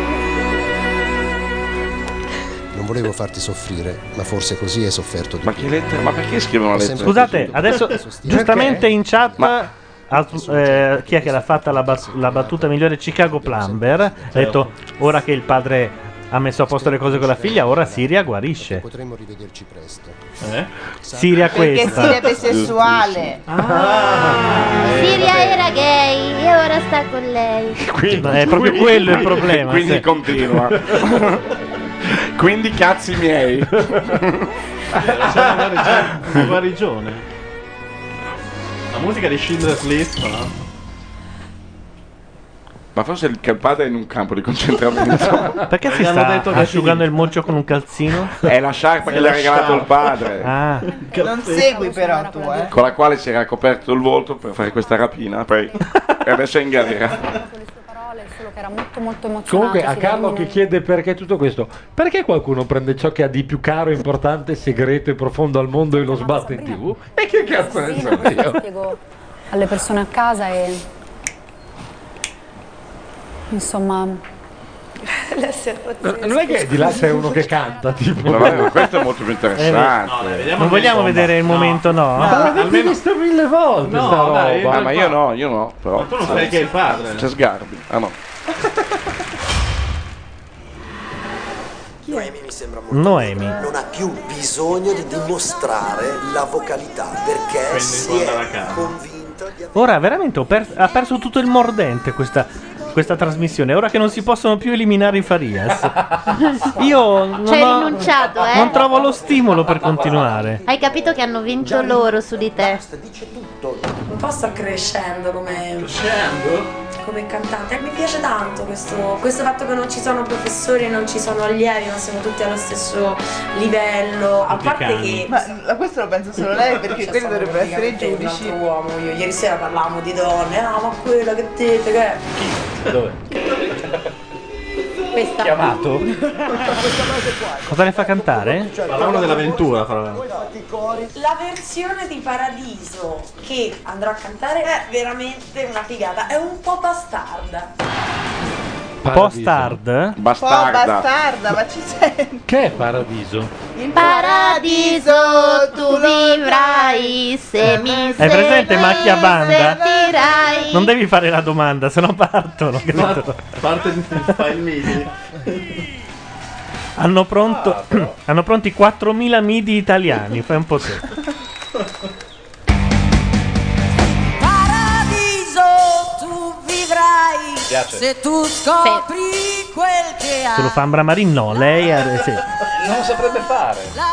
V: Non volevo farti soffrire, ma forse così hai sofferto di
I: Ma
V: più.
I: che lettera? Ma perché scrivono una
V: Ho
I: lettera?
V: sempre
B: Scusate,
V: presunto
B: adesso
V: per sostenere-
B: giustamente in chat
I: Ma-
B: chi è che l'ha fatta la battuta migliore? Chicago Plumber ha detto ora che il padre ha messo a posto le cose con la figlia, ora Siria guarisce.
V: Potremmo rivederci presto.
B: Siria
D: Perché
B: questa.
D: Siria è bisessuale.
E: Siria era gay e ora sta con lei.
B: È proprio quello il problema.
I: Quindi
B: sì.
I: continua. Quindi cazzi miei.
N: C'è una guarigione. La musica di Schindler's List, no?
I: Ma forse il padre è in un campo di concentramento.
B: Perché si sta asciugando il mocio con un calzino?
I: È la sciarpa che le ha regalato il padre.
B: Ah.
D: Non segui però tu,
I: Con la quale si era coperto il volto per fare questa rapina. Poi e adesso è in galera.
L: Solo che era molto molto emozionato.
J: Comunque a
L: si
J: Carlo
L: vede
J: che chiede perché tutto questo, perché qualcuno prende ciò che ha di più caro, importante, segreto e profondo al mondo e lo sbatte in TV? E che cazzo ne so io?
L: spiego alle persone a casa e insomma
J: Non è che di là c'è uno che canta, tipo.
I: Ma questo è molto più interessante.
B: Non vogliamo vedere il momento, no?
J: Ma l'avete visto 1000 volte
N: No,
J: sta roba.
N: dai,
I: Ma io no, però.
N: Ma tu non sai che è il padre.
I: C'è Sgarbi. Ah no.
K: Noemi mi sembra molto
B: Noemi.
K: non ha più bisogno di dimostrare la vocalità perché
N: Quindi
K: si
N: può
K: è
N: andare a casa.
K: convinta di
B: Ora veramente ha perso tutto il mordente questa trasmissione. Ora che non si possono più eliminare i Farias. Io non
E: Ci hai
B: ho-
E: rinunciato,
B: non trovo lo stimolo per continuare.
E: Hai capito che hanno vinto loro su di te.
P: Un po' sto crescendo come cantante. Mi piace tanto questo fatto che non ci sono professori, non ci sono allievi, ma siamo tutti allo stesso livello. A parte che
D: Ma questo lo pensa solo lei perché quelli dovrebbero essere i giudici.
P: Un altro uomo, io ieri sera parlavamo di donne, ma quella che dite che è?
F: Dove?
E: Questa.
B: Chiamato? Cosa le fa cantare?
N: Parlavano dell'avventura, fra
P: La versione di Paradiso che andrò a cantare è veramente una figata, è un po' bastarda.
B: Post-hard?
D: Bastarda, ma ci sei.
J: Che è Paradiso?
E: In paradiso tu vivrai se mi
B: Hai presente Macchia Banda?
E: servirai.
B: Non devi fare la domanda, sennò partono. capito?
N: parte il file MIDI.
B: Hanno pronti 4.000 midi italiani. Fai un po' te.
M: Paradiso tu vivrai
B: Piace.
M: se tu scopri quel che hai.
B: Se lo fa Ambra Marin, no. Lei sì.
F: Non saprebbe fare.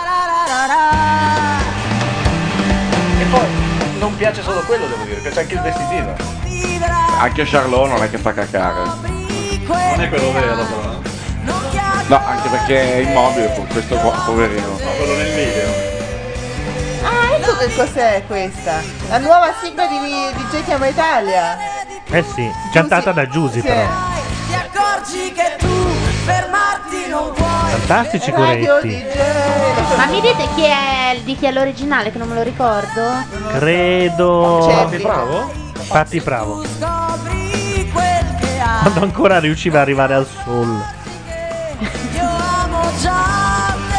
M: E
F: poi non piace solo quello, devo dire, piace anche il vestitino.
I: Anche Charlot non è che fa cacare.
N: Non è quello vero, però.
I: No, anche perché è immobile questo qua, poverino.
N: No, quello nel video.
D: Ah, ecco che cos'è questa. La nuova sigla di DJ Chiama Italia.
B: Eh sì, cantata da Giusy
D: Sì.
B: però.
M: ti accorgi che tu fermarti non puoi.
B: Fantastici
D: Radio
B: coretti.
E: Ma mi dite di chi è l'originale che non me lo ricordo?
B: Credo.
E: Patti
B: Bravo? Patti Bravo.
M: Scopri quel che hai.
B: Quando ancora riusciva ad arrivare al soul.
M: Io amo già te.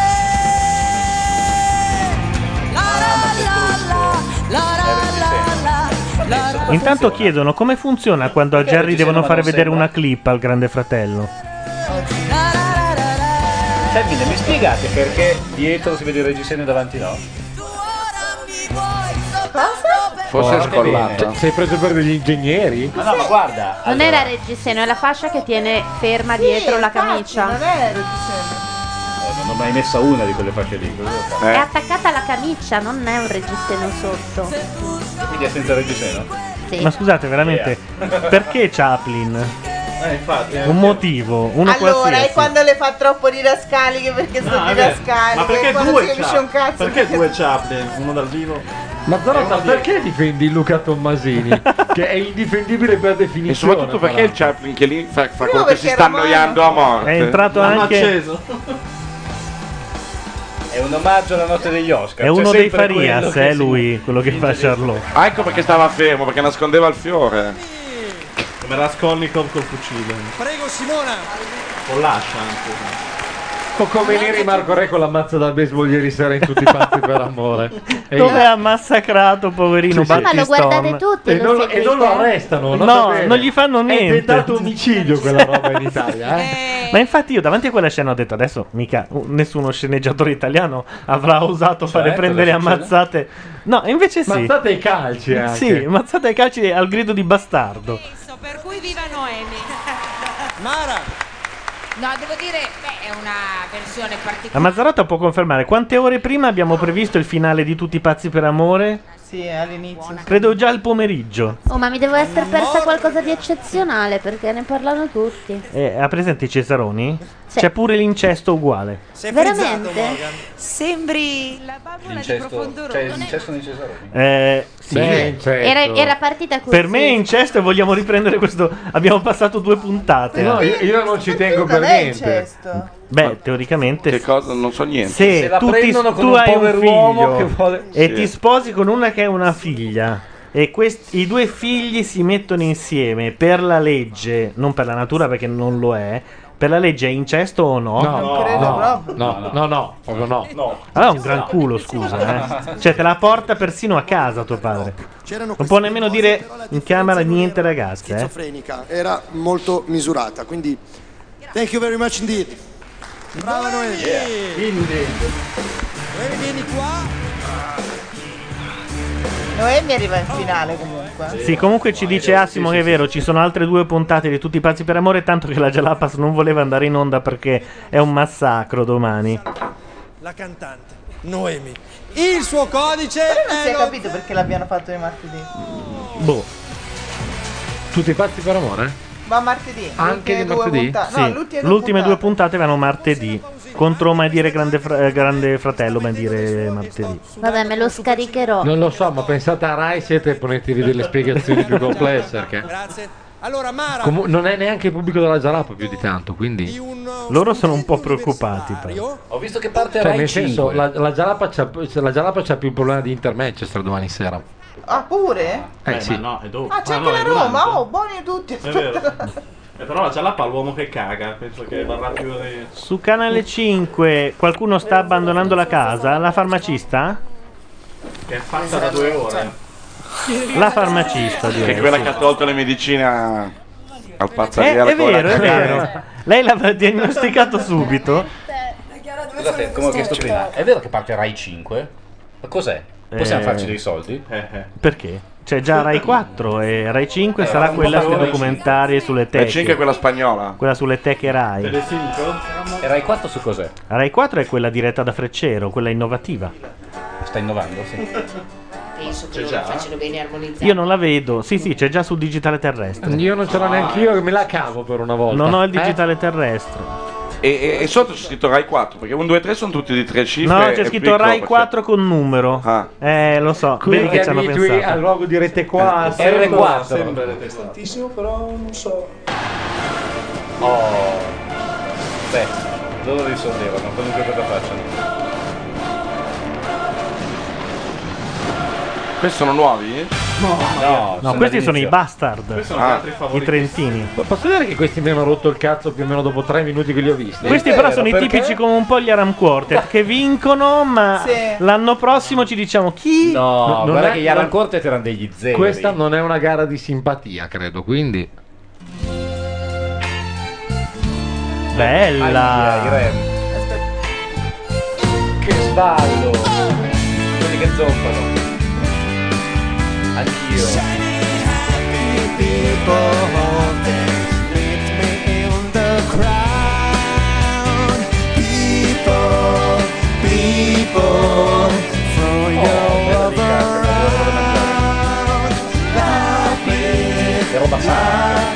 M: La
B: Intanto chiedono come funziona quando a Jerry devono fare vedere una clip al Grande Fratello.
F: Termine, mi spiegate perché dietro si vede il reggiseno e davanti no?
I: Forse è scollata.
J: Sei preso per degli ingegneri?
F: Ma no, ma guarda.
E: Non è la reggiseno, è la fascia che tiene ferma dietro la camicia.
D: Non è reggiseno.
F: Non ho mai messa una di quelle fasce lì.
E: È attaccata alla camicia, non è un reggiseno sotto.
F: Quindi è senza reggiseno?
E: Sì.
B: Ma scusate, veramente, perché Chaplin?
N: Infatti.
B: Un motivo, uno
D: Allora,
B: qualsiasi.
D: è quando le fa troppo didascaliche perché sono
N: No, è vero.
D: didascaliche.
N: Ma perché
D: quando
N: due
D: si capisce un cazzo
N: Perché due Chaplin? Uno dal vivo?
J: Ma Zorotta, perché difendi Luca Tommasini? Che è indifendibile per definizione.
I: E soprattutto perché il Chaplin che lì fa quello che si
D: perché
I: sta
D: era
I: annoiando a morte.
B: È entrato
N: L'hanno
B: anche.
N: acceso.
F: È un omaggio alla notte degli Oscar.
B: È
F: C'è
B: uno dei
F: sempre quello
B: Farias,
F: che si-
B: lui, quello che fa Charlot.
I: Ah, ecco perché stava fermo, perché nascondeva il fiore.
N: Come Raskolnikov col fucile.
S: Prego Simona.
N: O lascia anche.
J: O come Neri Marco Re con la mazza da baseball ieri sera in Tutti pazzi per amore. E
B: Dove ha massacrato poverino
J: Sì, sì.
E: Ma lo guardate
B: Battiston.
E: tutti,
J: E
E: lo
J: non lo
E: seguite?
J: arrestano.
B: No,
J: notate bene.
B: non gli fanno
J: È
B: niente.
J: tentato omicidio quella roba in Italia.
B: Ma infatti io davanti a quella scena ho detto adesso mica nessuno sceneggiatore italiano avrà osato fare prendere ammazzate. No, invece sì.
J: Mazzate ai calci anche.
B: Sì, mazzate ai calci al grido di bastardo.
R: Per cui viva Noemi.
S: Mara.
G: No, devo dire, è una versione
B: La
G: particolare.
B: Mazzarotta può confermare quante ore prima abbiamo previsto il finale di Tutti pazzi per amore?
D: Sì, all'inizio.
B: Credo già al pomeriggio.
E: Oh, ma mi devo essere persa qualcosa di eccezionale perché ne parlano tutti.
B: Ha presente i Cesaroni?
E: Sì.
B: C'è pure l'incesto uguale.
E: Veramente?
R: Sembri la bambola di Profondoro.
F: Cioè l'incesto nei Cesaroni.
B: Sì.
E: Era partita così.
B: Per me è incesto e vogliamo riprendere questo. Abbiamo passato 2 puntate.
J: No, io non ci tengo per niente.
B: Beh, teoricamente.
I: Che cosa? Non so niente.
B: Se
I: la
B: tu,
I: prendono con
B: tu
I: un
B: hai un
I: pover'uomo
B: figlio
I: che vuole-
B: e
I: Sì.
B: ti sposi con una che è una figlia e i 2 figli si mettono insieme per la legge, non per la natura perché non lo è. Per la legge è incesto o no?
J: No, proprio no.
B: Allora è un gran culo, scusa. Cioè te la porta persino a casa tuo padre. Non può nemmeno dire in camera niente ragazze.
H: Schizofrenica, era molto misurata, quindi thank you very much indeed. Brava Noemi.
S: Noemi, vieni qua.
D: Noemi arriva in finale comunque.
B: Sì, comunque ci dice Assimo che è vero, ci sono altre 2 puntate di Tutti pazzi per amore, tanto che la Jalapas non voleva andare in onda perché è un massacro domani.
S: La cantante Noemi. Il suo codice
D: Non si è capito perché l'abbiano fatto di martedì.
B: Boh.
J: Tutti pazzi per amore?
D: Ma martedì.
J: Anche
D: l'ultime
J: di
D: due
J: martedì?
D: puntate-
B: Sì,
D: No,
B: le
D: l'ultime 2
B: ultime 2 puntate vanno martedì contro Mai dire grande fratello, Mai dire martedì.
E: Vabbè, me lo scaricherò.
J: Non lo so, ma pensate a Rai siete e ponetevi delle spiegazioni più complesse. Perché
S: Grazie. Allora Mara,
J: non è neanche il pubblico della Jalapa più di tanto, quindi.
B: Loro sono un po' preoccupati. Però.
F: Ho visto che parte
J: Cioè,
F: Rai
J: nel senso,
F: 5.
J: la Jalapa c'ha più il problema di Inter-Manchester domani sera.
D: Ah, pure?
J: Sì.
N: Ma no, è dopo.
D: Ah, c'è
N: no,
D: anche la
N: è durante.
D: Roma. Oh, buoni tutti.
N: È vero. Però la Jalapa ha l'uomo che caga. Penso che varrà più di.
B: Su Canale 5 qualcuno sta abbandonando la casa? La farmacista?
N: Che è fatta da 2 ore.
B: La farmacista,
I: Che
B: direi.
I: è quella
B: sì.
I: che ha tolto le medicine al pazzariello.
B: È vero, è vero. Lei l'aveva diagnosticato subito.
F: Scusate, come ho chiesto prima, è vero che parte Rai 5? Ma cos'è? Possiamo farci dei soldi?
B: Perché? C'è già Rai 4 e Rai 5 sarà
F: un
B: quella
F: po'
B: sui
F: Rai
B: documentari e sulle
I: Rai
B: teche.
I: 5 è quella spagnola.
B: Quella sulle teche Rai.
F: E Rai 4 su cos'è?
B: Rai 4 è quella diretta da Freccero, quella innovativa.
F: Sta innovando? Sì.
G: Penso che
F: C'è
G: loro
F: già?
G: facciano bene armonizzare.
B: Io non la vedo. Sì, sì, c'è già sul digitale terrestre.
J: Io non ce l'ho neanche io, me la cavo per una volta.
B: Non ho il digitale terrestre.
I: E sotto c'è scritto Rai 4, perché 1, 2, 3 sono tutti di 3 cifre.
B: No, c'è
I: e
B: scritto
I: piccolo,
B: Rai
I: cioè-
B: 4 con numero. Lo so,
J: Quelli
B: vedi che
J: che
B: ci hanno
J: abitui
B: pensato.
J: al luogo di rete qua.
F: R4.
S: tantissimo, però non so.
F: Oh. Beh, loro risolvevano, qualunque cosa facciano.
I: Questi sono nuovi?
B: No, questi sono i bastard.
N: Questi sono gli altri favoriti.
B: I trentini.
J: Posso dire che questi mi hanno rotto il cazzo più o meno dopo 3 minuti che li ho visti?
B: Questi però sono i tipici come un po' gli Aram Quartet che vincono, ma
J: Sì.
B: l'anno prossimo ci diciamo chi.
F: No,
J: non
F: guarda
J: è-
F: che gli Aran Quartet erano degli zeri.
J: Questa non è una gara di simpatia, credo, quindi.
B: Bella.
F: Che sballo. Quelli che zoppano. Anch'io. Che roba sana.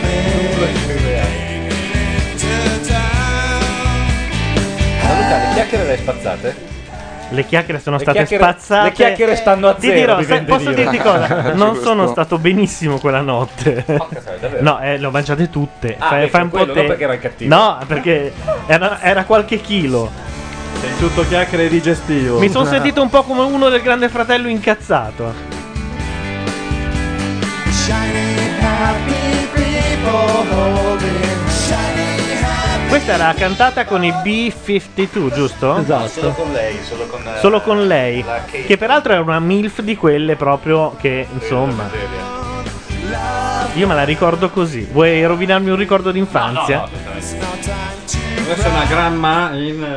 F: Ma Luca, le chiacchiere le hai spazzate?
B: Le chiacchiere sono
F: Le
B: state
F: chiacchiere-
B: spazzate.
F: le chiacchiere stanno a
B: Ti
F: zero,
B: dirò,
F: mi viene da
B: posso
F: dire.
B: dirti cosa? Non
F: Giusto.
B: sono stato benissimo quella notte.
F: davvero?
B: No, le ho mangiate tutte.
F: Ah,
B: Fai
F: ecco,
B: un po'
F: quello,
B: te.
F: non perché ero cattivo.
B: No, perché era qualche chilo.
N: Sei tutto chiacchiere digestivo.
B: Mi sono sentito un po' come uno del Grande Fratello incazzato. Questa era cantata con i B-52, giusto?
J: Esatto.
F: Solo con lei,
B: Solo con lei.
F: la Kate.
B: Che peraltro è una MILF di quelle proprio che, insomma. Io me la ricordo così. Vuoi rovinarmi un ricordo d'infanzia?
F: No, assolutamente.
N: Adesso è una gramma in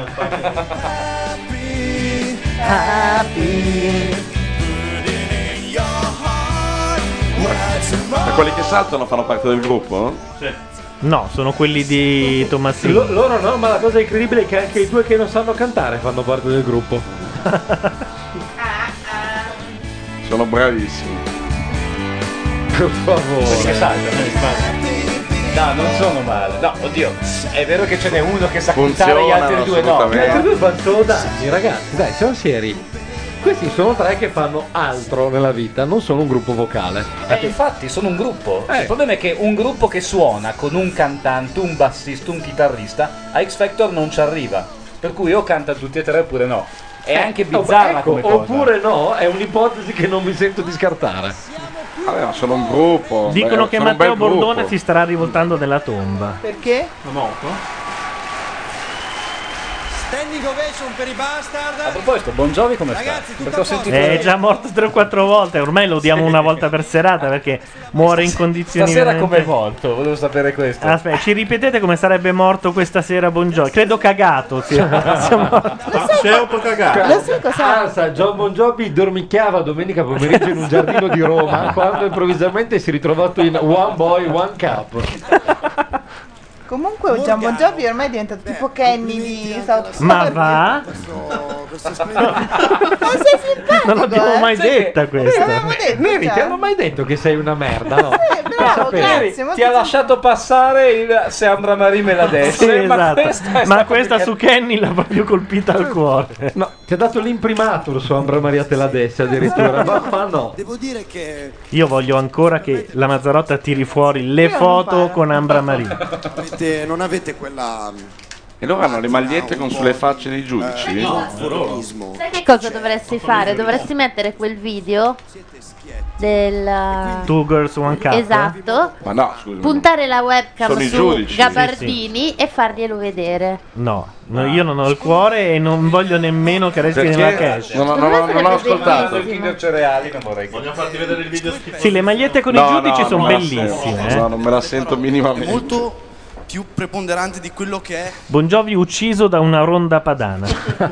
I: Ma quelli che saltano fanno parte del gruppo?
N: Sì.
B: No, sono quelli di Tommasini.
J: Loro no, ma la cosa incredibile è che anche i due che non sanno cantare fanno parte del gruppo.
I: Sono bravissimi.
J: Per favore.
F: Quelli che saltano. No, non sono male. No, oddio, è vero che ce n'è uno che sa cantare e gli altri due no.
J: Gli altri due fanno solo danni, ragazzi, dai, siamo seri. Questi sono tre che fanno altro nella vita, non sono un gruppo vocale.
F: Infatti sono un gruppo. Il problema è che un gruppo che suona con un cantante, un bassista, un chitarrista, a X Factor non ci arriva. Per cui o canta tutti e tre oppure no. È anche bizzarra come cosa.
J: Oppure no, è un'ipotesi che non mi sento di scartare.
I: Vabbè, ma sono un gruppo.
B: Dicono che
I: sono un
B: Matteo
I: bel gruppo.
B: Bordone si starà rivoltando nella tomba.
D: Perché?
N: È morto?
S: Standing ovation per i Bastard.
F: A proposito, Bon Jovi come sta? Perché ho sentito
B: È già morto 3 o 4 volte, ormai lo diamo una volta per serata perché muore in condizioni
F: Stasera
B: veramente-
F: come è morto? Volevo sapere questo.
B: Aspetta, ci ripetete come sarebbe morto questa sera Bon Jovi? Credo cagato. Sia morto.
J: Lo sai cosa? John Bon Jovi dormicchiava domenica pomeriggio in un giardino di Roma quando improvvisamente si è ritrovato in One Boy, One Cup.
D: Comunque Gian Bon Jovi ormai è diventato tipo Kenny di South Park.
B: Ma va?
D: Ma sei simpatico,
B: Non l'abbiamo mai detta questa.
J: Neri, ti hanno mai detto che sei una merda, no?
D: Bravo,
F: Neri, ti ha lasciato passare il Se Ambra Marie me la desse,
B: Sì,
F: ma
B: esatto.
F: questa è
B: Ma
F: stata
B: questa su Kenny l'ha proprio colpita al cuore.
J: No, ti ha dato l'imprimatur su Ambra Maria te la desse addirittura, ma no.
H: Devo dire che
B: Io voglio ancora che la Mazzarotta tiri fuori le foto con Ambra Marie.
H: non avete quella.
I: E loro hanno le magliette con sulle facce dei giudici?
H: Fornismo.
E: Sai che cosa dovresti fare? Dovresti mettere quel video del
B: Two Girls One Cup.
E: esatto,
I: Ma no, scusa.
E: puntare la webcam
I: Sono i
E: su
I: giudici.
E: Gabardini e farglielo vedere.
B: No, io non ho il cuore e non voglio nemmeno che resti
I: Perché?
B: nella cash.
I: Non ho ascoltato.
F: il video cereali, non vorrei.
N: Voglio farti vedere il video schifoso.
B: Sì, le magliette con i giudici sono bellissime.
I: No, non me la sento minimamente.
O: Molto più preponderante di quello che è.
B: Bon Jovi ucciso da una ronda padana.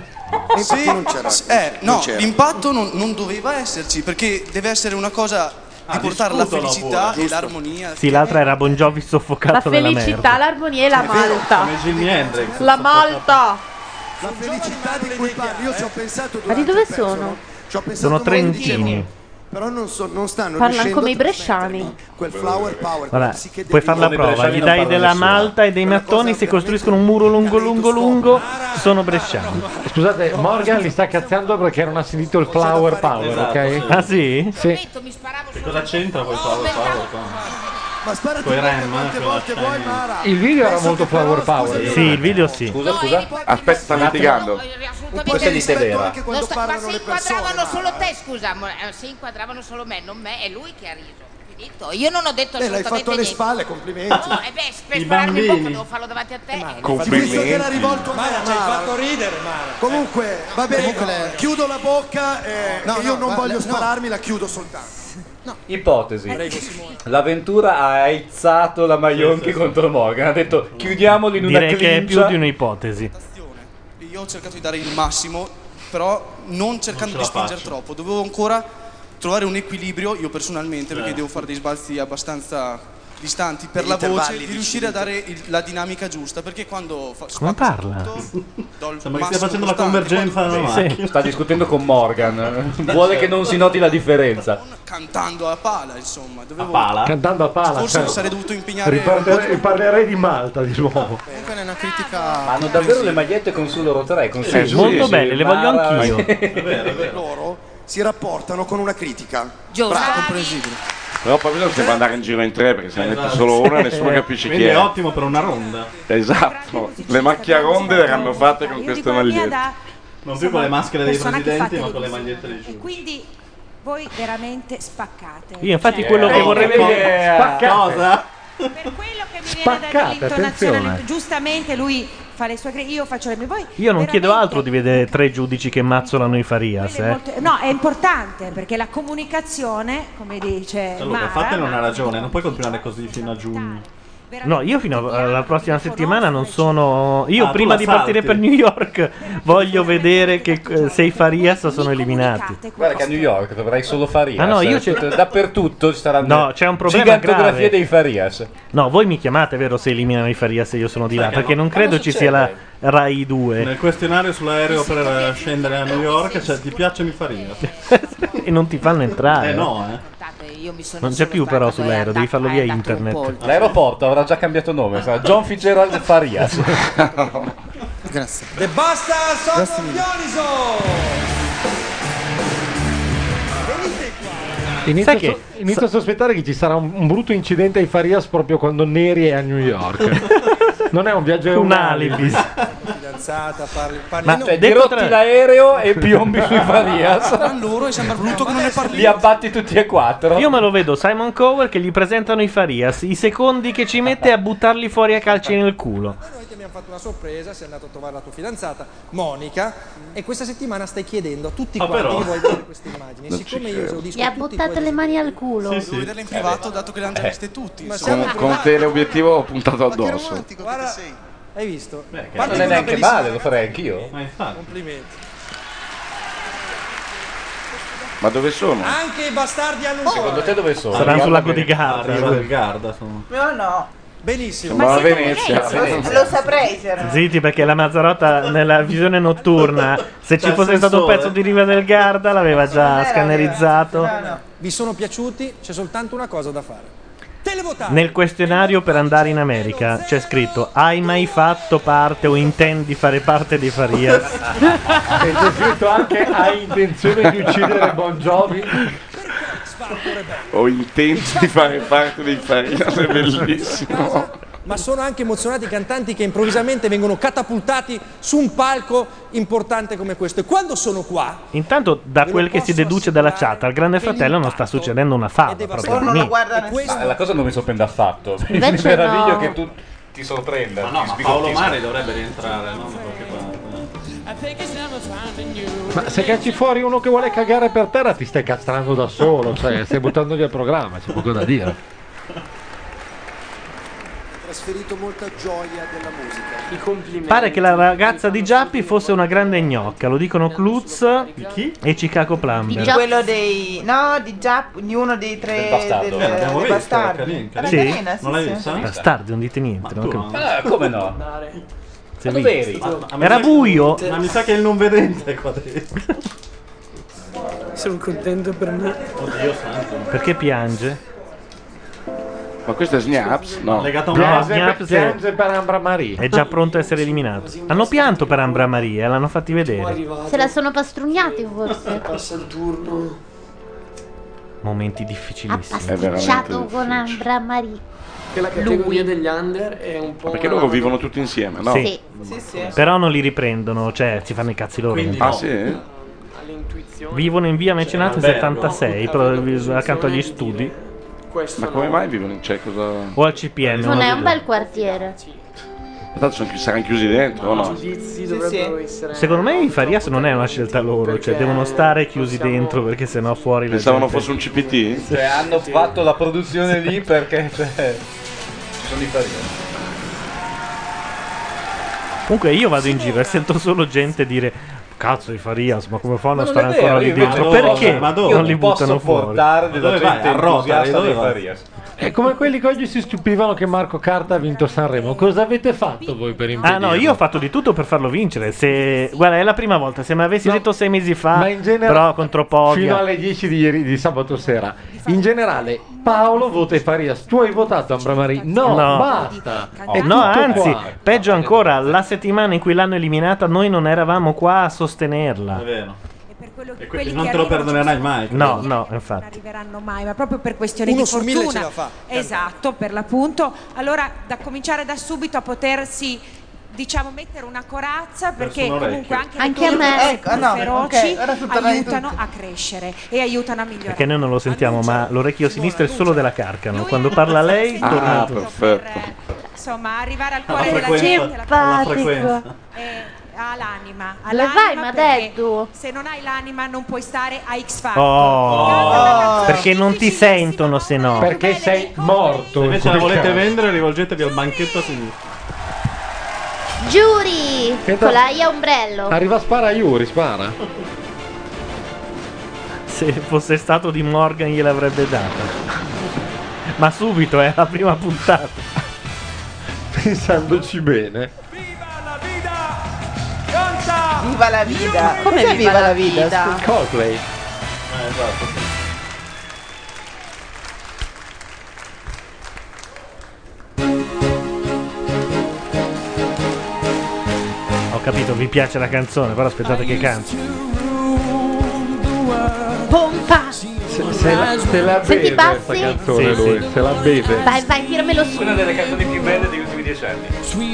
O: Sì, no, l'impatto non doveva esserci perché deve essere una cosa di portare la
N: discutono
O: felicità
N: pure,
O: e
N: giusto?
O: l'armonia.
B: Sì, l'altra era Bon Jovi
E: La
B: soffocato nella
E: felicità,
B: merda.
E: l'armonia e la malta.
N: Come Jimi Hendrix.
E: La malta.
H: La felicità di cui parli, io ci ho pensato
E: Ma di
H: durante
E: dove
H: il pezzo,
E: sono?
H: no? Ci ho pensato
B: Sono
H: molto,
B: trentini.
H: dicevo, però non stanno
E: Parlano
H: riuscendo
E: come i
H: a
E: bresciani.
H: quel flower power.
B: Guarda,
H: quel psichedelia.
B: puoi fare la prova, gli dai della malta e dei mattoni, si costruiscono un muro lungo, sono bresciani.
J: Scusate, Morgan li sta cazzando perché non ha sentito il flower power, ok?
B: Ah sì?
J: Sì.
N: Che cosa c'entra poi Power qua?
H: Ma sparati
N: Coi Rem,
H: quante
N: con la
H: volte vuoi, Mara.
J: Il video era molto flower power.
B: Sì, il video sì.
F: Scusa.
I: Aspetta, stanno litigando.
F: Questa è lite vera.
O: Quando
G: ma
O: parlano
G: si
O: le persone,
G: inquadravano solo te, scusa, si inquadravano solo me, non me, è lui che ha riso. Finito. Io non ho detto
H: L'hai
G: assolutamente
H: fatto alle
G: niente.
H: spalle, complimenti.
G: No, per
H: I
G: spararmi in bocca
H: bambini.
G: devo farlo davanti a te.
H: Visto che era rivolto a me,
S: Mara, ci hai fatto ridere, Mara.
H: Comunque, va bene, chiudo la bocca e io non voglio spararmi, la chiudo soltanto.
F: Ipotesi. L'avventura ha aizzato la Maionchi contro Morgan. Ha detto chiudiamoli in una
B: Direi che è più
F: clincia.
B: di un'ipotesi.
O: Io ho cercato di dare il massimo, però non cercando di spingere troppo. Dovevo ancora trovare un equilibrio, io personalmente, perché devo fare dei sbalzi abbastanza distanti per
H: Degli
O: la voce,
H: intervalli
O: di riuscire a dare la dinamica giusta, perché quando
B: Come parla?
N: Sembra che stia facendo la convergenza nella macchina.
F: Sta discutendo con Morgan. Vuole che non si noti la differenza.
O: cantando a pala, insomma. Dovevo...
J: Cantando a pala.
O: Forse
J: certo.
O: sarei dovuto impegnare un po' di...
J: Parlerei di Malta di nuovo.
O: Comunque è una critica.
F: Ma hanno davvero le magliette con su loro tre? Con su
B: molto belle, le voglio anch'io.
H: Loro si rapportano con una critica.
G: Giusto.
H: Bravo, comprensibile.
I: Però poi bisogna sempre andare in giro in tre perché se ne mette solo una nessuno capisce chi
N: Quindi
I: è.
N: è ottimo per una ronda.
I: Esatto, le macchiaronde verranno fatte con queste magliette.
N: Non più con le maschere dei
R: persona che
N: presidenti,
R: fa
N: ma con le
R: televisione.
N: magliette dei giudici.
R: Quindi voi veramente spaccate.
B: Io infatti quello che vorrei vedere
N: cosa?
R: Per quello che mi viene
B: Spaccate,
R: da dire l'intonazione,
B: attenzione.
R: giustamente lui fa le sue io faccio le mie. Voi
B: Io non chiedo altro di vedere tre giudici che mazzolano i Farias.
R: no, è importante perché la comunicazione, come dice
N: Cioè, Luca,
R: Mara,
N: Fatte non ha ragione, non puoi continuare così fino a giugno.
B: No, io fino alla prossima settimana non sono. Io
N: Ah, tu
B: prima
N: la
B: di partire
N: salti.
B: per New York voglio vedere che se i Farias sono eliminati.
F: Guarda che a New York dovrai solo Farias.
B: Ah, no, io
F: dappertutto ci saranno
B: No, c'è un problema
F: gigantografie
B: grave.
F: dei Farias.
B: No, voi mi chiamate, vero, se eliminano i Farias e io sono di là,
N: Sai che
B: perché
N: no.
B: non credo
N: Cosa
B: ci sia la
N: succede?
B: Rai 2
N: Nel questionario sull'aereo per scendere a New York, cioè, ti piacciono i Farias?
B: e non ti fanno entrare.
N: No,
B: Non c'è più però sull'aereo, devi farlo via internet.
F: L'aeroporto avrà già cambiato nome, sarà John Fitzgerald Farias.
S: Grazie. The Basta Sotto Dioniso!
J: Inizio a sospettare che ci sarà un brutto incidente ai Farias proprio quando Neri è a New York. Non è un viaggio, è un alibi.
S: Fidanzata, parli.
F: Ma cioè, dirotti l'aereo e piombi sui Farias.
O: Tra loro e sembra brutto che non ne parli.
F: Li abbatti tutti e quattro.
B: Io me lo vedo Simon Cowell che gli presentano i Farias, i secondi che ci mette a buttarli fuori a calci nel culo.
S: Noi ti abbiamo fatto una sorpresa, sei andato a trovare la tua fidanzata, Monica, e questa settimana stai chiedendo a tutti quanti
N: però.
S: che vuoi vedere queste immagini.
I: Non
S: Siccome
I: ci
S: io
I: credo.
S: esaudisco
E: Gli ha
S: tutti i
E: buttate
S: tuoi
E: le mani al culo.
O: Devo vederla in privato, dato che le hanno già viste tutti.
S: Ma
O: insomma.
S: siamo
I: Con teleobiettivo puntato addosso.
S: Guarda, hai visto?
F: Non
S: Parti
F: è
S: con una
F: neanche
S: bellissima
F: male, lo farei anch'io.
S: Complimenti.
I: Ma dove sono?
S: Anche i bastardi hanno un
F: Secondo te dove sono?
B: Saranno sul lago di Garda.
N: Arriva il Garda, sono.
D: No, no.
S: Benissimo.
I: Ma a Venezia.
D: Lo saprei se erano.
B: Zitti, perché la Mazzarotta nella visione notturna, se ci
S: C'è
B: fosse
S: il
B: stato un
S: sensore.
B: pezzo di Riva del Garda, l'aveva già scannerizzato.
S: Vi sono piaciuti? C'è soltanto una cosa da fare. Televotare.
B: Nel questionario per andare in America c'è scritto: hai mai fatto parte o intendi fare parte dei Farias?
J: E c'è scritto anche: hai intenzione di uccidere Bon Jovi?
I: Ho intento di fare parte dei Farias, è bellissimo.
S: Ma sono anche emozionati i cantanti che improvvisamente vengono catapultati su un palco importante come questo. E quando sono qua,
B: Intanto, da quel che si deduce dalla chat, al Grande Fratello non sta succedendo una fava proprio. niente.
F: Ma la cosa non mi sorprende affatto. Mi
B: Invece
F: meraviglio
B: no.
F: che tu ti sorprenda.
N: Ma no,
F: ti
N: ma
F: sbigottisca.
N: Paolo Mari dovrebbe rientrare, no? Da qualche parte.
J: Ma se cacci fuori uno che vuole cagare per terra ti stai castrando da solo, cioè stai buttando via il programma, c'è poco da dire.
H: Trasferito molta gioia della musica.
T: I complimenti.
B: Pare che la ragazza di Giappi fosse una grande gnocca, lo dicono Klutz e Chicago Plumber.
D: Quello dei. No, di uno dei tre.
B: Del bastardo.
N: L'abbiamo
D: dei
N: vista,
D: bastardi.
N: carina.
D: Era
B: Sì?
D: carina, sì,
N: Non l'hai
D: sì.
N: vista?
B: Bastardi, non dite niente. non
N: tu
B: capisco.
F: Come no?
B: Si è
F: Ma dove
B: visto.
F: eri?
B: Era buio.
N: Ma mi sa che è il non vedente qua dentro.
T: Sono contento per me.
N: Oddio santo.
B: Perché piange?
I: Ma questo è Snaps? No.
N: Legato a
B: No,
J: Piange, piange per Ambra Marie.
B: è già pronto a essere eliminato. Hanno pianto per Ambra Maria, l'hanno fatti vedere.
E: Se la sono pastrugnati forse.
T: Passa il turno.
B: Momenti
E: Ha
B: difficilissimi.
E: pasticciato con Ambra Marie.
T: Che la categoria degli under è un po'.
I: Perché loro vivono tutti insieme, no?
B: Sì.
D: Sì, sì.
B: Però non li riprendono, cioè si fanno i cazzi loro.
N: Quindi
I: Ah
N: no.
I: sì?
T: All'intuizione.
B: Vivono in via Mecenate
N: albergo.
B: 76, accanto agli studi.
T: Questo
I: Ma come
T: no.
I: mai vivono? Cioè, cosa...
B: O al CPM.
E: Non
B: una
E: è
B: delle
E: un
B: due.
E: bel quartiere.
I: Tanto saranno chiusi dentro, o
T: I
I: no?
T: giudizi dovrebbero essere.
B: Secondo me i Farias non è una scelta loro, cioè devono stare chiusi
T: possiamo-
B: dentro perché sennò fuori la
I: Pensavano
B: gente-
I: fosse un CPT?
F: Cioè, hanno fatto la produzione lì perché cioè, ci sono i Farias.
B: Comunque io vado in giro e sento solo gente dire: cazzo i Farias, ma come fanno
F: Ma
B: a
F: non
B: stare
F: è
B: ancora
F: vero,
B: lì
F: io
B: dentro?
F: invece-
B: Perché
N: ma dove?
B: non li
F: Io posso
B: buttano fuori?
F: portare della
N: Dove vai?
F: gente
N: A Rotary,
F: entusiasta
N: dove
F: dei
N: vai?
F: Farias.
J: È come quelli che oggi si stupivano che Marco Carta ha vinto Sanremo. Cosa avete fatto voi per
B: Ah
J: impedirlo?
B: no, io ho fatto di tutto per farlo vincere. Se guarda, è la prima volta. Se mi avessi
J: No,
B: detto 6 mesi fa,
J: ma in genere-
B: però contro Poggia.
J: Fino alle 10 di ieri di sabato sera. In generale, Paolo vota i Farias. Tu hai votato Ambra Marie? No,
B: No.
J: basta. È
B: No,
J: tutto
B: anzi,
J: qua.
B: peggio ancora, la settimana in cui l'hanno eliminata, noi non eravamo qua a sostenerla.
N: È vero. E
L: quelli
N: non
L: che
N: te lo
L: arrivano
N: perdonerai
L: ci
N: mai.
B: No,
N: credo.
B: no,
L: non
B: infatti.
L: arriveranno mai, ma proprio per questioni
S: Uno
L: di
S: su
L: fortuna.
S: 1000 ce la fa.
L: Esatto, per l'appunto. Allora, da cominciare da subito a potersi, diciamo, mettere una corazza, perché
N: un
L: comunque
N: orecchio.
L: anche
E: Anche a
L: le
E: me.
L: tue
D: Ecco, no,
L: feroci
D: ok, ora sul parlare di
L: aiutano
D: tutto.
L: a crescere e aiutano a migliorare.
B: Perché noi non lo sentiamo, ma l'orecchio sinistro è solo della Carcano. Quando parla lei, torna
I: Ah,
B: giù.
I: perfetto.
L: Insomma, arrivare al
N: La
L: cuore della
N: frequenza.
L: gente,
N: La
E: Simpatico.
N: frequenza.
L: all'anima.
E: Dove vai,
L: all'anima,
E: ma
L: perché
E: detto?
L: se non hai l'anima non puoi stare a X Factor.
B: Oh,
L: Canta la canzone
B: Perché non ti sentono se no.
J: Perché sei morto.
N: Se invece la
J: in quel
N: volete
J: caso.
N: vendere, rivolgetevi al banchetto a sinistra.
E: Giuri!
J: Aspetta.
E: Con la I a ombrello.
J: Arriva, spara Yuri, spara.
B: Se fosse stato di Morgan gliel'avrebbe data. Ma subito, è la prima puntata.
J: Pensandoci bene.
D: Viva la vita.
E: Come
D: Cos'è
E: viva la
D: vita?
E: vita?
D: Scusa.
J: Coldplay.
F: Esatto.
B: Ho capito, vi piace la canzone, però aspettate che canti.
E: Pompa!
J: Se la
E: Senti i
J: beve
E: passi?
J: questa canzone
B: Sì,
J: lui,
B: sì.
J: se la beve.
E: Vai, tiramelo su.
F: Una delle canzoni più belle degli ultimi 10 anni.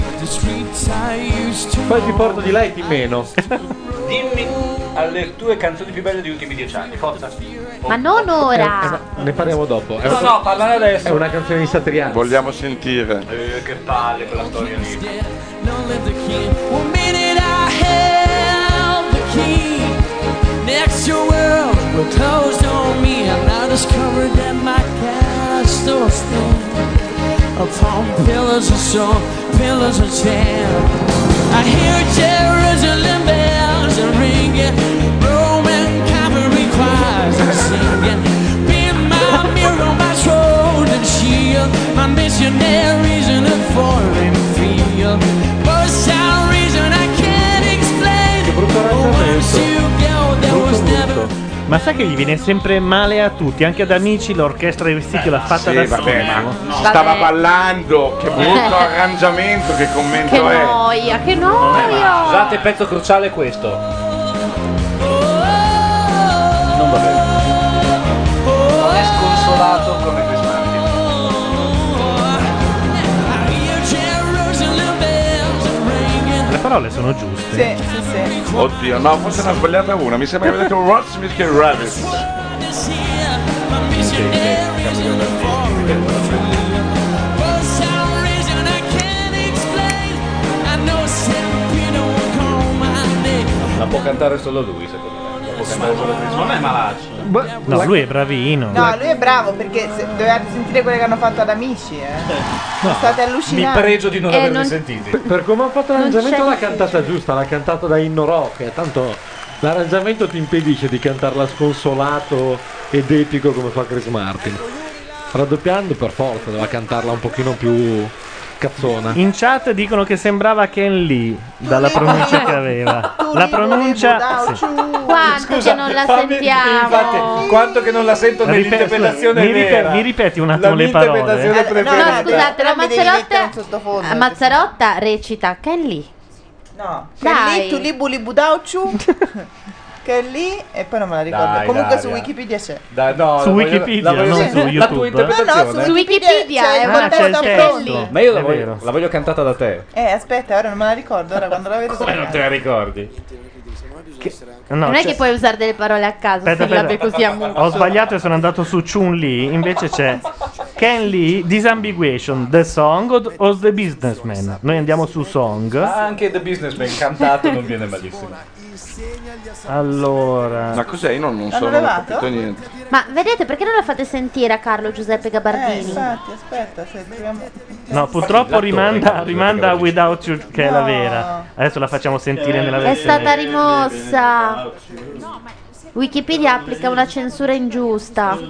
J: Poi ti porto di là e ti meno.
F: Dimmi alle tue canzoni più belle degli ultimi 10 anni, forza.
E: Ma non ora.
J: Ne parliamo dopo.
F: No, no, parlane adesso.
J: È una canzone di Satriani.
I: Vogliamo sentire.
F: Che palle quella storia lì.
M: One minute I held the key. Next your world was closed on me, and I discovered that my castle stand upon pillars of stone, pillars of sand. I hear Jerusalem bells are ringing, Roman cavalry choirs are singing. Be my mirror, my sword and shield, my missionaries in a foreign field. For some reason I can't explain. Once you go, there was never.
B: Ma sai che gli viene sempre male a tutti, anche ad amici, l'orchestra dei vestiti l'ha fatta
I: Sì,
B: da
I: vabbè,
B: schifo.
I: ma stava ballando, che brutto arrangiamento, che commento
E: Che
I: è.
E: noia, che noia.
F: Scusate, il pezzo cruciale è questo. Non va bene. Non è sconsolato come Chris Martin.
B: Le parole sono giuste.
D: Sì.
I: Oddio, no, forse ne ha sbagliata una. Mi sembra che aveva detto Rod Smith e Ravis.
F: La può cantare solo lui, secondo me. La può cantare solo Chris
N: Non è
F: Martin.
N: malaccio.
B: No, lui è bravino.
D: No, lui è bravo perché dovevate sentire quelle che hanno fatto ad Amici, Sono state
F: Mi
D: allucinanti.
F: pregio di non averli sentiti.
J: Per come ha fatto l'arrangiamento
D: Non
J: l'ha
D: c'è
J: cantata giusta, l'ha cantata da inno rock, tanto l'arrangiamento ti impedisce di cantarla sconsolato ed epico come fa Chris Martin. Raddoppiando per forza, doveva cantarla un pochino più cazzona.
B: In chat dicono che sembrava Ken Lee dalla pronuncia che aveva. La pronuncia. Sì.
E: Quanto che non la sentiamo.
F: Infatti, quanto che non la sento nell'interpretazione vera.
B: Mi ripeti un
F: La
B: attimo
F: mia
B: le parole?
F: interpretazione preferita.
E: No, scusate, la
D: mi devi mettere un
E: Mazzarotta, Mazzarotta recita Ken Lee.
D: No, che
E: Dai.
D: lì tu li buli budauciu. Che lì e poi non me la ricordo.
F: Dai,
D: Comunque
F: Daria.
D: su Wikipedia c'è.
F: No,
B: Su Wikipedia, non su
F: La tua
B: YouTube.
F: interpretazione.
D: No,
E: Su Wikipedia
D: c'è
E: è
D: il
E: una
B: Ah, c'è il
D: contesto
B: testo.
D: Kelly.
F: Ma io
B: È vero.
F: la voglio cantata da te.
D: Aspetta, ora non me la ricordo. Ora quando la vedo.
F: Come non te la ricordi?
B: No,
E: Non è
B: c'è-
E: che puoi usare delle parole a caso,
B: Aspetta,
E: sillabe
B: aspetta.
E: così a mucchio.
B: Ho sbagliato e sono andato su Chun-Li. Invece c'è Ken Lee, Disambiguation, The Song o The Businessman. Noi andiamo su Song.
F: Anche The Businessman cantato non viene malissimo.
B: Allora.
I: Ma cos'è? Io non
D: L'hanno
I: so, non ho
D: levato?
I: capito niente.
E: Ma vedete perché non la fate sentire a Carlo Giuseppe Gabardini?
D: Infatti, aspetta, se troviamo.
B: No, purtroppo
F: l'attore,
B: rimanda a Without You, che è la vera. Adesso la facciamo sentire nella
E: È
B: versione.
E: stata rimossa. Wikipedia applica una censura ingiusta.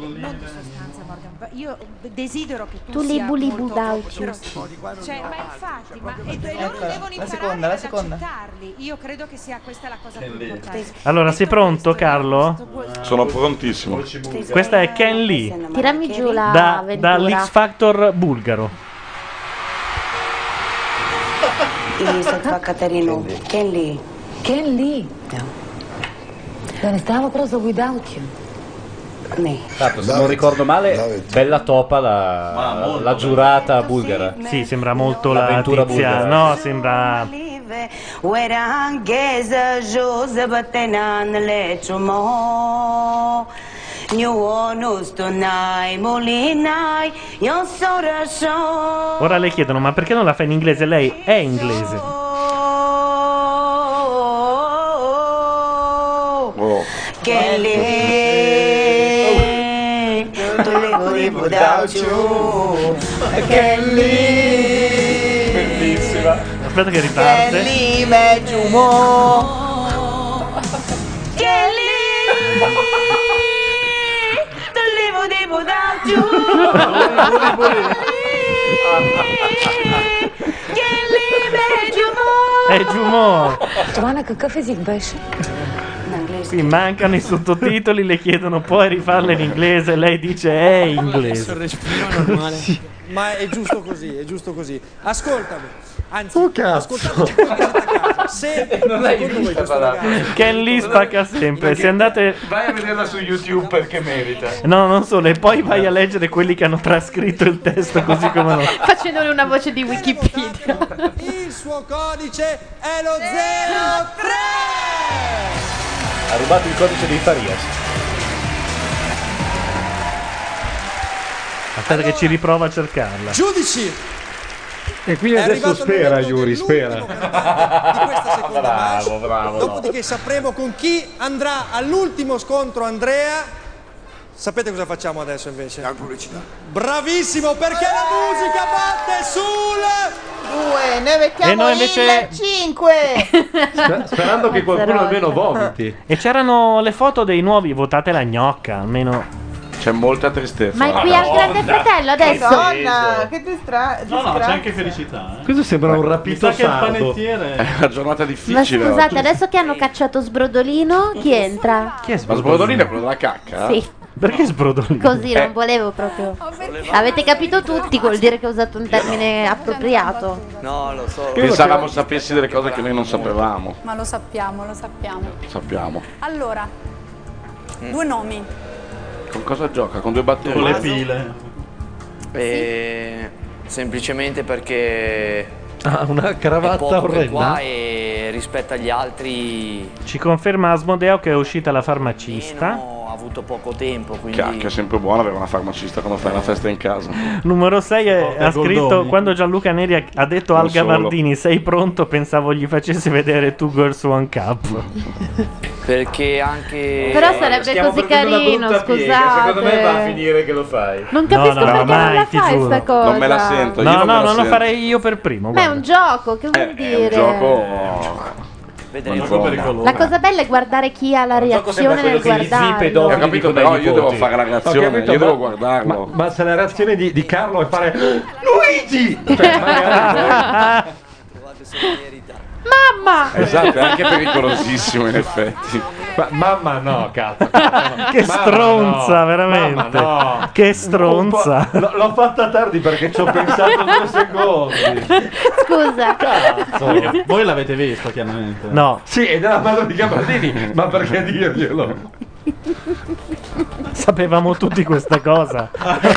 R: Io desidero che tu
E: Tu
R: sia
E: libu libu
R: molto
E: dauci.
R: cioè, ma infatti, ma e loro
D: Ecco,
R: devono
D: la
R: imparare
D: seconda, la
R: ad
D: seconda.
R: accettarli. Io credo che sia questa la cosa più importante.
B: Allora, sei pronto, Carlo?
I: Sono prontissimo.
B: Questa è Ken Lee,
E: Tirami giù la
B: dall'X
E: avventura.
B: Factor bulgaro.
Q: I sad dva Katarinu. Ken Lee.
U: Ken Lee? Da ne stava proprio Without You.
Q: Ne.
F: Tanto, se non ricordo male, Bella Topa, la giurata bulgara.
B: Sì, sembra molto la
F: L'avventura
B: tizia.
F: bulgara.
B: No, sembra. Ora le chiedono, ma perché non la fa in inglese? Lei è inglese.
I: Oh.
Q: Ken Lee.
D: without you. Can't live.
F: Bellissima.
B: Aspetta che
D: Can't
B: riparte.
D: live Megiumo. Can't live without you. Can't live Megiumo.
B: È Giumo.
U: Това какъв език беше?
B: Qui mancano i sottotitoli, le chiedono puoi rifarla in inglese, lei dice è inglese.
S: Sì. Ma è giusto così, è giusto così. Ascoltami. Anzi,
J: cazzo.
S: se
F: Non l'hai
S: secondo voi
F: vista,
S: questo
F: però.
S: ragazzo-
B: Ken Lee spacca sempre. Se andate.
F: Vai a vederla su YouTube perché merita.
B: No, non solo, e poi vai a leggere quelli che hanno trascritto il testo così come no.
E: Facendone una voce di Wikipedia.
S: Il suo codice è lo 03.
F: Ha rubato il codice dei Farias.
B: Aspetta che ci riprova a cercarla.
S: Giudici,
J: E quindi
S: È
J: adesso
S: arrivato il
J: spera,
S: momento
J: Yuri, spera.
S: di questa seconda
F: Bravo,
S: manche.
F: bravo.
S: Dopodiché sapremo con chi andrà all'ultimo scontro Andrea. Sapete cosa facciamo adesso invece?
H: La pubblicità.
S: Bravissimo, perché la musica batte sul
D: 2, noi mettiamo
B: E noi invece-
D: il 5.
J: Sperando che qualcuno almeno vomiti.
B: E c'erano le foto dei nuovi, votate la gnocca, almeno.
I: C'è molta tristezza.
E: Ma è qui al Grande Fratello adesso?
D: Madonna, che distra-
N: No, c'è
D: disgrazia.
N: anche felicità.
J: Questo sembra un
N: Mi
J: rapito
N: sa che il
J: sardo.
N: panettiere.
I: È una giornata
E: Ma
I: difficile.
E: scusate,
I: oggi.
E: adesso che hanno cacciato Sbrodolino, chi entra?
B: Chi è
I: Ma Sbrodolino è quello della cacca?
E: Sì,
B: Perché sbrodolino?
E: così non volevo proprio. Avete capito tutti, vuol dire che ho usato un termine appropriato.
T: No, lo so.
I: Pensavamo sapessi delle cose che noi non sapevamo.
L: Ma lo sappiamo, lo sappiamo.
I: Sappiamo.
L: Allora, due nomi.
I: Con cosa gioca? Con due batterie?
N: Con le pile.
T: Semplicemente perché
J: Ha una
T: è
J: cravatta
T: poco che
J: orrenda.
T: qua e rispetto agli altri
B: Ci conferma Asmodeo che è uscita la farmacista.
T: ho avuto poco tempo, quindi
I: Cacchio, è sempre buono avere una farmacista quando fai la festa in casa.
B: Numero 6 ha scritto
N: Goldoni.
B: quando Gianluca Neri ha detto
I: Non
B: al
I: solo.
B: Gavardini sei pronto, pensavo gli facessi vedere Two Girls One Cup.
T: perché anche
E: Però sarebbe
F: Stiamo
E: così
F: facendo una
E: carino,
F: brutta piega, secondo me va a
E: scusate.
F: finire che lo fai.
E: Non capisco
B: No, no,
E: perché
B: mai,
E: non la
B: ti
E: fai
B: giuro.
E: sta cosa.
I: Non me la sento. io
B: No,
I: non me
B: no,
I: la
B: non lo
I: sento.
B: farei io per primo.
E: Ma è
B: guarda.
E: un gioco, che vuol
I: È un
E: dire?
I: gioco.
T: vedremo.
N: Gioco pericoloso.
E: La cosa bella è guardare chi ha la reazione nel
I: Ho
E: guardarlo.
I: capito, però io devo fare la
J: Ho
I: reazione,
J: capito,
I: io
J: ma-
I: devo guardarlo.
J: Ma se la reazione di Carlo è fare Luigi! Cioè, magari-
E: Mamma!
I: Esatto, è anche pericolosissimo in effetti.
J: Mamma no, cazzo.
B: Che stronza, veramente.
J: Mamma no.
B: Che stronza.
J: L'ho fatta tardi perché ci ho pensato 2 secondi.
E: Scusa.
J: Cazzo.
N: Voi l'avete visto, chiaramente.
B: No,
J: Sì, ed è la madre di Gabardini, ma perché dirglielo?
B: sapevamo tutti questa cosa.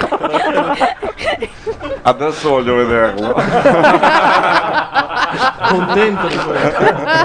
I: Adesso voglio vederlo.
N: Contento di questo.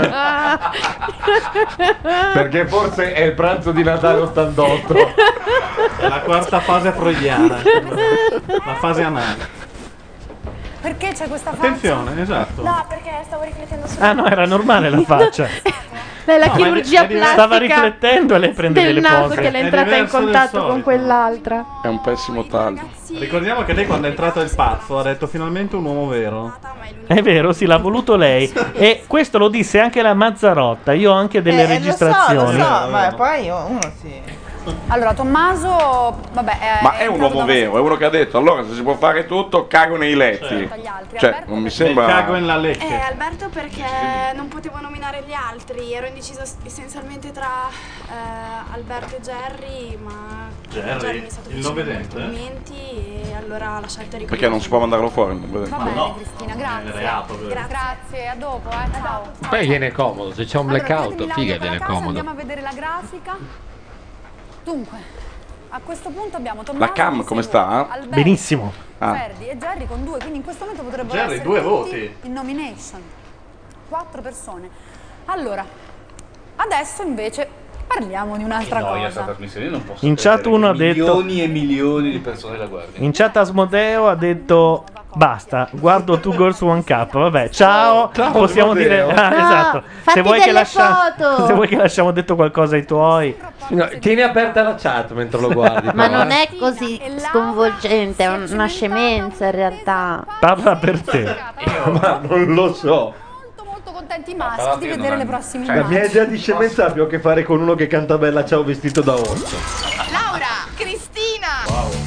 J: Perché forse è il pranzo di Natale 88.
N: È la quarta fase freudiana. La fase anale.
L: Perché c'è questa faccia?
N: Attenzione, esatto.
L: No, perché stavo riflettendo su
B: Ah no, era normale la faccia.
E: Beh, la
N: No, ma
E: chirurgia
N: è
E: plastica
B: Stava riflettendo e lei prende
E: del
B: delle
E: naso
B: pose.
E: che le è
N: È
E: entrata in
N: diverso del
E: contatto con
N: solito.
E: quell'altra.
I: È un pessimo taglio.
N: Ricordiamo che lei quando è entrato il pazzo ha detto finalmente un uomo vero.
B: È vero, sì, l'ha voluto lei. E questo lo disse anche la Mazzarotta. Io ho anche delle registrazioni.
D: Lo so, ma poi uno si...
L: Allora, Tommaso, vabbè,
I: Ma è un
L: entrato
I: uomo
L: da-
I: vero, è uno che ha detto allora se si può fare tutto cago nei letti. Cioè, non mi sembra.
N: Cago in la lecche.
A: Alberto perché non potevo nominare gli altri, ero indecisa essenzialmente tra Alberto e Jerry, ma
N: Jerry,
A: mi è stato
N: il
A: vicino
N: non
A: nei
N: vedente?
A: documenti e allora la scelta è
I: Perché non si può mandarlo fuori?
L: Va bene, Cristina, grazie.
N: reato, vero.
L: Grazie, a dopo, ciao.
J: Poi viene comodo, se c'è un blackout, figa viene comodo.
L: Andiamo a vedere la grafica. Dunque, a questo punto abbiamo Tommaso
I: La cam come sta?
L: Alberto,
B: Benissimo.
I: Ah.
L: Ferdi e Jerry con 2, quindi in questo momento potrebbero
N: Jerry,
L: essere
N: 2
L: tutti
N: voti.
L: in nomination. 4 persone. Allora, adesso invece Parliamo di un'altra
F: Noia
L: cosa.
F: sta trasmissione, io non posso
B: In chat
F: credere
B: uno
F: che
B: ha detto-
F: milioni e milioni di persone la guardino.
B: In chat Asmodeo ha detto basta, guardo Two Girls One Cup. Vabbè, ciao.
J: Ciao,
B: Possiamo
J: Asmodeo.
B: dire esatto.
E: fatti delle foto.
B: Se vuoi che lasciamo detto qualcosa ai tuoi.
J: No, tieni aperta la chat mentre lo guardi.
E: Ma
J: però,
E: non è così sconvolgente, è una scemenza in realtà.
B: Parla per te.
J: Ma non lo so.
L: Molto contenti i maschi di vedere le prossime
J: La mia
L: immagini.
J: idea di scemenza ha più a che fare con uno che canta Bella Ciao vestito da orso.
A: Laura, Cristina.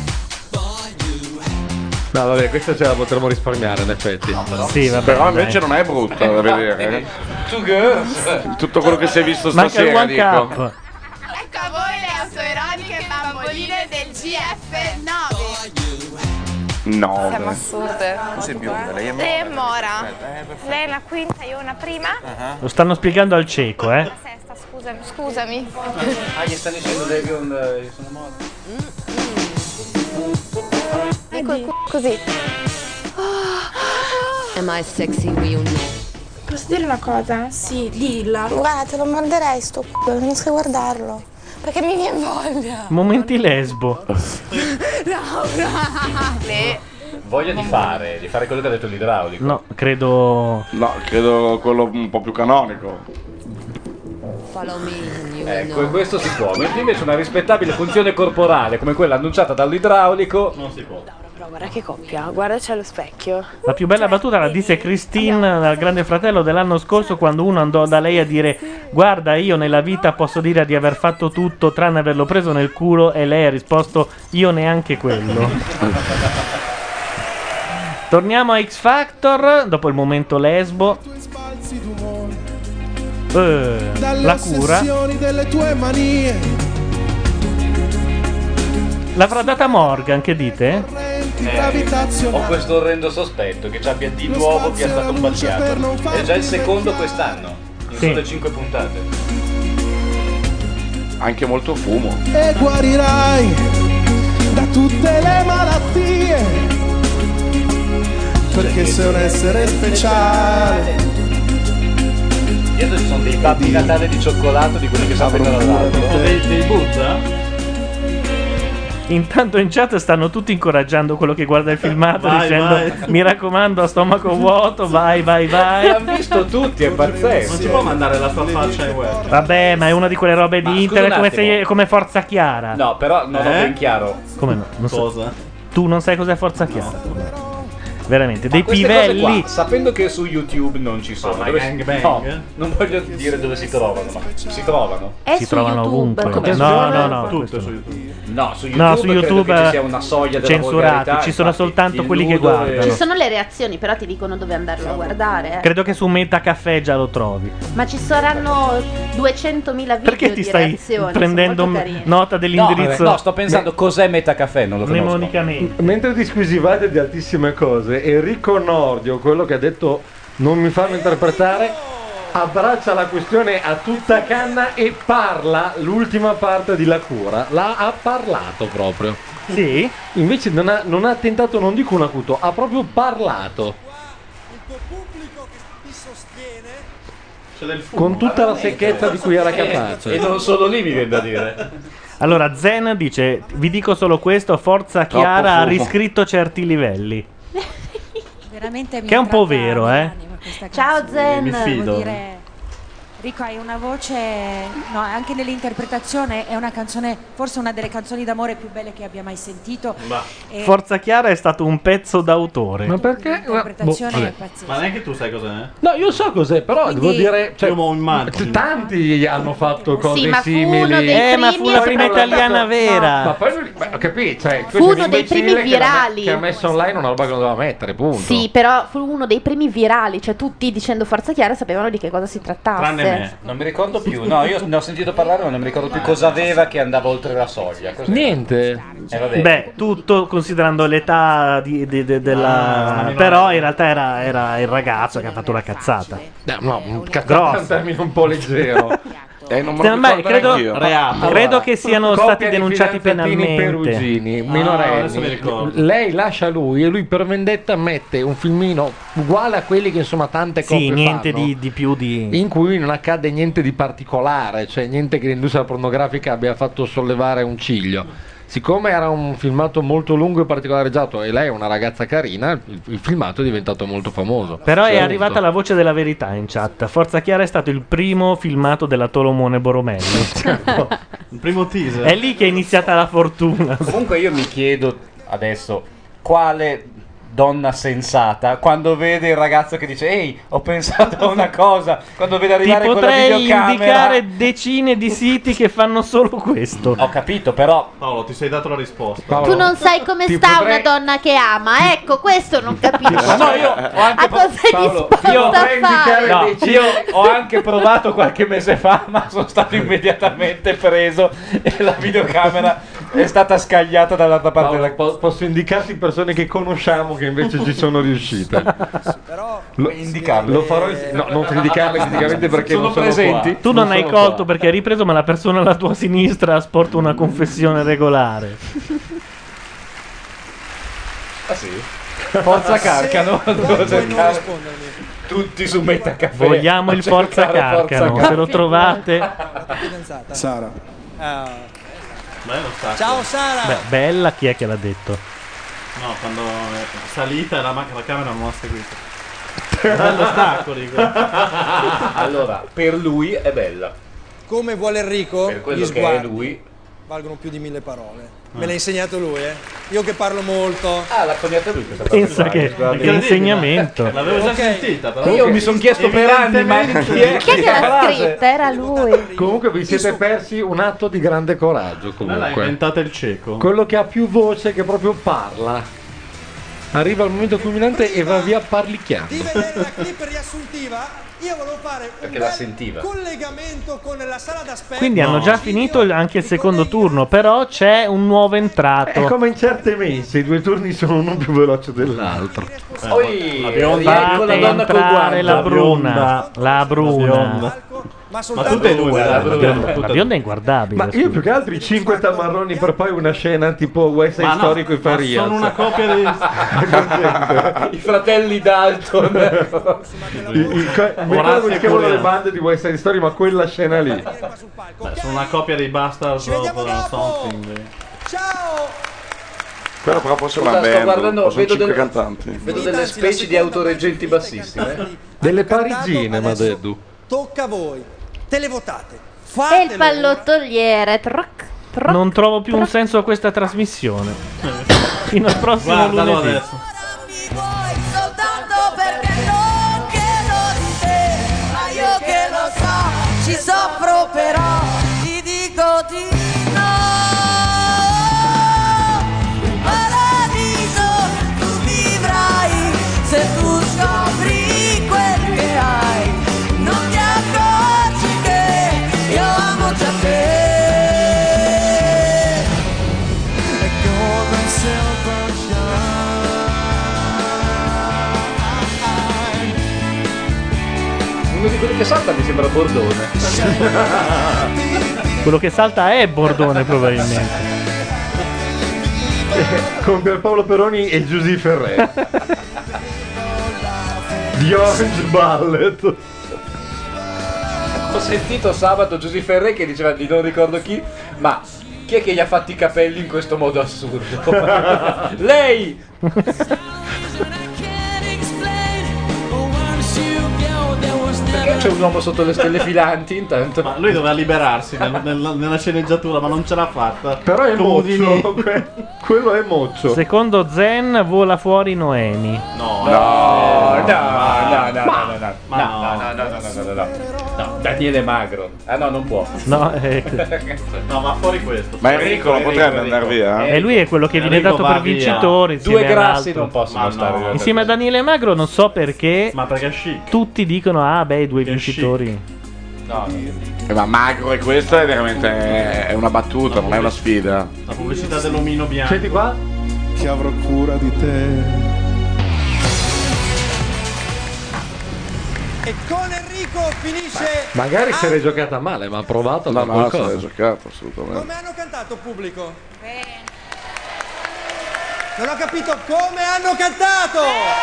J: No, vabbè, questa ce la potremmo risparmiare in effetti.
B: Sì, vabbè.
I: Però invece non è brutta da vedere.
F: Two Girls.
I: Tutto quello che si è visto
B: Manca il
I: stasera,
B: One
I: dico.
B: Cup.
A: Ecco a voi le autoerotiche bamboline del GF9.
I: No.
A: Siamo assurde.
C: Tu sei bionda, lei è
A: Lei è
C: mora.
A: Mora. Lei è una quinta, io una prima.
B: Lo stanno spiegando al cieco, eh.
A: Sesta, scusami.
F: Ah, gli stanno dicendo lei è bionda, io sono morto.
A: Ecco così.
V: Am I sexy real no?
A: Posso dire una cosa? Sì, dilla. Guarda, te lo morderei sto c***o, non riesco a guardarlo. Perché mi viene voglia.
B: Momenti lesbo.
A: Laura.
F: Voglia di fare quello che ha detto l'idraulico.
B: No, credo.
I: No, credo quello un po' più canonico.
V: Follow me and you will
F: Ecco,
V: know.
F: questo si può. Mentre invece una rispettabile funzione corporale come quella annunciata dall'idraulico non si può.
A: Però guarda che coppia, guarda c'è lo specchio.
B: La più bella battuta la disse Christine dal Grande Fratello dell'anno scorso, quando uno andò da lei a dire: guarda, io nella vita posso dire di aver fatto tutto tranne averlo preso nel culo, e lei ha risposto: io neanche quello. Torniamo a X Factor dopo il momento lesbo. La cura
M: delle tue manie.
B: l'avrà data Morgan, che dite?
F: Ho questo orrendo sospetto che ci abbia di nuovo piazzato un battiato. È già il secondo quest'anno, in
B: Sì.
F: sole 5 puntate.
I: Anche molto fumo.
M: E guarirai da tutte le malattie. Perché sei un essere speciale.
F: Dietro ci sono dei babbi Natale di cioccolato di quelli che sapevano dall'altro.
N: Dei Buzza?
B: Intanto in chat stanno tutti incoraggiando quello che guarda il filmato,
N: Vai,
B: dicendo:
N: vai.
B: mi raccomando, a stomaco vuoto, vai.
F: L'hanno visto tutti, è pazzesco.
N: Non si può mandare la sua faccia in web.
B: Vabbè, ma è una di quelle robe
F: Ma
B: di
F: scusa
B: internet
F: un attimo.
B: come Forza Chiara.
F: No, però non ho ben chiaro.
B: Come no? Non so.
N: Cosa?
B: Tu non sai cos'è Forza Chiara? Veramente, dei
F: Queste cose
B: pivelli.
F: qua, sapendo che su YouTube non ci sono,
N: Ma
F: dove
N: Gang
F: si...
N: Bang?
F: no, non voglio dire dove si trovano, ma si trovano.
E: È
B: Si
E: su
B: trovano
E: YouTube.
B: ovunque.
F: Come
B: No,
N: Tutto
B: questo
N: su
B: no.
N: YouTube.
F: No, su YouTube,
B: No, su
F: credo
B: YouTube
F: che ci sia una soglia della
B: censurati,
F: volgarità,
B: ci sono
F: infatti,
B: soltanto
F: il
B: quelli che
F: nudo
B: guardano.
E: Ci sono le reazioni, però ti dicono dove andarlo a guardare.
B: Credo che su Meta Caffè già lo trovi.
E: Ma ci saranno 200.000 video
B: Perché ti
E: di
B: stai
E: reazioni.
B: prendendo
E: sono molto carini.
B: nota dell'indirizzo?
F: No, sto pensando cos'è Metacaffè, non lo conosco.
B: mnemonicamente.
J: Mentre disquisivate di altissime cose, Enrico Nordio, quello che ha detto non mi farlo interpretare, abbraccia la questione a tutta canna e parla l'ultima parte di La Cura. Ha parlato proprio.
B: Sì?
J: Invece non ha tentato, non dico un acuto, ha proprio parlato. Con tutta la secchezza di cui era capace.
F: E non solo lì mi viene da dire.
B: Allora, Zen dice: vi dico solo questo, Forza Chiara ha
I: fumo.
B: riscritto certi livelli.
R: Veramente mi
B: Che è un po'
R: tratta
B: vero,
R: l'anima questa
E: Ciao
R: canzone.
E: Zen.
B: Mi fido.
R: Vuol dire, Rico, hai una voce, no, anche nell'interpretazione è una canzone, forse una delle canzoni d'amore più belle che abbia mai sentito. E
B: Forza Chiara è stato un pezzo d'autore.
J: Ma perché?
R: l'interpretazione
J: Boh,
R: è
J: vabbè.
R: pazzesca.
N: Ma neanche tu sai cos'è?
J: No, io so cos'è, però
R: Quindi-
J: devo dire, cioè,
N: Io mo immagino.
J: tanti hanno fatto cose
E: ma fu
J: simili.
E: uno dei
B: Ma fu la prima italiana vera.
J: Ma poi ho capito, cioè,
E: Fu
J: questo è
E: uno dei
J: l'imbecille
E: primi
J: che l'ha
E: virali.
J: che ha messo online una roba che non doveva mettere, punto.
E: Sì, però fu uno dei primi virali, cioè tutti dicendo Forza Chiara sapevano di che cosa si trattasse.
N: Tranne me.
F: Non mi ricordo più, no, io ne ho sentito parlare ma non mi ricordo più cosa aveva che andava oltre la soglia. Cos'era?
J: Niente.
F: Vabbè.
B: Beh, tutto considerando l'età della. Però in realtà era il ragazzo che ha fatto la cazzata.
J: No, un
B: Grosso.
J: un termine un po' leggero.
I: Non me lo ricordo
B: credo,
I: neanch'io.
B: credo che siano
J: Coppia
B: stati
J: di
B: denunciati
J: fidanzatini
B: penalmente.
J: perugini,
N: adesso mi
J: minorenni.
N: ricordo.
J: Lei lascia lui e lui per vendetta mette un filmino uguale a quelli che insomma tante coppie
B: Sì, niente
J: fanno,
B: di più di...
J: in cui non accade niente di particolare, cioè niente che l'industria pornografica abbia fatto sollevare un ciglio. Siccome era un filmato molto lungo e particolareggiato e lei è una ragazza carina, il filmato è diventato molto famoso.
B: Però è
J: Certo.
B: arrivata la voce della verità in chat. Forza Chiara è stato il primo filmato della Tolomone Boromelli.
N: Il primo teaser.
B: È lì che è iniziata la fortuna.
F: Comunque io mi chiedo adesso quale donna sensata quando vede il ragazzo che dice ehi ho pensato a una cosa, quando vede
B: Ti
F: arrivare quella
B: potrei
F: videocamera.
B: indicare decine di siti che fanno solo questo.
F: Ho capito, però
N: Paolo, ti sei dato la risposta.
E: Tu non sai come
N: Ti
E: sta
N: potrei-
E: una donna che ama, ecco, questo non capisco.
F: No, io ho anche
E: a cosa è
F: Paolo,
E: disposta
F: io
E: a fare?
F: No, io ho anche provato qualche mese fa, ma sono stato immediatamente preso e la videocamera è stata scagliata dall'altra parte della
J: Posso indicarti persone che conosciamo che invece ci sono riuscite. Lo farò no, non ti indicarle fisicamente perché
B: Sono
J: non sono
B: presenti?
J: qua.
B: Tu non hai
J: sono
B: colto
J: qua.
B: perché hai ripreso, ma la persona alla tua sinistra sporta una confessione regolare.
F: Ah sì? Forza Carcano, devo cercare tutti su Metacaffè.
B: Vogliamo il
F: a
B: Forza
F: cercare
B: Carcano, se lo trovate.
H: Sara.
N: Bello stacco.
S: Ciao Sara.
B: Beh, bella, chi è che l'ha detto?
N: No, quando è salita e la camera non ha seguito. Bello stacco, dico.
F: Allora, per lui è bella.
S: Come vuole Enrico,
F: Per quello
S: gli
F: che è
S: sguardi
F: lui.
S: valgono più di 1000 parole. Me l'ha insegnato lui, Io che parlo molto.
F: Ah, l'ha coniata lui questa
B: Pensa che insegnamento.
N: L'avevo già
S: Ok.
N: sentita, però.
F: Io mi sono chiesto per anni, ma chi è
E: Chi è che
F: questa
E: l'ha
F: frase?
E: scritta? Era lui.
J: Comunque vi siete persi un atto di grande coraggio
N: L'ha
J: comunque.
N: inventata il cieco.
J: Quello che ha più voce che proprio parla. Arriva il momento culminante e va via parlicchiando.
S: Di vedere la clip riassuntiva, io volevo fare un
F: Perché la
S: bel
F: sentiva.
S: collegamento con la sala d'aspetto.
B: Quindi hanno già finito anche il secondo turno, però c'è un nuovo entrato.
J: È come in certe mense, i due turni sono uno più veloce dell'altro.
F: Poi
N: La bionda.
F: ecco la donna col
B: entrare
F: guanto.
B: la bruna. La bruna.
S: Ma
N: tutte e due,
B: La bionda è inguardabile.
J: Ma io più che altro i 5 tamarroni per poi una scena tipo West Side
N: Ma no,
J: Story con i
N: ma
J: Faria.
N: sono una coppia di...
F: I fratelli Dalton.
J: Mi ricordo come si chiamano le bande di West Side Story, ma quella scena lì.
N: Beh, sono una coppia dei Bastards of something.
S: Ciao!
I: Quella però forse è una
F: Scusa, sto
I: band,
F: guardando,
I: o sono
F: vedo
I: 5
F: delle-
I: cantanti.
F: Vedo delle specie di autoreggenti bassissime.
J: Delle parigine, Madeddu.
S: Tocca a voi. Televotate.
E: E il
S: Fatelo.
E: pallottoliere. Troc, troc.
B: Non trovo più un senso a questa trasmissione. Fino al prossimo
N: Guardalo
B: lunedì.
N: adesso.
M: Soltanto perché non chiedo di te, ma io che lo so, ci soffro però, ti dico di no. Il paradiso tu vivrai, se tu scopri quel che hai, non ti accorgi che io amo già te. E come silver
F: Uno di quelli che salta mi sembra Bordone.
B: Quello che salta è Bordone, probabilmente.
J: Con Pierpaolo Peroni e Giusy Ferré. The Orange Ballet.
F: Ho sentito sabato Giusy Ferré che diceva di non ricordo chi, ma chi è che gli ha fatti i capelli in questo modo assurdo? Lei! Perché c'è un uomo sotto le stelle filanti intanto?
N: Ma lui doveva liberarsi nella sceneggiatura, ma non ce l'ha fatta.
J: Però è
N: Comodini.
J: moccio. Quello è moccio.
B: Secondo Zen vola fuori Noemi.
F: No, Daniele Magro. Ah no, non può.
B: No,
N: No, va fuori questo.
I: Ma Enrico non potrebbe andare via?
B: E lui è quello che viene
N: Enrico
B: dato
N: va
B: per
N: via.
B: vincitore. Insieme
F: Due grassi
B: all'altro.
F: non possono
N: Ma
F: stare.
N: no.
B: Insieme a Daniele Magro non so perché.
N: Ma perché è chic.
B: Tutti dicono: ah, beh, i due
N: Che
B: vincitori.
F: No,
I: Ma magro e questa è veramente è una battuta, non è una sfida.
N: La pubblicità dell'omino bianco.
J: Senti qua.
C: Che avrò cura di te.
S: E con Enrico finisce.
J: Magari si era giocata male, ma ha provato a fare
I: No,
J: qualcosa.
I: si è giocato assolutamente.
S: Come hanno cantato pubblico? Bene. Non ho capito come hanno cantato.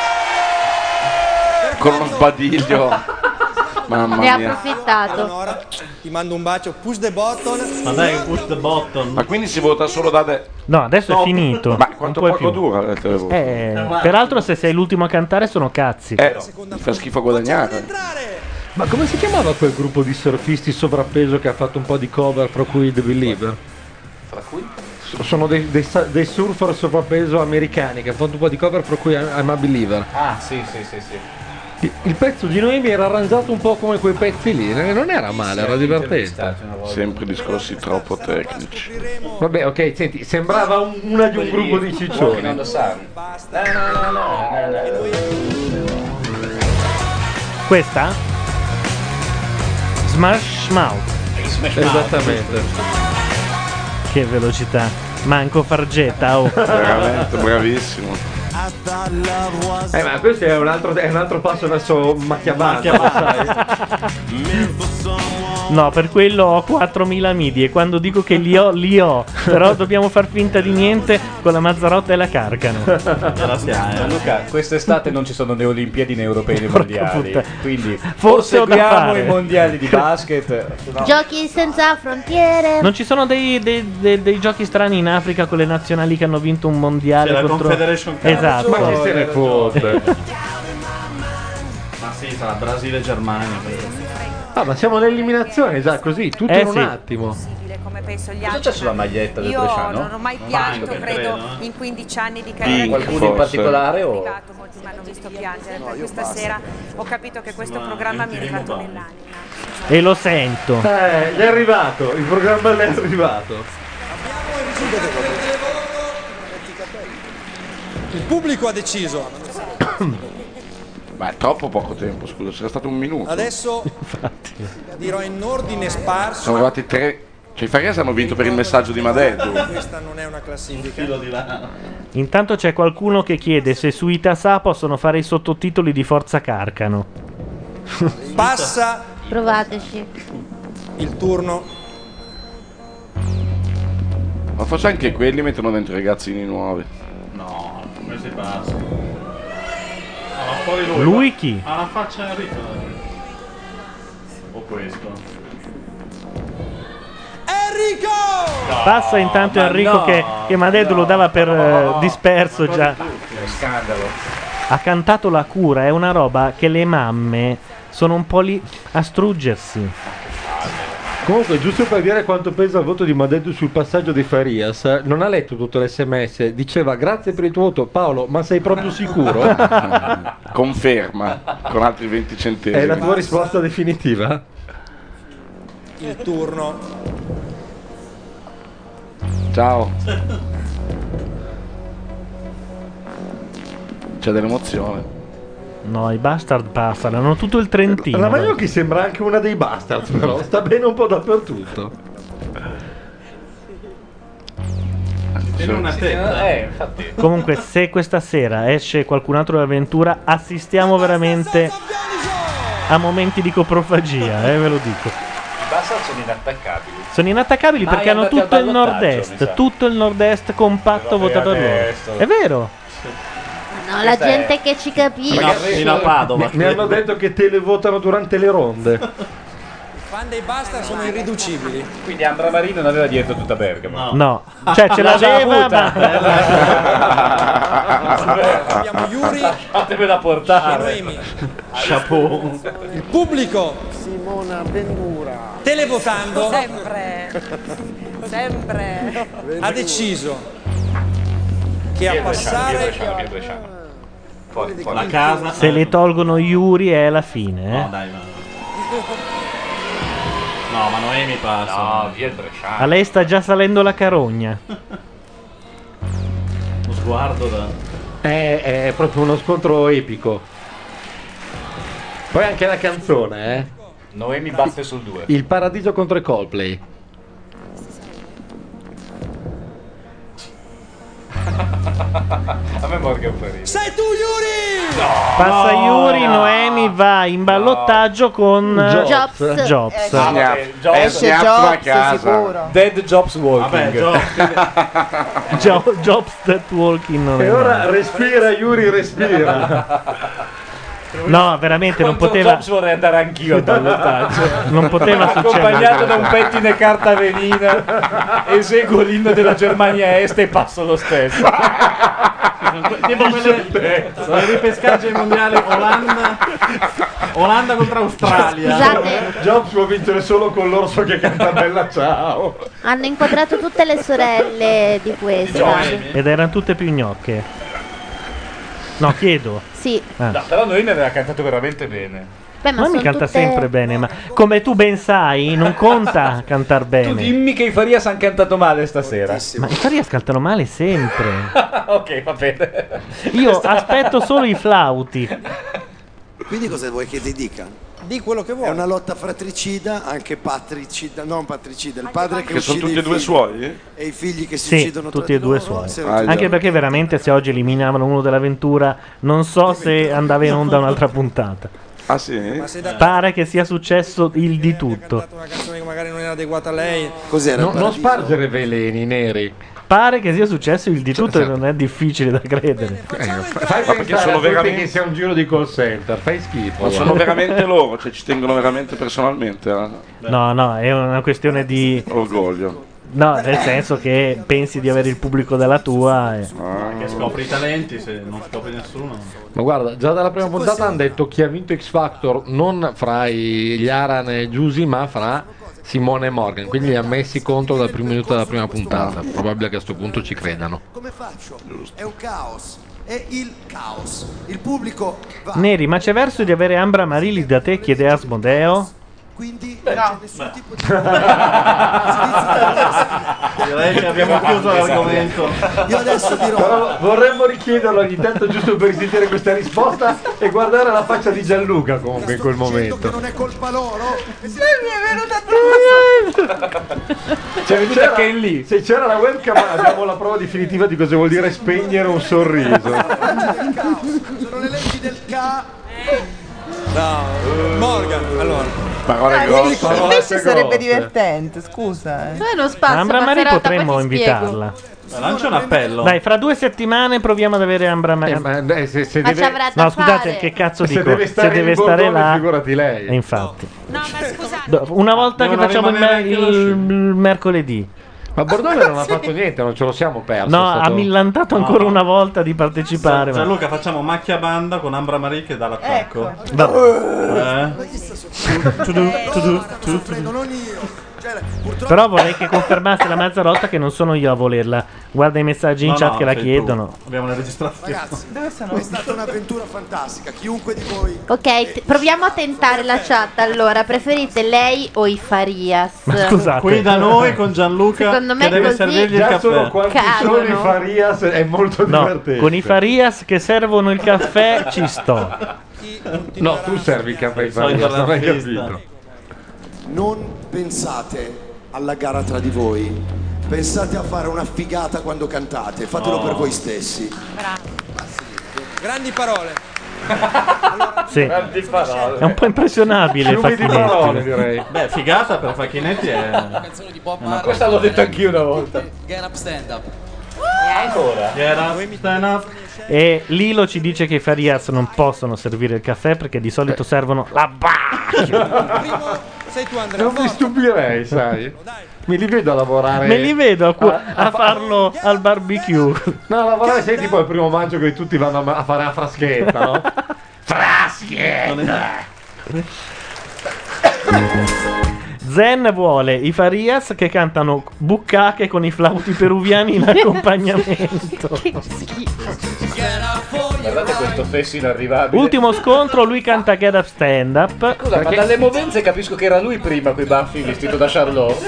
I: Con uno sbadiglio. Mamma
E: Ne ha
I: mia.
E: approfittato.
S: Eleonora, ti mando un bacio. Push the button.
N: Ma dai, push the button.
I: Ma quindi si vota solo da
B: No, adesso è finito.
I: Ma
B: Non
I: quanto
B: puoi
I: poco
B: più.
I: dura il televoto?
B: Peraltro, se sei l'ultimo a cantare, sono cazzi.
I: Mi fa schifo guadagnare.
J: Ma come si chiamava quel gruppo di surfisti sovrappeso che ha fatto un po' di cover, fra cui The Believer?
F: Fra cui?
J: Sono dei surfer sovrappeso americani che hanno fatto un po' di cover, fra cui I'm a Believer.
F: Ah, sì.
J: Il pezzo di Noemi era arrangiato un po' come quei pezzi lì, non era male, era divertente.
I: Sempre discorsi troppo tecnici.
J: Vabbè, ok, senti, sembrava una di un gruppo di ciccioni.
F: Non lo sanno.
B: Questa? Smash Mouth.
J: Esattamente.
B: Che velocità. Manco Fargetta, oh.
I: Veramente bravissimo.
J: Ma questo è un altro passo verso Machiavelli, sai?
B: No, per quello ho 4000 midi e quando dico che li ho. Però dobbiamo far finta di niente con la Mazzarotta e la Carcano.
F: Luca, quest'estate non ci sono né Olimpiadi né Europei né mondiali.
B: puttana.
F: Quindi
B: Forse ho da
F: seguiamo
B: fare.
F: i mondiali di basket. No.
E: Giochi senza frontiere.
B: Non ci sono dei giochi strani in Africa con le nazionali che hanno vinto un mondiale
N: C'è la
B: contro...
N: Confederation Cup.
B: Esatto.
J: Ma chi se ne fotte?
N: Ma sì, sarà Brasile e Germania. credo.
J: Ah, ma siamo all'eliminazione già così, tutto in un
B: sì.
J: attimo.
R: Come penso gli
F: Cosa
R: altri.
F: c'è sulla maglietta del
R: Io
F: Bresciano?
R: non ho mai pianto, credo, in 15 anni di carriera.
F: Qualcuno in particolare o?
R: Molti mi hanno visto piangere, per questa sera ho capito che questo programma mi è entrato nell'anima.
B: E lo sento.
J: Gli è arrivato, il programma le è arrivato.
S: Il pubblico ha deciso.
I: Ma è troppo poco tempo, scusa, c'era stato un minuto.
S: Adesso dirò in ordine sparso.
I: Sono arrivati 3. Cioè i Farias hanno vinto per il messaggio di Madeddu.
S: Questa non è una classifica.
B: Intanto c'è qualcuno che chiede se su Itasà possono fare i sottotitoli di Forza Carcano.
S: Passa
E: Provateci.
S: il turno.
I: Ma forse anche quelli mettono dentro i ragazzini nuovi.
N: No, come si passa? Ah, ma fuori lui.
B: Lui chi?
N: Ha la faccia Enrico. O questo.
S: Enrico!
B: Passa intanto
F: ma
B: Enrico
F: no,
B: che Madeddu lo dava per disperso già.
F: Che scandalo.
B: Ha cantato La cura, è una roba che le mamme sono un po' lì a struggersi.
J: Comunque, giusto per dire quanto pesa il voto di Madeddu sul passaggio dei Farias, non ha letto tutto l'SMS, diceva grazie per il tuo voto Paolo, ma sei proprio sicuro?
I: Conferma, con altri 20 centesimi.
J: È la tua risposta definitiva?
S: Il turno.
I: Ciao. C'è dell'emozione.
B: No, i bastard passano, hanno tutto il Trentino.
J: La Magliocchi sembra anche una dei bastards, però sta bene un po' dappertutto.
N: Tiene una testa.
F: Infatti.
B: Comunque, se questa sera esce qualcun altro dell'avventura, assistiamo veramente a momenti di coprofagia, ve lo dico.
F: I Bastard sono inattaccabili.
B: Sono inattaccabili
F: Mai
B: perché hanno
F: andati al
B: tutto il
F: ballottaggio, mi
B: nord-est,
F: sa.
B: tutto il nord-est compatto
F: Però
B: votato a loro.
F: adesso-
B: È vero.
E: No, la gente che ci capisce.
N: Fino a Padova.
J: Mi hanno detto che televotano durante le ronde.
S: Fan dei Bastard sono irriducibili.
F: Quindi Ambra Marino non aveva dietro tutta Bergamo.
B: No, cioè ce l'aveva, ma...
S: Abbiamo Yuri
F: Fatemela
S: e
F: portare.
S: Noemi.
N: Chapeau.
S: Il pubblico
H: Simona Ventura.
S: televotando
L: Sempre.
S: ha deciso che a passare
F: Fuori.
N: La casa.
B: Se le tolgono Yuri è la fine,
N: No, dai, ma. No, ma Noemi passa.
F: No, via il Bresciano.
B: A lei sta già salendo la carogna.
N: Lo sguardo da.
J: È proprio uno scontro epico. Poi anche la canzone,
F: Noemi batte sul 2.
J: Il paradiso contro i Coldplay.
F: A me Morgan fa ridere.
S: Sei tu, Yuri!
B: Passa Yuri, Noemi va in ballottaggio con
E: Jobs.
B: Jobs.
D: Esce Jobs sicuro.
F: Dead Jobs Walking.
B: Jobs that walking non
J: E
B: è
J: ora
B: male.
J: respira, Yuri, respira.
B: No, veramente non
F: Contro
B: poteva.
F: Jobs vorrei andare anch'io al ballottaggio.
B: Non poteva
F: Accompagnato
B: succedere.
F: da un pettine carta venina, eseguo l'inno della Germania Est e passo lo stesso.
N: Tipo quelle ripescaggi ai mondiali Olanda contro Australia.
E: Scusate.
J: Jobs può vincere solo con l'orso che canta Bella Ciao.
E: Hanno inquadrato tutte le sorelle di questa.
B: Ed erano tutte più gnocche. No, chiedo.
E: Sì.
B: Ah.
F: No, però noi ne aveva cantato veramente bene.
E: Beh,
B: Ma mi
E: sono
B: canta
E: tutte-
B: sempre bene, ma come tu ben sai, non conta cantar
F: Tu
B: bene.
F: dimmi che i Farias hanno cantato male stasera.
B: Ma i Farias cantano male sempre.
F: Ok, va bene.
B: Io aspetto solo i flauti.
H: Quindi cosa vuoi che ti dica?
S: Di quello che vuoi.
H: È una lotta fratricida, anche patricida, non patricida, il padre che
I: Che sono
H: uccide
I: tutti e
H: i
I: due
H: figli
I: suoi?
H: e i figli che si
B: Sì,
H: uccidono
B: tutti
H: tra
B: e
H: di
B: due
H: loro.
B: suoi.
H: Se-
B: Anche perché veramente se oggi eliminavano uno dell'avventura, non so se andava in onda un'altra puntata.
I: Ah sì?
S: Ma sei d'accordo?
B: Pare che sia successo il di tutto.
S: Una canzone che magari non era adeguata a lei.
H: Cos'era?
J: No, non spargere veleni neri.
B: Pare che sia successo il di tutto e non è difficile da credere.
J: Fai
I: perché
J: pensare
I: sono
J: a tutti
I: veramente-
J: che sia un giro di call center. Fai schifo.
I: Ma sono veramente loro, cioè ci tengono veramente personalmente.
B: No, no, è una questione di
I: Orgoglio.
B: No, nel senso che pensi di avere il pubblico della tua.
N: Che scopri i talenti, se non scopri nessuno.
J: Ma guarda, già dalla prima puntata hanno detto chi ha vinto X Factor non fra gli Aran e Giusy, ma fra Simone e Morgan. Quindi li ha messi contro dal primo minuto della prima puntata. Probabile che a questo punto ci credano.
H: Come faccio? È un caos. È il caos. Il pubblico va.
B: Neri, ma c'è verso di avere Ambra Marili da te, chiede Asmodeo?
H: Quindi
B: no.
H: c'è nessun tipo di
N: Direi che abbiamo chiuso l'argomento.
H: Io adesso dirò.
J: Però vorremmo richiederlo ogni tanto giusto per sentire questa risposta e guardare la faccia di Gianluca comunque in quel momento.
H: Non è colpa loro.
D: Mi è venuta
J: Cioè, se c'era la webcam abbiamo la prova definitiva di cosa vuol dire spegnere un sorriso.
H: Sono le leggi del ca.
S: No, Morgan, allora.
I: Parole grosse.
D: Invece sarebbe divertente, scusa.
E: Non spazio,
B: Ambra
E: ma
B: Marì
E: serata,
B: potremmo
E: poi ti spiego.
B: invitarla.
N: Lancia un appello.
B: Dai, fra 2 settimane proviamo ad avere Ambra Marì.
J: Se
E: Ma ci avrà da
B: No, scusate,
E: fare.
B: che cazzo
J: Se
B: dico?
J: deve stare
B: se deve
J: in
B: stare
J: Bordone,
B: là,
J: figurati lei.
B: Infatti.
R: No, ma scusate.
B: Una volta che
J: Devono
B: facciamo
J: rimanere anche lo
B: il mercoledì.
J: Ma Bordone non ha fatto niente, non ce lo siamo perso.
B: No,
J: è stato-
B: ha millantato ancora una volta di partecipare. ma-
N: Gianluca, facciamo macchia banda con Ambra Marì che dà l'attacco. Però
B: vorrei che confermasse la Mazzarotta che non sono io a volerla. Guarda i messaggi in
N: No,
B: chat
N: no,
B: che la
N: sei tu.
B: chiedono.
N: Abbiamo le registrazioni.
H: Ragazzi, è stata un'avventura fantastica. Chiunque di voi.
E: Ok, proviamo a tentare la chat. Allora, preferite lei o i Farias?
B: Ma scusate.
N: Qui da noi con Gianluca
E: Secondo me
N: che deve
E: così
N: servirgli il
J: Già
N: caffè.
J: solo quanti sono i Farias è molto
B: No,
J: divertente.
B: con i Farias che servono il caffè ci sto.
J: No, tu servi il caffè ai
N: solito
J: Farias, non hai
N: razzista.
J: capito.
H: Non pensate alla gara tra di voi. Pensate a fare una figata quando cantate. Fatelo
N: Oh.
H: per voi stessi.
S: Grandi parole.
B: Sì. È un po' impressionabile
N: Fiumi di parole,
B: Facchinetti.
N: direi. Beh, figata per Facchinetti è.
C: Canzone di Bob Marley.
J: Questa l'ho detto anch'io una volta.
C: Get up, stand up.
F: Ancora?
N: Stand up.
B: E Lilo ci dice che i Farias non possono servire il caffè perché di solito servono la
S: Sei tu Andrea.
J: Non mi stupirei, sai. Me li vedo a lavorare.
B: Me li vedo a farlo al barbecue.
J: No, a lavorare sei tipo il primo maggio che tutti vanno a fare la fraschetta, no? Fraschetta!
B: Zen vuole i Farias che cantano buccache con i flauti peruviani in accompagnamento.
F: Guardate questo fesso inarrivabile.
B: Ultimo scontro, lui canta Get Up Stand Up.
F: Scusa, ma dalle movenze capisco che era lui prima coi baffi vestito da Charlot.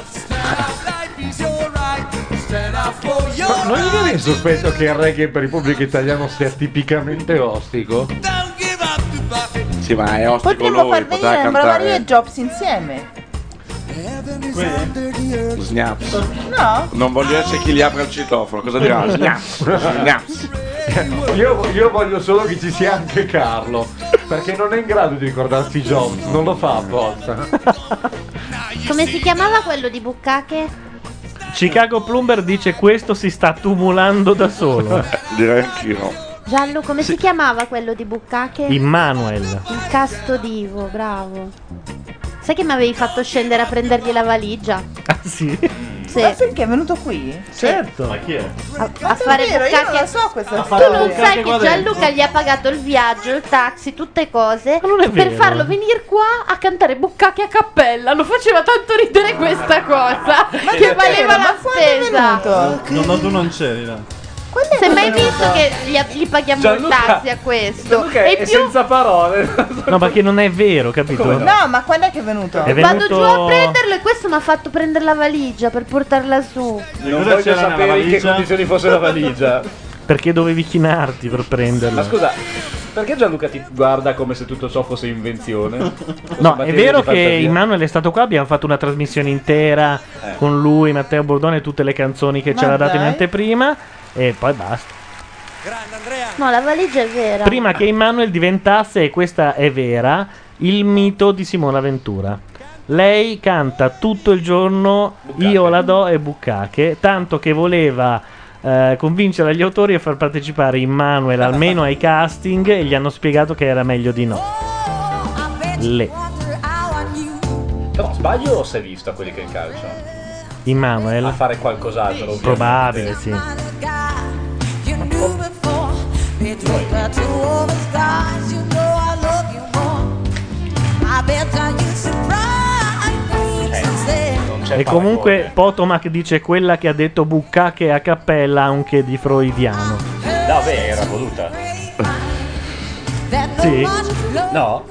J: Ma non gli viene il sospetto che il reggae per il pubblico italiano sia tipicamente ostico?
I: Sì, ma è ostico
D: Potremmo
I: lui,
D: far
I: potrà
D: venire Ambra Marì
I: cantare.
D: e Jobs insieme.
I: Snaps.
D: No?
I: Non voglio essere chi gli apre il citofono, cosa dirà? Snaps. Snaps.
J: Io voglio solo che ci sia anche Carlo, perché non è in grado di ricordarsi Jobs, non lo fa apposta.
E: Come si chiamava quello di Bukkake?
B: Chicago Plumber dice questo si sta tumulando da solo.
I: Direi anch'io.
E: Giallo, come si chiamava quello di Bukkake?
B: Immanuel.
E: Il castodivo, bravo. Sai che mi avevi fatto scendere a prendergli la valigia?
B: Ah sì?
E: Sì.
D: Ma perché è venuto qui?
B: Certo.
N: Ma chi è?
E: A fare
D: Io non
E: Bukkake.
D: la so questa
E: Tu non
D: storia.
E: sai che Gianluca gli ha pagato il viaggio, il taxi, tutte cose
B: non è
E: per
B: vero.
E: farlo venire qua a cantare Bukkake a cappella. Lo faceva tanto ridere questa cosa che valeva la spesa.
N: No, tu non c'eri là.
E: Se mai visto che gli paghiamo
B: Gianluca-
E: il taxi a questo?
F: Gianluca
E: E
F: è
E: più
F: senza parole.
B: No, ma che non è vero, capito?
D: No, ma quando è che è venuto?
B: È
E: vado
B: venuto-
E: giù a prenderlo e questo mi ha fatto prendere la valigia per portarla su.
F: Non voglio sapere in che condizioni fosse la valigia.
B: Perché dovevi chinarti per prenderlo.
F: Ma scusa, perché Gianluca ti guarda come se tutto ciò fosse invenzione?
B: No,
F: Fosse
B: è
F: materia
B: vero
F: di
B: che
F: fantasia?
B: Immanuel è stato qua, abbiamo fatto una trasmissione intera con lui, Matteo Bordone e tutte le canzoni che
E: Ma
B: ci aveva dato in
E: dai.
B: anteprima e poi basta.
E: No, la valigia è vera.
B: Prima che Immanuel diventasse, e questa è vera, il mito di Simona Ventura. Lei canta tutto il giorno Io la do e Bukkake, tanto che voleva convincere gli autori a far partecipare Immanuel almeno ai casting e gli hanno spiegato che era meglio di no.
F: Però sbaglio o si è visto a quelli che calciano?
B: Immanuel
F: A fare qualcos'altro, ovviamente.
B: probabile, sì. E comunque Potomac dice quella che ha detto Bukkake a cappella anche di freudiano.
F: Vabbè, era voluta.
B: Sì?
F: No?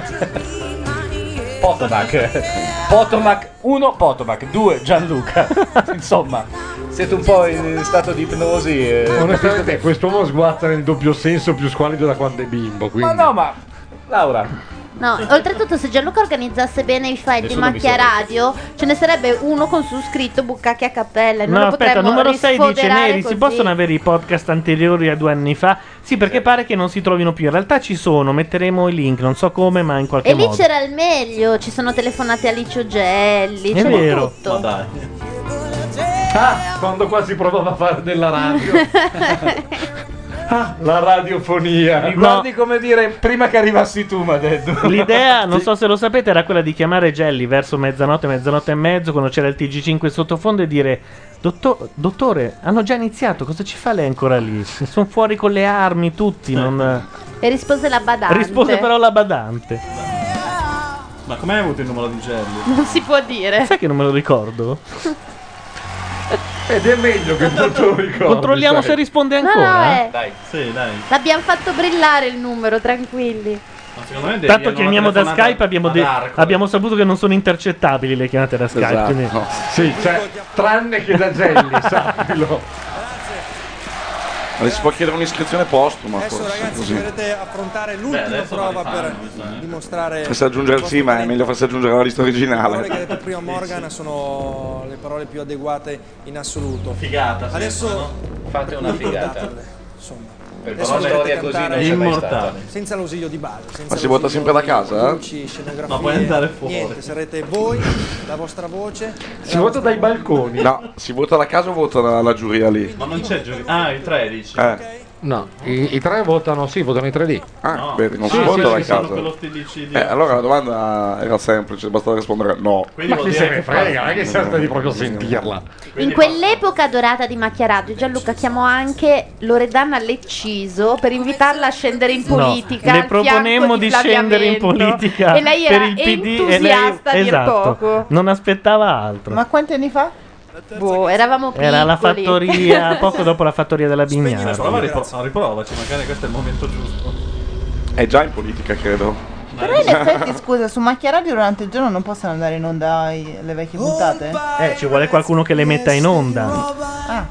F: Potomac. Potomac 1, Potomac 2, Gianluca. Insomma, siete un po' in stato di ipnosi.
J: Onestamente quest'uomo sguazza nel doppio senso più squallido da quando è bimbo, quindi.
F: Ma no, ma Laura,
E: No, oltretutto se Gianluca organizzasse bene i file di
F: Nessuno mi
E: Macchia
F: sorride.
E: Radio, ce ne sarebbe uno con su scritto Bukkake a cappella. E noi
B: No,
E: lo
B: aspetta,
E: potremmo
B: numero 6 dice
E: risfoderare
B: Neri, si
E: così.
B: possono avere i podcast anteriori a 2 anni fa? Sì, perché pare che non si trovino più. In realtà ci sono, metteremo i link, non so come, ma in qualche
E: E lì
B: modo.
E: c'era il meglio, ci sono telefonate a Licio Gelli,
B: È
E: c'era
B: vero.
E: tutto.
N: dai.
J: Ah, quando qua si provava a fare della radio. Ah, la radiofonia.
F: mi guardi come dire prima che arrivassi tu, mi ha detto.
B: L'idea, non so se lo sapete, era quella di chiamare Gelli verso mezzanotte e mezzo, quando c'era il TG5 in sottofondo, e dire: dottore, hanno già iniziato, cosa ci fa lei ancora lì? Sono fuori con le armi tutti, non...
E: E rispose la badante.
B: Rispose però la badante.
N: Ma come hai avuto il numero di Gelli?
E: Non si può dire.
B: Sai che non me lo ricordo?
J: Ed è meglio che non te lo ricordi.
B: Controlliamo se risponde
E: No,
B: ancora.
E: no, è-
F: Dai.
N: Sì, dai.
E: L'abbiamo fatto brillare il numero, tranquilli.
N: Ma secondo me devi
B: Tanto
N: andare
B: chiamiamo
N: una
B: da
N: telefonata
B: Skype,
N: ad Arco.
B: abbiamo saputo che non sono intercettabili le chiamate da Skype.
I: Esatto.
B: Quindi...
J: Sì, cioè, tranne che da Gelli, sappilo.
I: Ma si può chiedere un'iscrizione postuma,
S: Adesso
I: forse,
S: ragazzi
I: così.
S: dovrete affrontare l'ultima
N: adesso
S: prova
N: la
S: per
N: rifanno, bisogna.
S: dimostrare
I: Farsi aggiungere sì, ma è meglio farsi aggiungere la lista
S: le parole che ha
I: originale.
S: detto prima Morgan sono le parole più adeguate in assoluto.
N: Figata, sì,
S: Adesso
N: no?
F: Fate una figata.
S: ricordatele, insomma.
F: Per
S: Adesso
F: una
S: dovete
F: storia così
S: cantare
F: non c'è mai
N: Immortale.
F: stata.
S: senza l'ausilio di base, senza
I: Ma si vota
S: l'ausilio
I: sempre da
S: di
I: casa, eh?
S: luci, scenografie,
N: Ma puoi andare fuori.
S: niente, sarete voi, la vostra voce.
J: Si vota dai balconi.
I: No, si vota da casa o vota la giuria lì?
N: Ma non c'è giuria. Ah, il 13.
J: No, i tre votano, sì, votano i tre lì.
I: Ah,
N: No.
I: vedi, non
N: Sì,
I: si vota
N: sì,
I: da
N: sì, fanno
I: casa.
N: quello stilicidio.
I: Allora la domanda era semplice, bastava rispondere no.
N: Quindi
J: Ma
N: vuol
J: chi
N: dire
J: se ne
N: che
J: frega, non è che si tratta di proprio sentirla.
E: In quell'epoca dorata di Macchia Radio, Gianluca chiamò anche Loredana Lecciso per invitarla a scendere in politica.
B: le
E: al
B: proponemmo
E: fianco
B: di
E: Flavia
B: scendere in
E: Mento.
B: politica
E: E lei
B: per
E: era
B: il PD
E: entusiasta a dir
B: esatto,
E: poco.
B: non aspettava altro.
D: Ma quanti anni fa?
E: Boh, eravamo piccoli.
B: Era la fattoria, poco dopo la fattoria della Bignara.
N: Riprovaci, magari questo è il momento giusto.
I: È già in politica, credo.
D: Però in effetti, scusa, su Macchia Radio durante il giorno non possono andare in onda le vecchie puntate?
B: Ci vuole qualcuno che le metta in onda.
D: Ah,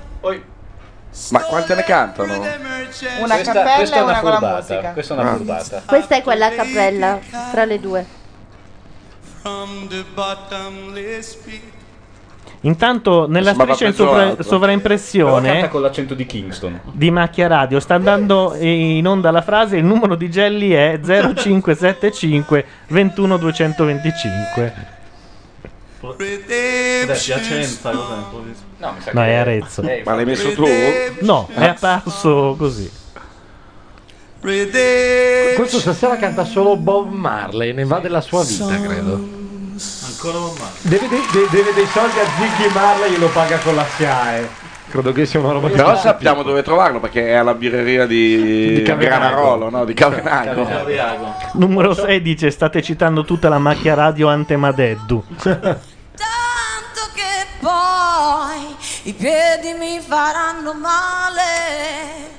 I: Ma quante ne cantano?
D: una cappella e una con la musica.
F: Questa è una furbata.
E: Questa è quella a cappella, fra le due.
M: from the bottomless pit.
B: Intanto nella
F: Sembrava
B: striscia in
F: pezzo alto. Però
B: sovraimpressione
F: canta con l'accento di Kingston.
B: di Macchia Radio sta andando in onda la frase: il numero di Gelli è 0575 21 225.
N: Piacenza, cos'è?
F: No, mi sa
B: No,
F: che
B: è Arezzo.
I: Ma l'hai messo tu?
B: No, è apparso così.
J: Questo stasera canta solo Bob Marley, ne va della sua vita, credo.
N: Ancora Bob Marley.
J: Deve dei soldi a Ziggy Marley e lo paga con la SIAE. Credo che sia una roba
I: Però
J: di
I: sappiamo dove trovarlo perché è alla birreria di Granarolo, no? Di Cavenago.
B: Numero 6 dice: state citando tutta la Macchia Radio Antemadeddu.
K: Poi i piedi mi faranno male.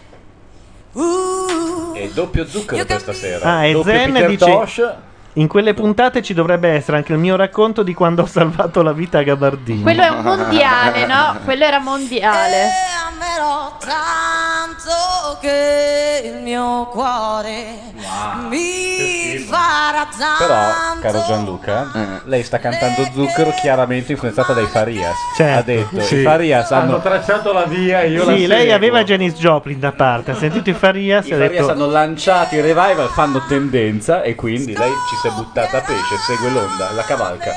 F: E doppio zucchero per stasera.
B: Ah, e
F: Doppio
B: Zen
F: Peter
B: dice:
F: Tosh.
B: in quelle puntate ci dovrebbe essere anche il mio racconto di quando ho salvato la vita a Gabardini.
E: Quello è un mondiale, no? Quello era mondiale.
K: Amerò tanto che il mio cuore mi farà tanto.
F: Però, caro Gianluca, lei sta cantando Zucchero chiaramente influenzata dai Farias. Ha detto,
J: Sì.
F: i Farias hanno
J: tracciato la via e io la
B: Sì, lei
J: seguo.
B: aveva Janis Joplin da parte, ha sentito i Farias
F: I
B: e ha
F: Farias
B: detto:
F: hanno lanciato i revival, fanno tendenza e quindi lei ci si è buttata a pesce, segue l'onda, la cavalca.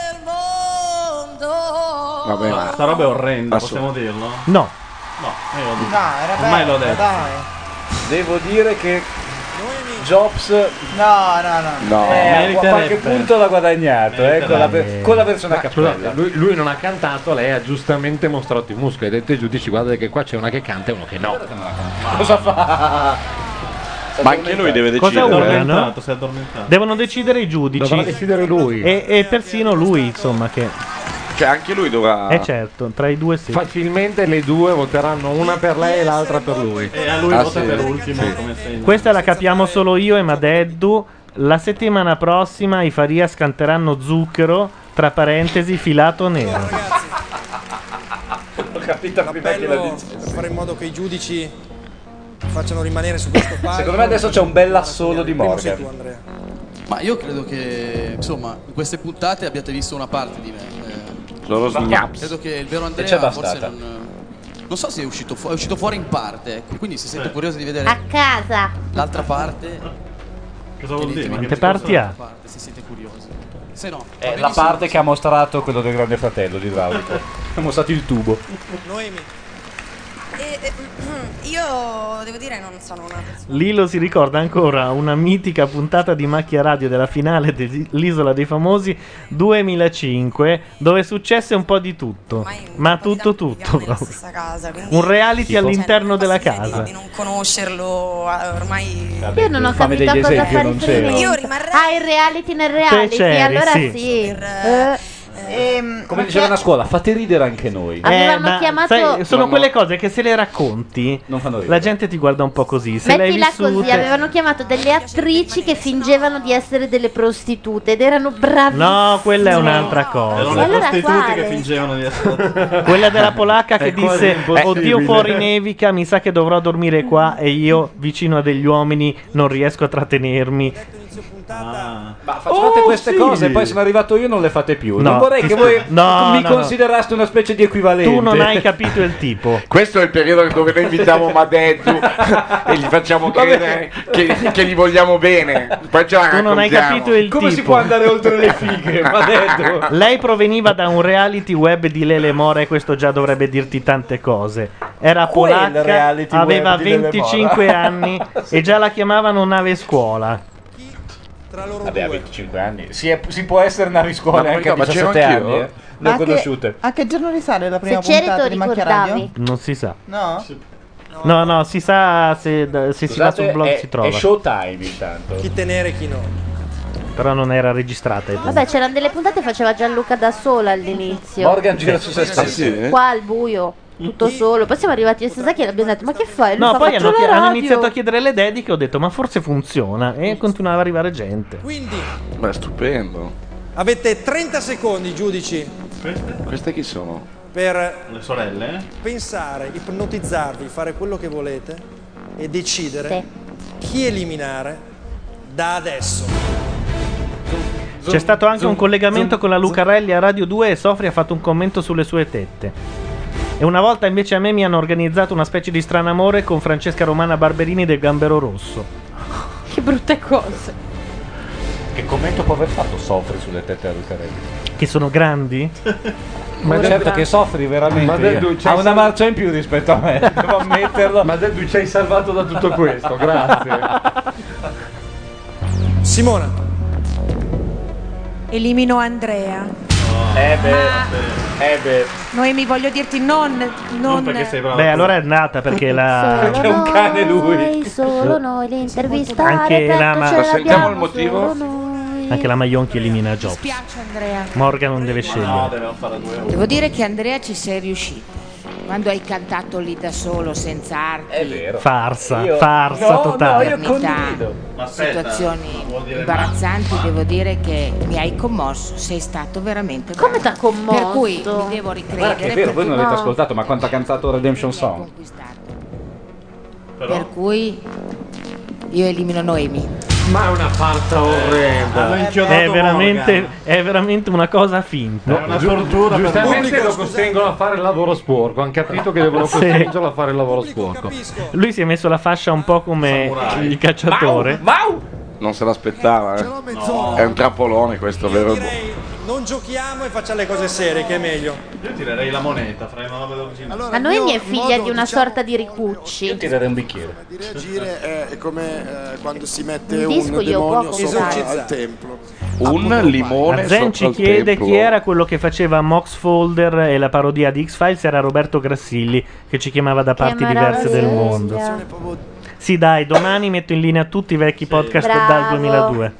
I: Vabbè, ma
N: Sta roba è orrenda,
I: Assu-
N: possiamo dirlo?
B: no.
N: No, io lo dico.
D: No, era
N: Ormai
D: bello,
N: l'ho detto.
D: dai.
F: Devo dire che Jobs
D: No.
I: no.
F: a qualche punto l'ha guadagnato con la versione a
J: Ma,
F: cappella.
J: scusate, lui non ha cantato, lei ha giustamente mostrato i muscoli, ha detto ai giudici: guardate che qua c'è una che canta e uno che no.
F: Cosa fa?
I: Ma anche lui deve
B: Cosa
I: decidere.
B: urlano?
N: Si è addormentato.
B: Devono decidere i giudici.
J: Dovrà decidere lui.
B: E persino lui, insomma, che...
I: Cioè anche lui dovrà...
B: certo, tra i due sì.
J: Facilmente le due voteranno una per lei e l'altra per lui.
N: E a lui
I: Ah,
N: vota
I: sì.
N: per ultimo,
J: Sì.
N: come segno.
B: Questa la capiamo solo io e Madeddu. La settimana prossima i Farias canteranno Zucchero, tra parentesi, filato nero.
F: Ho capito prima che la
S: Appello
F: dice.
S: per fare in modo che i giudici facciano rimanere su questo palco.
F: Secondo me adesso c'è un bel assolo di
S: Primo sei
F: Morgan.
S: tu, Andrea.
C: Ma io credo che, insomma, in queste puntate abbiate visto una parte di me.
I: Solo snaps.
C: Credo che il vero
F: c'è
C: Andrea forse
F: bastata.
C: non so se è uscito fuori in parte, ecco. Quindi se siete curiosi di vedere
E: A casa.
C: l'altra parte,
N: Cosa vuol dire?
B: Quante parti ha?
C: parte, se siete curiosi. Se no, va
F: È la
C: benissimo.
F: parte che ha mostrato quello del Grande Fratello di idraulico. Ha mostrato il tubo.
S: Noemi.
U: Io devo dire non sono una persona.
B: Lilo si ricorda ancora una mitica puntata di Macchia Radio della finale dell'Isola dei Famosi 2005, dove successe un po' di tutto. Ma tutto proprio.
U: Stessa casa, quindi
B: Un reality
U: tipo,
B: all'interno della
U: di
B: casa.
U: non conoscerlo ormai.
E: Io non ho
F: Fame
E: capito a
F: degli
E: cosa
F: esempi,
E: fa
F: non c'era.
E: riferimento.
U: Io rimarrei-
E: Ah, il reality nel reality,
B: c'eri,
E: allora
B: sì.
E: sì.
F: Come dicevano a scuola, fate ridere anche noi.
E: Avevamo
B: ma
E: chiamato-
B: sai, sono
F: No,
B: quelle
F: no.
B: cose che se le racconti
F: Non fanno ridere.
B: la gente ti guarda un po' così. Se l'hai
E: Mettila
B: vissute...
E: così, avevano chiamato delle attrici che fingevano di essere delle prostitute ed erano bravissime.
B: No, quella è un'altra
N: Erano
B: cosa.
N: le
E: Allora
N: prostitute
E: quale?
N: che fingevano di essere.
B: Quella della polacca che
J: È quasi
B: disse:
J: impossibile.
B: oddio, fuori nevica, mi sa che dovrò dormire qua e io vicino a degli uomini non riesco a trattenermi.
N: Ah.
F: Ma facevate queste
B: sì.
F: cose e poi sono arrivato io e non le fate più.
B: No,
F: non vorrei
B: ti
F: che
B: sto-
F: voi
B: no,
F: mi
B: no,
F: consideraste una specie di equivalente.
B: Tu non hai capito il tipo.
I: Questo è il periodo dove noi invitiamo Madeddu e gli facciamo credere che gli vogliamo bene. Poi ce la
B: Tu non hai
I: raccontiamo.
B: capito il
F: Come
B: tipo.
F: si può andare oltre le fighe? Ma detto.
B: Lei proveniva da un reality web di Lele Mora e questo già dovrebbe dirti tante cose. Era
F: Quel
B: polacca,
F: reality
B: aveva
F: web di Lele
B: 25
F: Mora.
B: anni e già la chiamavano nave scuola.
S: Tra loro
F: Vabbè, a
S: due.
F: 25 anni. Si può essere navi scuola
I: Ma
F: anche a
I: ma c'ero
F: 17
I: anch'io?
F: anni. Le ho
D: a che,
F: conosciute.
D: a che giorno risale la prima
E: Se c'eri
D: puntata
E: te
D: di
E: lo
D: Macchia Radio?
E: ricordavi.
B: Non si sa.
D: No?
B: No, si sa se si va
F: Scusate,
B: sul blog
F: è,
B: si trova.
F: è Showtime intanto.
S: Chi tenere e chi no.
B: Però non era registrata.
E: Vabbè, c'erano delle puntate che faceva Gianluca da sola all'inizio.
F: Morgan gira su se stesso.
I: sì?
E: Qua al buio, tutto solo. Poi siamo arrivati a Sasaki e abbiamo detto: ma che fai? Lui
B: No,
E: fa,
B: poi
E: "Faccio
B: hanno,
E: la
B: hanno
E: radio".
B: iniziato a chiedere le dediche. Ho detto, ma forse funziona. E continuava ad arrivare gente.
S: Quindi
I: Beh, stupendo.
S: avete 30 secondi, giudici,
I: Queste chi sono?
S: per
N: Le sorelle?
S: pensare, ipnotizzarvi, fare quello che volete e decidere chi eliminare da adesso.
B: C'è stato anche un collegamento con la Lucarelli a Radio 2 e Sofri ha fatto un commento sulle sue tette. E una volta invece a me mi hanno organizzato una specie di strano amore con Francesca Romana Barberini del Gambero Rosso.
E: Che brutte cose.
F: Che commento può aver fatto Sofri sulle tette a Lucarelli?
B: Che sono grandi?
F: Ma certo che Sofri veramente ha una marcia in più rispetto a me, devo ammetterlo.
J: Ma Deddu ci hai salvato da tutto questo, grazie.
S: Simona.
R: Elimino Andrea. Noemi, voglio dirti non
N: perché sei brava.
B: Beh, allora è andata perché la...
E: Solo
F: Che è un cane lui.
E: Solo noi l'intervistare.
B: Anche la
E: ma
I: sentiamo il motivo.
B: Anche la Maionchi elimina Jobs.
R: Mi spiace Andrea.
B: Morgan non deve scegliere.
N: Devono fare 2 euro.
U: Devo dire che Andrea ci sei riuscito. Quando hai cantato lì da solo, senza arti.
F: È vero.
B: Farsa
F: Io-
B: totale.
F: io condivido.
N: Ma aspetta,
U: Situazioni
N: vuol dire
U: imbarazzanti, devo dire che mi hai commosso. Sei stato veramente bravo.
E: Come t'ha commosso?
U: Per cui mi devo
F: Guarda
U: ricredere.
F: che è vero, voi non avete
E: No.
F: ascoltato, ma quanto ha cantato Redemption Song?
U: Per cui io elimino Noemi.
J: Ma è una farsa orrenda.
B: È veramente una cosa finta.
J: No, giustamente lo costringono a fare il lavoro sporco. Hanno capito che devono
B: Sì.
J: costringerlo a fare il lavoro sporco.
B: Lui si è messo la fascia un po' come il cacciatore.
I: Non se l'aspettava, È un trappolone questo, vero?
S: Non giochiamo e facciamo le cose serie, che è meglio.
N: Io tirerei la moneta, farei una roba così.
E: Ma Noemi è figlia di una sorta di Ricucci.
F: Io tirerei un bicchiere.
H: Di reagire è come quando si mette
E: Un
H: un
E: disco io
H: demonio
E: poco
H: sopra
E: sai.
H: al tempio.
I: Un limone
B: Zen ci
I: sopra il
B: chiede
I: templo.
B: chi era quello che faceva Mox Folder e la parodia di X-Files. Era Roberto Grassilli, che ci chiamava da parti diverse del mondo. Sì, dai, domani metto in linea tutti i vecchi podcast
E: Bravo.
B: dal 2002.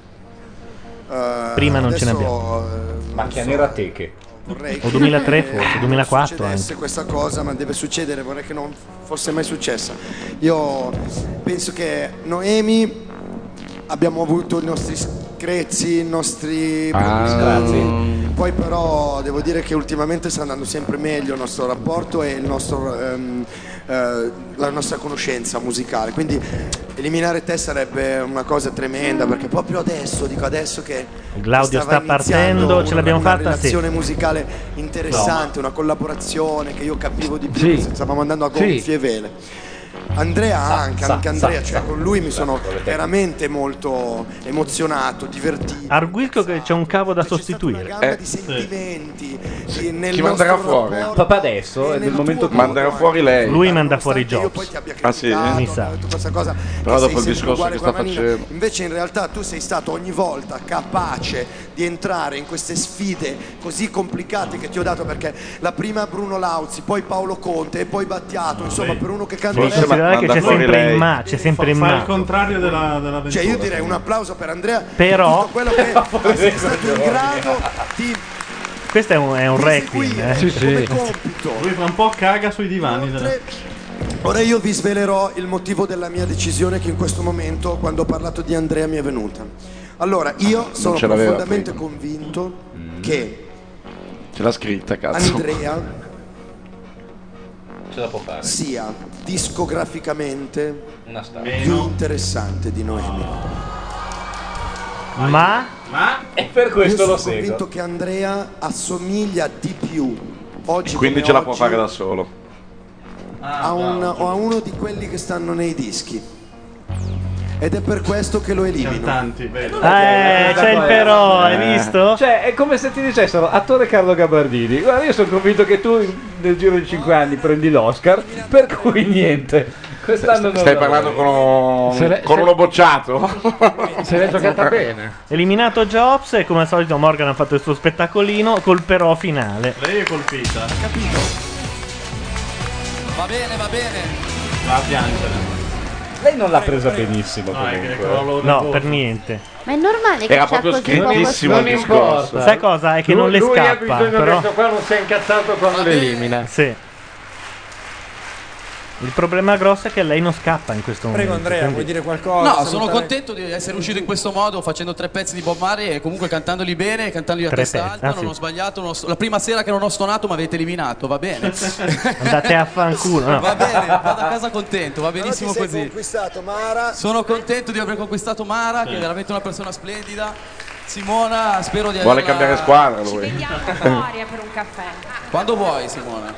B: Prima non ce ne abbiamo.
F: Macchia nera teche.
B: O 2003 forse, 2004
H: succedesse
B: anche.
H: questa cosa, ma deve succedere, vorrei che non fosse mai successa. Io penso che Noemi abbiamo avuto i nostri screzi, i nostri
F: Grazie.
H: poi però devo dire che ultimamente sta andando sempre meglio il nostro rapporto e il nostro la nostra conoscenza musicale, quindi eliminare te sarebbe una cosa tremenda, perché proprio adesso, dico adesso che
B: Claudio
H: stava
B: sta partendo,
H: iniziando
B: ce l'abbiamo
H: una
B: fatta?
H: relazione
B: Sì.
H: musicale interessante, una collaborazione che io capivo di più,
J: Sì.
H: che stavamo andando a gonfie vele. Andrea anche Andrea, cioè con lui mi sono veramente molto emozionato, divertito.
B: Arguisco che c'è un cavo da sostituire.
H: Gamma di sentimenti nel
I: Chi manderà
H: nostro
I: fuori?
H: rapporto.
F: Proprio adesso è del momento che
I: Manderà fuori lei.
B: Lui manda fuori Jobs.
I: Ah sì?
B: Mi sa.
H: Questa cosa
I: Però
H: che
I: dopo
H: sei
I: il
H: sempre
I: discorso
H: uguale
I: che
H: con
I: sta
H: la manina.
I: facendo.
H: Invece in realtà tu sei stato ogni volta capace di entrare in queste sfide così complicate che ti ho dato, perché la prima Bruno Lauzi, poi Paolo Conte e poi Battiato, insomma, per uno che canta
I: Forse
B: Considerare che
I: manda
B: c'è
I: fuori
B: sempre
I: lei.
B: in ma, c'è sempre in
N: Fa il
B: ma.
N: contrario della
H: cioè io direi un applauso per Andrea,
B: Però-
H: tutto quello che sei stato in grado di
B: Questo è un requiem.
J: Sì, sì.
H: compito.
N: Lui fra un po' caga sui divani.
H: Ora io vi svelerò il motivo della mia decisione che in questo momento, quando ho parlato di Andrea, mi è venuta. Allora, io sono
I: ce l'aveva
H: profondamente convinto che
I: Ce l'ha scritta, cazzo.
H: Andrea
F: ce la può fare.
H: sia discograficamente
F: Una star.
H: più interessante di Noemi.
B: Ma
F: E per
H: Io
F: questo
H: sono
F: lo seguo.
H: convinto che Andrea assomiglia di più oggi
I: Quindi
H: come
I: ce la può
H: oggi
I: fare da solo.
H: a uno di quelli che stanno nei dischi. Ed è per questo che lo elimino.
B: c'è il però, hai visto?
F: Cioè, è come se ti dicessero, attore Carlo Gabardini, guarda, io sono convinto che tu nel giro di 5 anni prendi l'Oscar, per cui niente. Quest'anno non
I: Stai
F: lo
I: parlando
F: voglio.
I: con uno bocciato?
J: Se l'hai giocata bene.
B: Eliminato Jobs e come al solito Morgan ha fatto il suo spettacolino col però finale.
N: Lei è colpita.
C: Capito? Va bene, va bene.
N: Va a piangere.
F: Lei non l'ha presa benissimo
N: comunque.
B: No, per niente.
E: Ma è normale che
I: Era
E: c'ha
I: proprio
E: così poco
I: scrittissimo il
J: Non
I: discorso.
J: importa.
B: Sai cosa? È che non le
J: Lui ha
B: scappa,
J: bisogno
B: però.
J: che questo qua non sia incazzato quando le elimina.
B: Sì. Il problema grosso è che lei non scappa in questo
S: Prego
B: momento.
S: Andrea,
B: quindi-
S: vuoi dire qualcosa?
C: No, sono
S: Salutare-
C: contento di essere uscito in questo modo, facendo 3 pezzi di Bob Marley e comunque cantandoli bene, cantandoli a
B: 3
C: testa
B: pezzi,
C: alta,
B: ah,
C: non
B: sì.
C: ho sbagliato, la prima sera che non ho suonato mi avete eliminato, va bene.
B: Andate a fanculo. No.
C: Va bene, vado a casa contento, va benissimo così.
H: conquistato Mara.
C: Sono contento di aver conquistato Mara, che è veramente una persona splendida. Simona, spero di
I: Vuole
C: averla-
I: cambiare squadra
R: Ci
I: lui.
R: vediamo fuori per un caffè.
C: Quando vuoi, Simona.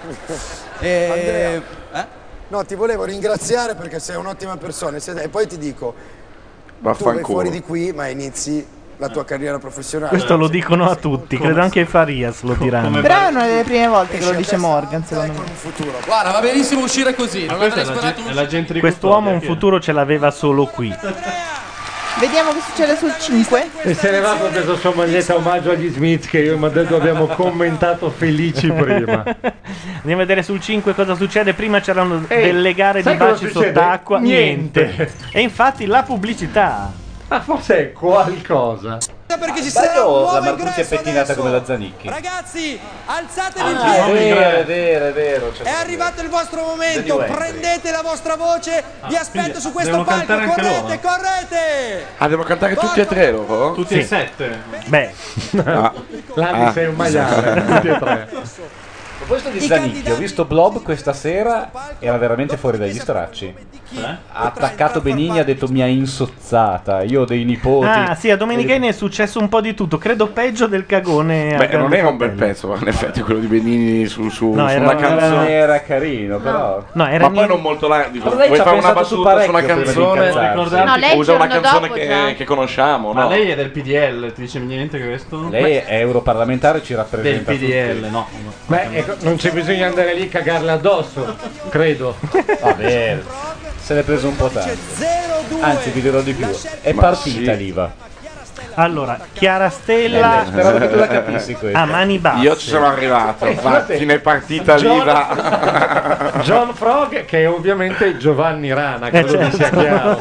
H: Andrea. No, ti volevo ringraziare perché sei un'ottima persona e poi ti dico, tu vai
I: Vaffanculo.
H: fuori di qui ma inizi la tua carriera professionale.
B: Questo lo dicono a tutti, credo anche ai Farias lo diranno.
D: Però è una delle prime volte che lo dice Morgan, secondo me.
C: Guarda, va benissimo uscire così. Non
N: questa
C: avrei
N: è la
C: sperato
N: è la gente di
B: Quest'uomo
N: Custodia,
B: un
N: chi è?
B: futuro ce l'aveva solo qui.
D: Vediamo che succede sul 5.
J: E se ne va con questa sua maglietta omaggio agli Smith che io e Madeddo abbiamo commentato felici prima.
B: Andiamo a vedere sul 5 cosa succede. Prima c'erano delle gare di
J: sai cosa
B: baci
J: succede?
B: sott'acqua.
J: Niente.
B: E infatti la pubblicità.
J: Ma forse è qualcosa.
S: Perché ci sarà un
F: la
S: nuovo
F: Marcucci è
S: ingresso
F: pettinata
S: adesso.
F: come la Zanicchi.
S: Ragazzi, alzatevi in
F: È
S: piedi.
F: vero, è vero.
S: È arrivato il vostro momento,
F: Vedi Wentry.
S: prendete la vostra voce, vi aspetto su questo
I: devono
S: palco,
I: cantare anche
S: correte, correte!
I: Ah, devo cantare tutti e tre loro?
N: Tutti e 7.
B: Beh,
J: Landi sei un maiale, tutti e tre.
F: A proposito di Zanicchi, ho visto Blob questa sera, era veramente fuori dagli stracci. Ha attaccato Benigni, ha detto mi ha insozzata, io ho dei nipoti.
B: Ah sì, a Domenichini è successo un po' di tutto. Credo peggio del cagone.
I: Beh, non era un bel pezzo, in effetti, quello di Benini su
B: No, era-
I: una canzone.
F: Era carino, però.
B: No, era
I: Ma poi
B: niente-
I: non molto largo. Dico,
F: Ma lei
I: vuoi
F: ci ha
I: fare una
F: pensato su
I: battuta su una
F: parecchio prima di
I: canzone?
F: incazzarsi.
E: No, lei il
I: Usa una
E: giorno
I: canzone
E: dopo già.
I: che conosciamo,
N: Ma
I: no?
N: lei è del PDL, ti dice niente questo?
F: Lei è europarlamentare, ci
N: del
F: rappresenta.
N: PDL,
F: tutti.
N: no.
J: Beh, ecco, non c'è bisogno di andare lì a cagarle addosso, credo.
F: Vabbè, se l'è preso un po' tanto. Anzi, vi dirò di più. È partita l'IVA.
B: Allora, Chiara Stella.
F: Speravo che tu la capissi questa.
B: Ah, mani basse.
I: Io ci sono arrivato, infatti, ne è partita l'IVA.
J: John Frog, che è ovviamente Giovanni Rana, credo che sia chiaro.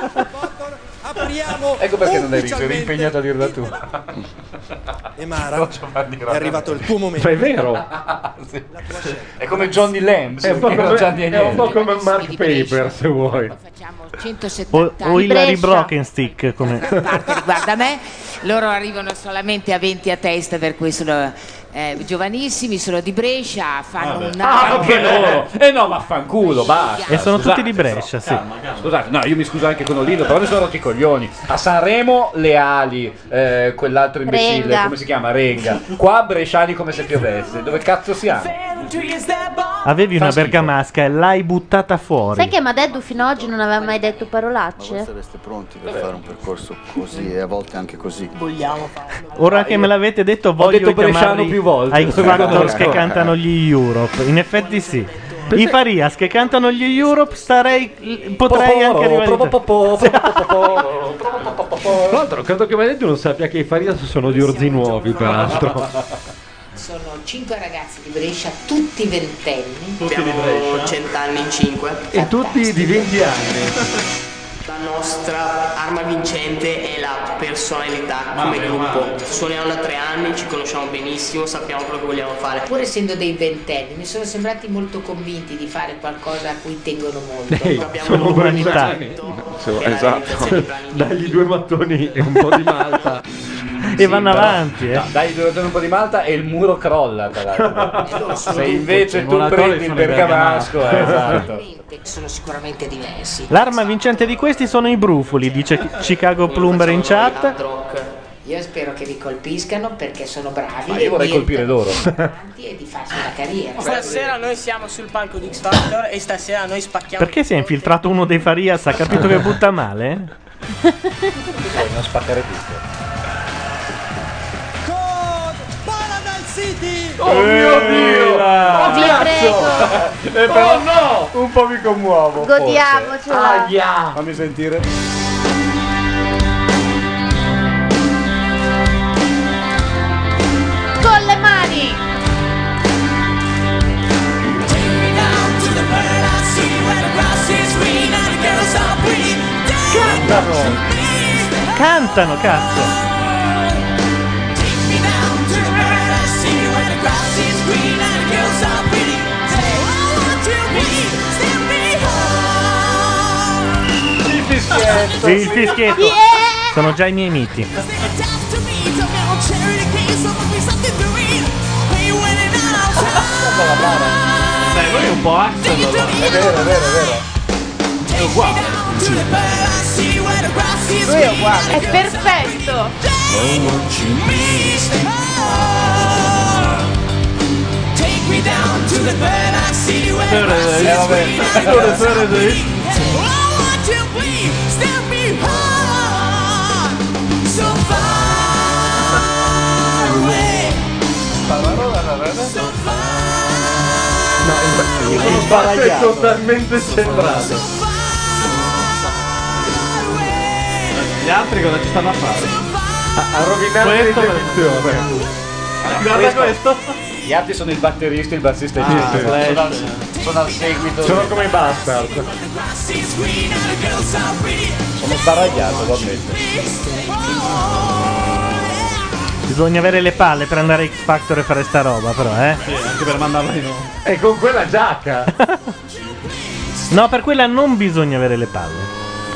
S: Apriamo
F: Ecco perché non hai riso, eri
S: ufficialmente
F: impegnato a dirla tu.
S: E Mara, è arrivato il tuo momento.
J: Ma è vero?
F: Sì. È come Johnny Lambs,
J: È un po'
F: che non
J: come,
F: c'ha niente.
J: è un po' come Mark Paper, se vuoi.
B: O Hilary Brokenstick come.
G: parte riguarda me, loro arrivano solamente a 20 a testa, per cui sono giovanissimi, sono di Brescia, fanno un
F: Anche loro! No, vaffanculo, basta.
B: E sono
F: Scusate,
B: tutti di Brescia, sì.
F: Scusate, no, io mi scuso anche con Olino, però mi sono rotti i coglioni. A Sanremo Leali, quell'altro imbecille,
E: Renga.
F: come si chiama? Renga. Qua bresciani come se piovesse. Dove cazzo siamo?
B: Avevi una bergamasca e l'hai buttata fuori.
E: Sai che Madeddu fino ad oggi non aveva mai detto parolacce?
P: Sareste pronti per fare un percorso così e a volte anche così? Vogliamo farlo.
B: Ora che me l'avete detto, voglio
F: detto bresciano
B: chiamarli
F: più volte.
B: ai X Factors che cantano gli Europe. In effetti sì. I Farias che cantano gli Europe potrei anche rivalizzare.
J: Tra l'altro, credo che Madeddu non sappia che i Farias sono di orzi nuovi, peraltro.
G: Sono 5 ragazzi di Brescia, tutti ventenni.
W: Abbiamo 100 anni in 5.
J: E tutti di 20 anni.
W: La nostra arma vincente è la personalità come gruppo. Suoniamo da 3 anni, ci conosciamo benissimo, sappiamo quello che vogliamo fare.
G: Pur essendo dei ventenni, mi sono sembrati molto convinti di fare qualcosa a cui tengono molto.
J: Sono
B: l'umanità.
J: Esatto. Dagli 2 mattoni e un po' di malta.
B: E vanno avanti,
F: No, dai un po' di malta e il muro crolla, tra l'altro. Se invece
N: I
F: tu
N: muratori
F: prendi il
N: sono i
F: bergamasco, esatto.
G: Sono sicuramente diversi.
B: L'arma vincente di questi sono i brufoli, dice Chicago Plumber in chat.
G: Io spero che vi colpiscano perché sono bravi.
F: Ma io vorrei colpire loro.
G: E di farsi una carriera.
W: Stasera noi siamo sul palco di X Factor e stasera noi spacchiamo.
B: Perché si è infiltrato uno dei Farias? Ha capito che butta male?
F: Non spaccare tutto.
S: City!
F: Oh mio Dio!
E: Oh, vi prego.
F: Però no! Un po' mi commuovo.
E: Godiamocela.
F: Aia. Fammi sentire.
E: Con le mani.
B: Cantano, cazzo. Il fischietto. Sono già i miei miti.
N: Beh, lui è un po' Axel.
F: È vero.
N: È uguale.
D: Lui è uguale.
E: È perfetto.
M: Take me down to the bird I see where I see so far away. So
J: No, il basso è totalmente centrato.
N: Gli altri cosa ci stanno a fare?
J: A rovinare l'esecuzione.
N: Guarda questo.
F: Gli altri sono il batterista e il bassista sono al seguito.
J: Sono come i Bastard.
F: Sono sbaragliato, lo ammetto.
B: Bisogna avere le palle per andare a X Factor e fare sta roba, però,
N: Sì, anche per mandarla in onda.
J: E con quella giacca.
B: No, per quella non bisogna avere le palle.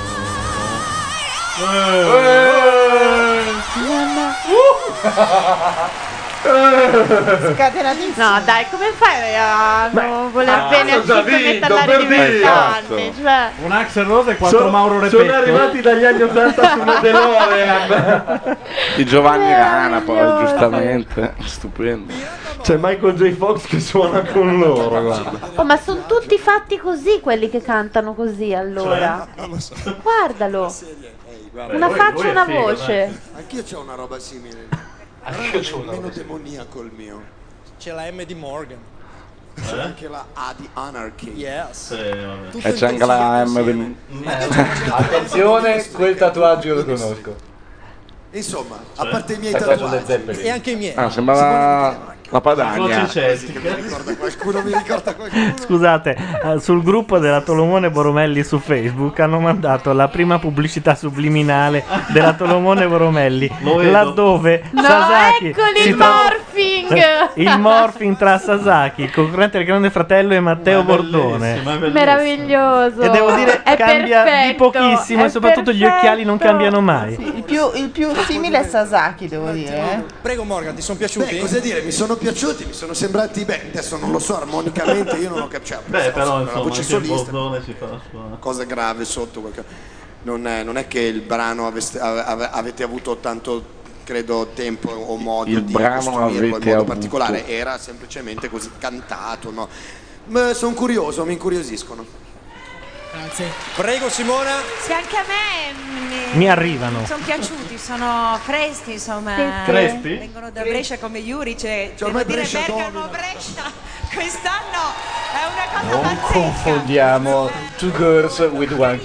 D: Scatenatissimo.
E: No, dai, come fai a non voler bene a
J: già
E: 5
J: vinto,
E: metallari di
J: per dire.
E: 20 anni? Cioè.
N: Un Axel Rose e 4 Mauro Repetto.
J: Sono arrivati dagli anni 80 su una DeLorean.
I: Di Giovanni Rana poi, giustamente. Stupendo.
J: C'è Michael J. Fox che suona con loro, guarda.
E: Oh, ma sono tutti fatti così quelli che cantano così allora.
H: Non lo so.
E: Guardalo. Una faccia e una voce.
H: Anch'io c'ho una roba simile.
S: Anch'io c'ho una
H: meno
S: roba simile.
H: demoniaco il mio.
S: C'è la M di Morgan.
H: C'è anche la A di Anarchy.
S: Yes.
I: E c'è anche la M.
F: Attenzione, quel tatuaggio io lo conosco.
H: Insomma, a parte i miei
F: Tatuaggio
H: tatuaggi
F: del Zeppelin.
S: E anche i miei.
I: Ah, sembrava la Padania.
H: Qualcuno mi ricorda qualcuno.
B: Scusate, sul gruppo della Tolomone Boromelli su Facebook hanno mandato la prima pubblicità subliminale della Tolomone Boromelli, laddove
E: No,
B: Sasaki
E: eccoli
B: si
E: il
B: trova-
E: morphing.
B: il morphing tra Sasaki, il concorrente del Grande Fratello, e Matteo Bordone.
E: Meraviglioso.
B: E devo dire,
E: è
B: cambia di
E: perfetto,
B: pochissimo,
E: è
B: e soprattutto gli occhiali non
E: perfetto.
B: cambiano mai.
D: Il più simile è Sasaki, devo dire.
S: Prego Morgan, ti sono piaciuti?
H: Beh, cosa dire? Mi sono piaciuti, mi sono sembrati, beh, adesso non lo so, armonicamente io non ho capito.
N: Beh, però
H: la
N: insomma,
H: voce
N: anche il
H: solista,
N: Bordone si fa la sua.
H: cosa grave sotto. Non è che il brano avete avuto tanto, credo, tempo o modo
I: Il
H: di
I: brano
H: costruirlo in
I: avete
H: modo
I: avuto.
H: particolare, era semplicemente così cantato, no? Sono curioso, mi incuriosiscono.
S: Grazie. Prego Simona.
R: Sì, anche a me
B: Mi arrivano.
R: sono piaciuti, sono freschi, insomma.
B: Freschi?
R: Vengono da Brescia come Yuri, cioè devo
H: ormai
R: dire
H: Brescia
R: Bergamo Brescia quest'anno è una cosa
F: Non
R: pazzesca.
F: confondiamo two girls with one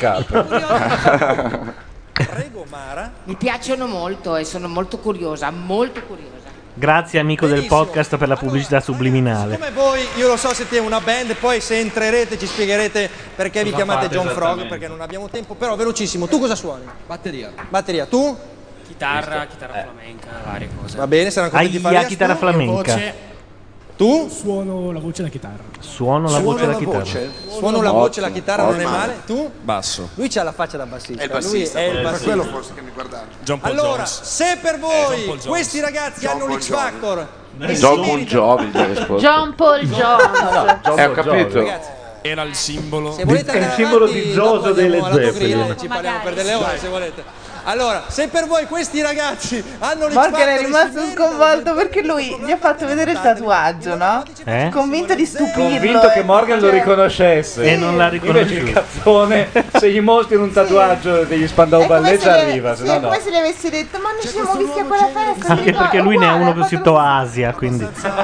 F: cup.
S: Prego Mara.
G: Mi piacciono molto e sono molto curiosa, molto curiosa.
B: Grazie amico del podcast per la pubblicità subliminale.
S: Come voi, io lo so, siete una band, poi se entrerete ci spiegherete perché vi
N: Cosa
S: chiamate
N: fate
S: John Frog,
N: esattamente?
S: perché non abbiamo tempo, però velocissimo. Tu cosa suoni?
O: Batteria.
S: Batteria, tu?
O: Chitarra flamenca, varie cose.
S: Va bene, saranno contenti di fare
B: Aia, chitarra flamenca.
S: Tu?
O: Suono la voce e la chitarra.
B: Suono la voce e la chitarra.
S: Suono la voce e la chitarra, non è
H: Ottimo.
S: male. Tu?
O: Basso.
S: Lui c'ha la faccia da bassista.
H: È il bassista,
S: Lui è il
H: per
S: bassista.
H: quello forse che mi guardate.
O: John Paul
S: Allora,
O: Jones.
S: se per
O: John Paul
S: voi
O: Jones.
S: questi ragazzi
H: John
S: hanno
H: Paul
S: l'X
H: Jones.
S: Factor
I: John Bon Jovi gli ha risposto.
E: John Paul Jones.
I: Ho capito.
S: ragazzi,
O: Era il simbolo.
S: se volete
J: È il
S: andare
J: simbolo
S: avanti,
J: di Jojo
S: dopo
J: dei
S: andiamo
J: Led
S: alla Grill,
J: Zeppelin.
S: ci parliamo per delle ore se volete. Allora, se per voi questi ragazzi hanno l'X
D: Morgan
S: Factor
D: è
S: e
D: rimasto
S: si
D: sconvolto perché lui gli ha fatto vedere il tatuaggio, no? Convinto di stupirlo.
F: Convinto che Morgan lo
D: Cioè,
F: riconoscesse.
B: E non l'ha
F: Invece il
B: riconosciuto.
F: cazzone, se gli mostri un tatuaggio degli Spandau
D: È come
F: Ballet
D: se le-
F: arriva, se
D: sì,
F: no
D: è
F: no.
D: come se gli avessi detto, ma noi ci siamo visti a quella festa.
B: Anche perché lui ne ha uno così Asia, quindi.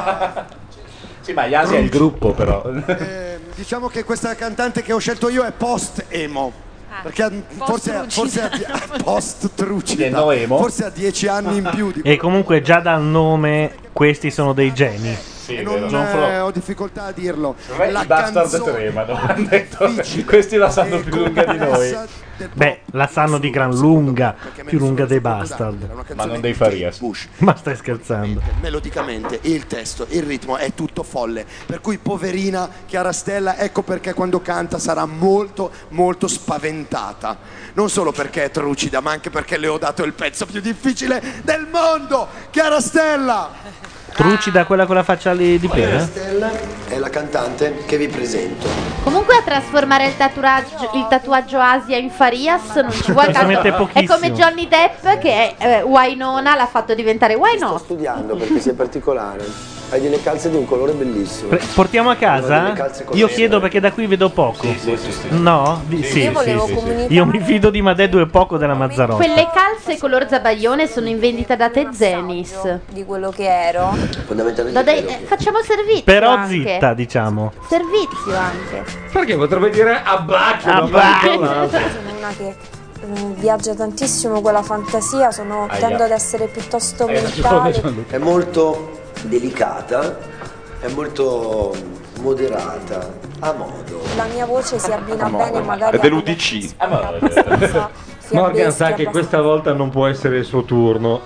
F: Sì, ma Yasia è il gruppo però.
H: Diciamo che questa cantante che ho scelto io è post-emo. Perché forse ha post-trucida.
F: No emo.
H: Forse ha 10 anni in più di
B: E comunque già dal nome questi sono dei geni.
F: Sì,
H: e
F: è
H: non
F: vero. John Frog.
H: ho difficoltà a dirlo.
F: I bastard tremano. Hanno detto, questi la sanno più lunga di noi.
B: Beh, la sanno di gran lunga, più lunga dei Bastard.
F: Ma non dei Farias.
B: Ma stai scherzando?
H: Melodicamente il testo, il ritmo è tutto folle, per cui poverina Chiara Stella, ecco perché quando canta sarà molto molto spaventata, non solo perché è trucida ma anche perché le ho dato il pezzo più difficile del mondo. Chiara Stella,
B: Trucida, quella con la faccia di pera?
H: Stella è la cantante che vi presento.
E: Comunque a trasformare il tatuaggio Asia in Farias non ci vuole
B: Ci si mette
E: tanto. È
B: pochissimo.
E: come Johnny Depp che Wynonna l'ha fatto diventare Why
H: Sto
E: Not?
H: studiando perché sei particolare. Hai delle calze di un colore bellissimo.
B: Portiamo a casa?
H: Delle calze con
B: Io
H: le-
B: chiedo perché da qui vedo poco. No? Sì,
E: Io volevo
B: sì.
E: comunicare-
B: Io mi fido di Madeddu e poco della Mazzarotta.
E: Quelle calze color zabaglione sono in vendita da te Zenis.
K: Di quello che ero.
H: Fondamentalmente
E: facciamo servizio
B: Però
E: anche.
B: zitta, diciamo.
E: Servizio anche.
J: Perché potrebbe dire abbacchio da
E: Abbacchio.
J: un lato.
K: Sono una che viaggia tantissimo con la fantasia, tendo ad essere piuttosto mentale.
H: È molto delicata, è molto moderata, a modo.
K: La mia voce si abbina bene magari
I: È dell'UDC.
J: Morgan sa che questa volta non può essere il suo turno.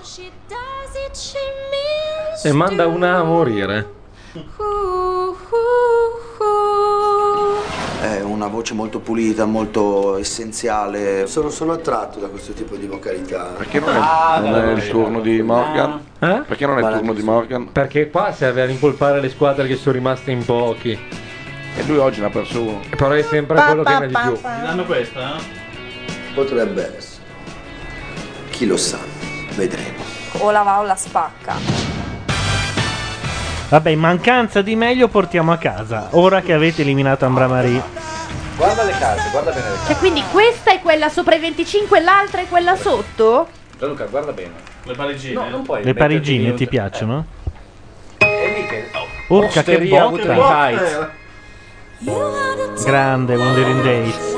J: E manda una a morire.
P: È una voce molto pulita, molto essenziale.
H: Sono attratto da questo tipo di vocalità.
I: Perché non è il turno di Morgan? Perché non è il turno di Morgan?
J: Perché qua serve a rimpolpare le squadre che sono rimaste in pochi.
I: E lui oggi ne ha perso uno.
J: Però è sempre quello che ne ha di più.
N: Ti danno questa?
H: Potrebbe essere. Chi lo sa, vedremo.
K: O la va o la spacca.
B: Vabbè, in mancanza di meglio portiamo a casa. Ora che avete eliminato Ambra Marie.
F: Guarda le carte, guarda bene le carte.
E: Cioè quindi questa è quella sopra i 25 e l'altra è quella sotto?
F: Gianluca, guarda bene.
N: Le parigine?
F: No, non puoi
B: Le
F: metterti
B: parigine
F: in-
B: ti piacciono?
F: È lì che...
B: Urca, che
F: Osteria
B: botta!
F: Wuthering Heights.
B: Grande Wandering Days.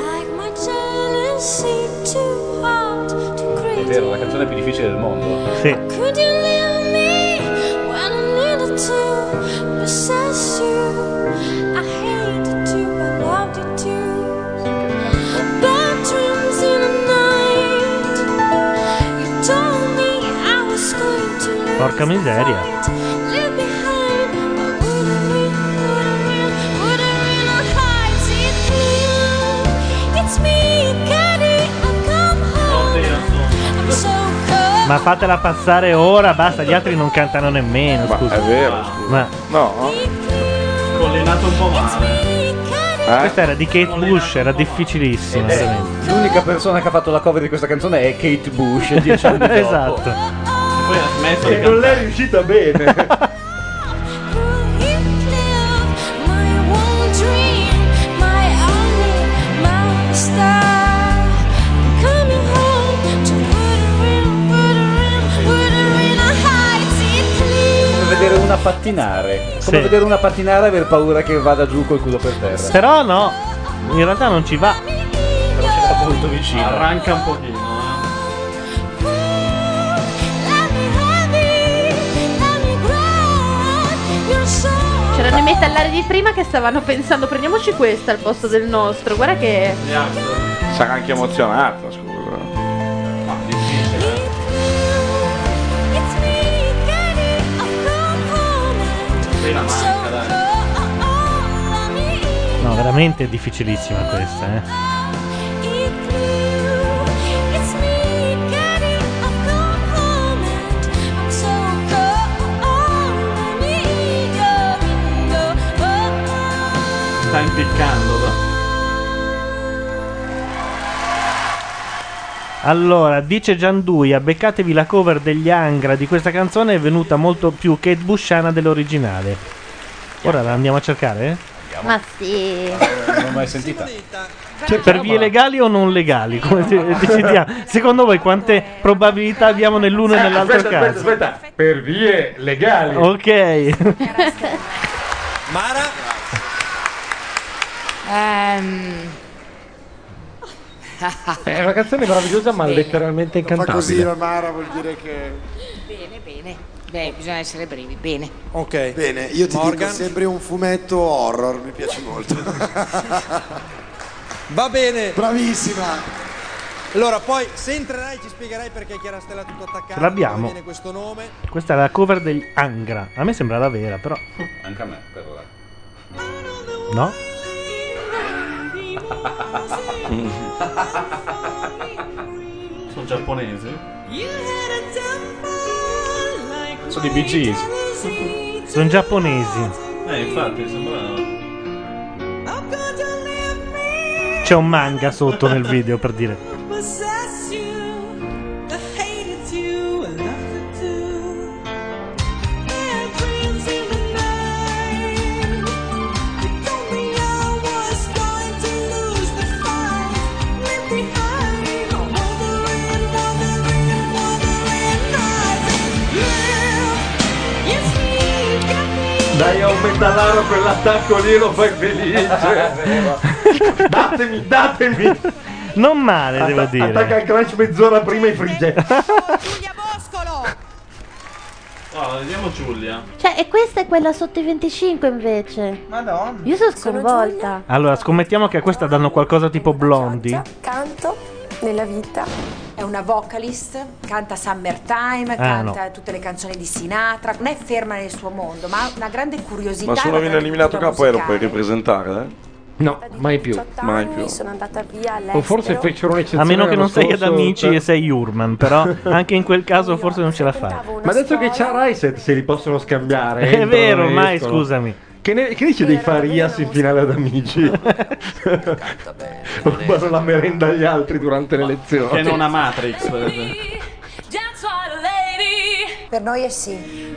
F: È vero, la canzone più difficile del mondo.
B: Sì.
K: Could you leave me when I needed to possess you? I hated you, I loved you too. Bad dreams in the night. You told me I was going to lose.
B: Porca miseria.
K: Leave behind my wouldn't hide it blue. It's me, Kenny, I've come home. I'm so cold.
B: Ma fatela passare ora, basta, gli altri non cantano nemmeno, scusa.
I: È vero, scusa.
B: Ma
I: No?
N: Scollinato un po' male.
B: questa era di Kate Bush, era difficilissima, veramente.
F: L'unica persona che ha fatto la cover di questa canzone è Kate Bush 10 anni dopo.
B: Esatto.
N: Poi ha smesso di
J: E non l'è
N: cantare.
J: riuscita bene.
K: My one dream, my only, my star. Coming home to Wuthering Heights, it clear.
F: Come vedere una pattinare. Come
B: Sì.
F: vedere una pattinare e aver paura che vada giù col culo per terra.
B: Però no, in realtà non ci va.
F: Però c'era molto vicino.
N: Arranca un pochino,
E: C'erano i metallari di prima che stavano pensando prendiamoci questa al posto del nostro. Guarda che
I: Sarà anche emozionato, scusa.
N: Ma difficile. Sei la manca, dai.
B: No, veramente è difficilissima questa, eh.
N: Sta impiccando.
B: Allora, dice Gianduia, beccatevi la cover degli Angra di questa canzone, è venuta molto più Kate Bushiana dell'originale. Ora la andiamo a cercare?
E: ma sì.
F: Non l'ho mai sentita.
B: Cioè, per vie legali o non legali? Come decidiamo? Secondo voi quante probabilità abbiamo nell'uno e nell'altro caso?
J: Aspetta, per vie legali.
B: Ok.
S: Mara?
J: È una canzone meravigliosa, ma letteralmente incantabile.
H: Fa così la Mara, vuol dire che...
G: Bene, bene. Beh, bisogna essere brevi, bene.
S: Ok.
H: Bene, io ti
S: Morgan?
H: dico sempre un fumetto horror, mi piace molto.
S: Va bene.
H: Bravissima.
S: Allora, poi se entrerai ci spiegherai perché Chiara Stella tutto attaccato.
B: Ce l'abbiamo.
S: dove viene questo nome.
B: Questa è la cover degli Angra. A me sembra la vera, però.
F: Anche a me, per ora.
B: No?
N: Sono giapponesi?
F: Sono i Bee Gees.
B: Sono giapponesi.
N: Infatti, sembrava.
B: C'è un manga sotto nel video per dire.
K: Possess you, I hated you, I loved it too. Had dreams in the night. You told me I was going to lose the fight. Left behind, wandering nights. Yes, he got me.
J: Dai a un metallaro quell'attacco lì, lo fai felice. datemi.
B: Non male, devo dire.
J: Attacca il crunch mezz'ora prima e frigge.
N: Oh, vediamo Giulia.
E: Cioè, e questa è quella sotto i 25 invece.
D: Madonna.
E: Io sono sconvolta.
B: Allora, scommettiamo che a questa danno qualcosa tipo Blondie.
Q: Canto nella vita.
R: È una vocalist, canta Summertime, canta tutte le canzoni di Sinatra, non è ferma nel suo mondo, ma ha una grande curiosità.
I: Ma se uno viene eliminato qua poi lo puoi ripresentare, eh?
J: No, mai più.
I: Mai più.
Q: Sono andata via all'estero.
J: O forse fecero un'eccezione.
B: A meno che
J: l'anno
B: non sei ad
J: scorso,
B: Amici
J: cioè-
B: e sei Urman, però anche in quel caso forse non ce la fai.
J: Ma adesso che c'ha Raiset se li possono scambiare.
B: È vero,
J: entrano e
B: ormai
J: escono.
B: scusami.
J: Che dice dei Farias in finale ad Amici? Rubano la merenda agli altri durante le lezioni.
N: Che non ha Matrix, per esempio.
Q: Per noi è sì.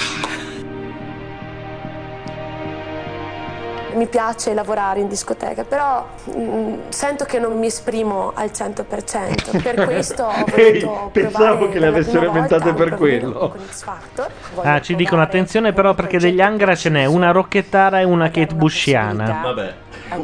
Q: Mi piace lavorare in discoteca, però sento che non mi esprimo al 100%. Per questo ho voluto
J: pensavo che le avessero inventate per quello.
Q: con X Factor.
B: Ah, ci dicono attenzione però perché degli Angra ce n'è una rocchettara e una Kate Bushiana.
N: Vabbè.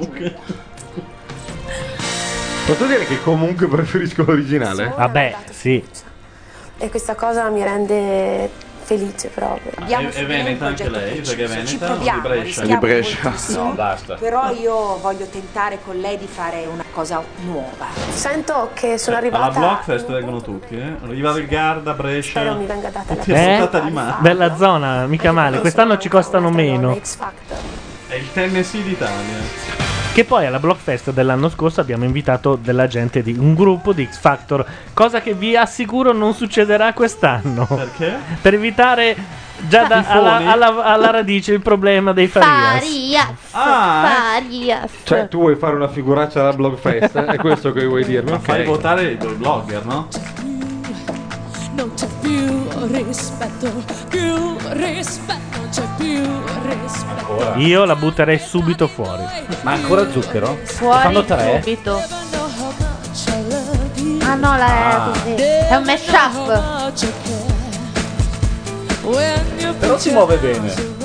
J: Posso dire che comunque preferisco l'originale?
B: Vabbè, sì.
Q: E questa cosa mi rende felice proprio.
N: È veneta anche lei, perché è veneta
R: Ci
N: o
R: proviamo,
N: di Brescia?
R: rischiamo moltissimo,
F: No, basta.
R: però io voglio tentare con lei di fare una cosa nuova.
Q: Sento che sono
N: Alla
Q: arrivata.
N: Blockfest vengono tutti, eh? Riva del Garda, Brescia.
Q: Spero mi venga data la
N: Ti è stata di mano.
B: Bella zona, mica male. Quest'anno ci costano meno.
Q: X Factor.
N: È il Tennessee d'Italia.
B: Che poi alla Blockfest dell'anno scorso abbiamo invitato della gente di un gruppo di X Factor, cosa che vi assicuro non succederà quest'anno.
N: Perché?
B: Per evitare già alla radice il problema dei Farias.
E: Farias.
J: Cioè, tu vuoi fare una figuraccia alla Blogfest? È questo che vuoi dirmi? Ok.
N: Fai votare i tuoi blogger, no?
K: Non c'è più rispetto, c'è più rispetto.
B: Io la butterei subito fuori.
F: Ma ancora zucchero?
E: Fuori
F: Fanno tre?
E: subito. Ah no, è così. È un mashup.
F: Però si muove bene.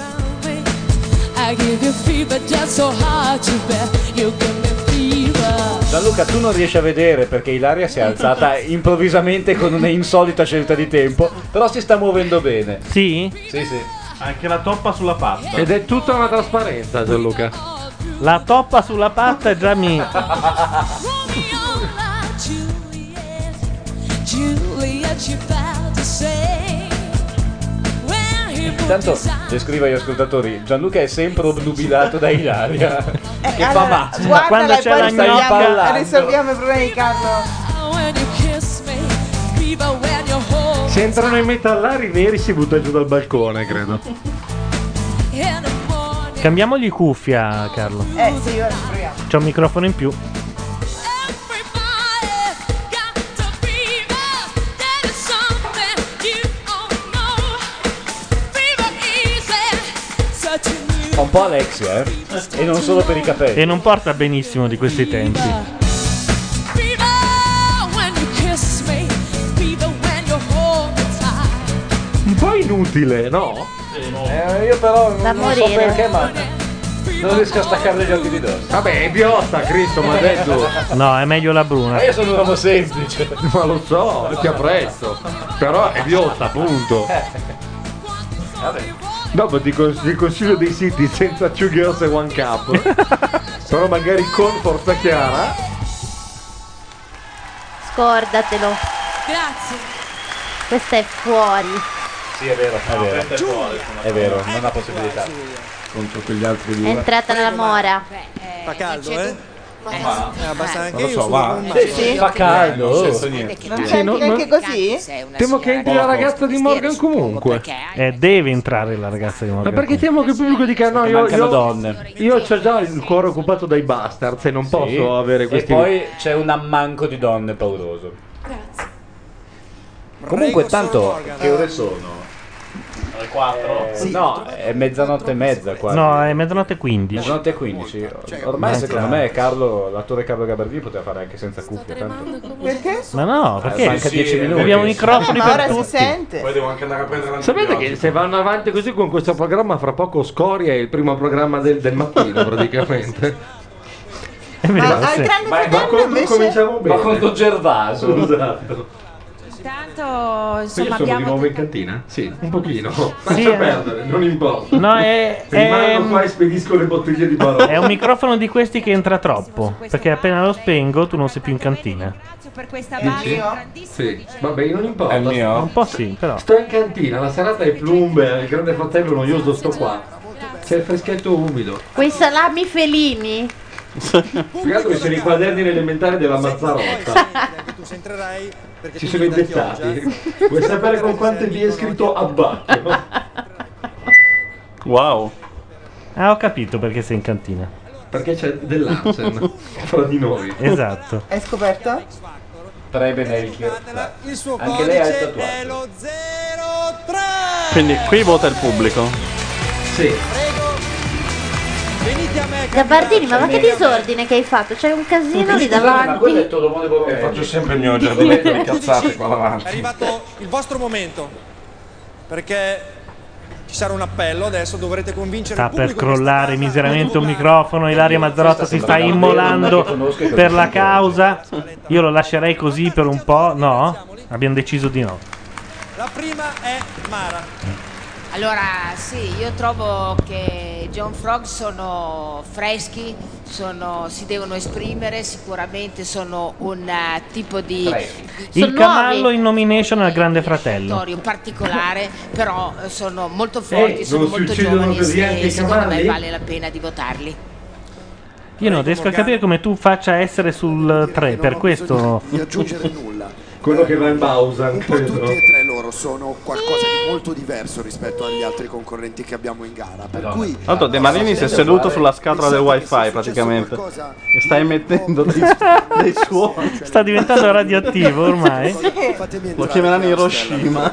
K: I give you fever just so hard to bear. You give me fever.
F: Gianluca, tu non riesci a vedere perché Ilaria si è alzata improvvisamente con un'insolita scelta di tempo, però si sta muovendo bene.
B: Sì?
F: Sì, sì.
N: Anche la toppa sulla patta.
J: Ed è tutta una trasparenza, Gianluca.
B: La toppa sulla patta e già mi...
K: Juliet, you felt to say.
F: Intanto descrivo agli ascoltatori, Gianluca è sempre obnubilato da Ilaria. Che fa
D: allora,
F: male.
D: guardala
B: quando
D: e
B: c'è
D: poi
B: la gnocca-
D: risolviamo i problemi di Carlo.
K: When you kiss me, fever when you hold
J: Se entrano i metallari neri si butta giù dal balcone, credo.
K: in the morning.
B: Cambiamogli cuffia, Carlo.
D: Sì, ora proviamo.
B: C'è un microfono in più.
F: Fa un po' Alexia, e non solo per i capelli.
B: E non porta benissimo di questi tempi.
J: Un po' inutile, no?
F: Io però
E: Da
F: non so
E: morire.
F: perché, ma non riesco a staccarle gli occhi di dosso.
J: Vabbè, è biotta, Cristo, ma detto.
B: No, è meglio la bruna.
F: Ma io sono un uomo semplice.
J: Ma lo so, ti apprezzo. Però è biotta, appunto.
F: Vabbè.
J: Dopo ti consiglio dei siti senza Two Girls e One Cup. Però magari con Forza Chiara.
E: Scordatelo.
L: Grazie.
E: Questa è fuori.
F: Sì, è vero, è vero. È vero, non ha possibilità.
I: Contro quegli altri
E: È
I: due.
E: entrata nella mora.
S: Fa caldo, eh? Basta anche
N: Non lo
S: io.
N: so,
S: sono
N: va.
S: con
N: Sì, sì. Fa caldo.
S: Non
N: senza
S: senso
N: niente.
D: Non
J: Sì,
D: senti
J: no,
D: neanche
J: ma-
D: così?
J: Temo che entri la ragazza di Morgan comunque.
B: Deve entrare la ragazza di
J: Ma
B: Morgan.
J: perché temo che il pubblico dica no,
F: mancano donne.
J: Io c'ho già il cuore occupato dai bastards e non posso
F: Sì.
J: avere questi.
F: E poi c'è un ammanco di donne pauroso. Comunque, tanto che ore sono?
B: Alle 4?
F: No, è mezzanotte e mezza quasi.
B: No, è mezzanotte 15.
F: Mezzanotte e 15. Ormai
B: manca-
F: secondo me Carlo, l'attore Carlo Gabardini poteva fare anche senza cuffie. Tanto.
D: Perché?
B: Ma no, perché?
F: Manca 10 minuti.
B: Abbiamo microfoni
D: Ma
B: per
D: ora si
B: tutti.
D: sente.
I: Poi devo anche andare a prendere
J: Sapete che se vanno avanti così con questo programma, fra poco Scoria è il primo programma del mattino praticamente.
D: Ma al Grande Fratello invece...
J: cominciamo bene.
F: Ma con Don Gervaso.
J: Esatto.
R: Intanto,
J: Io
R: insomma,
J: sono di
R: abbiamo
J: nuovo in cantina? Sì, un pochino. Lascia perdere, non importa.
B: No, è
J: Rimango qua e spedisco le bottiglie di Barolo.
B: È un microfono di questi che entra troppo. Perché appena lo spengo tu non sei più in cantina.
R: per questa
J: Dici?
R: base
J: Sì, vabbè, non importa.
B: È il mio? Un po' sì, però.
J: Sto in cantina, la serata è plumbe, il Grande Fratello noioso sto qua. C'è il freschetto umido.
E: Quei salami felini.
J: Spiegato che sono i quaderni elementari della Mazzarotta. Si sono indettati. Vuoi sapere con quante vie è scritto abbacchio?
N: Wow.
B: Ah, ho capito perché sei in cantina.
J: Perché c'è dell'Arsen fra di noi.
B: Esatto.
D: Hai scoperto?
S: Il suo
F: Anche lei ha il
S: codice
F: tatuaggio.
S: è lo 03.
N: Quindi qui vota il pubblico.
J: Sì.
S: Venite a me.
E: Gabardini, ma che disordine che hai fatto? C'è un casino lì davanti.
I: Faccio sempre il mio giardinetto di cazzate qua
S: È
I: davanti.
S: arrivato il vostro momento. Perché ci sarà un appello adesso, dovrete convincere
B: Sta
S: il
B: per
S: pubblico.
B: crollare miseramente un microfono. Ilaria Mazzarotta si sta immolando per la causa. Io lo lascerei così per un po'. No? Abbiamo deciso di no.
S: La prima è Mara.
G: Allora, sì, io trovo che John Frog sono freschi, si devono esprimere, sicuramente sono un tipo di
B: Il cavallo in nomination al Grande Fratello.
G: territorio particolare, però sono molto forti, sono
J: non si
G: molto
J: uccidono
G: giovani
J: così anche
G: e
J: i
G: secondo me
J: cavalli?
G: vale la pena di votarli.
B: Io non riesco a capire come tu faccia essere sul 3, per questo.
H: Di aggiungere nulla.
J: Quello che va in Bausan,
H: Un po'
J: credo.
H: tutti e tre loro sono qualcosa di molto diverso rispetto agli altri concorrenti che abbiamo in gara. Per cui
N: Tanto De Marini si è seduto sulla scatola del wifi praticamente. E sta emettendo dei suoni.
B: Sta diventando radioattivo ormai.
N: Lo chiameranno Hiroshima.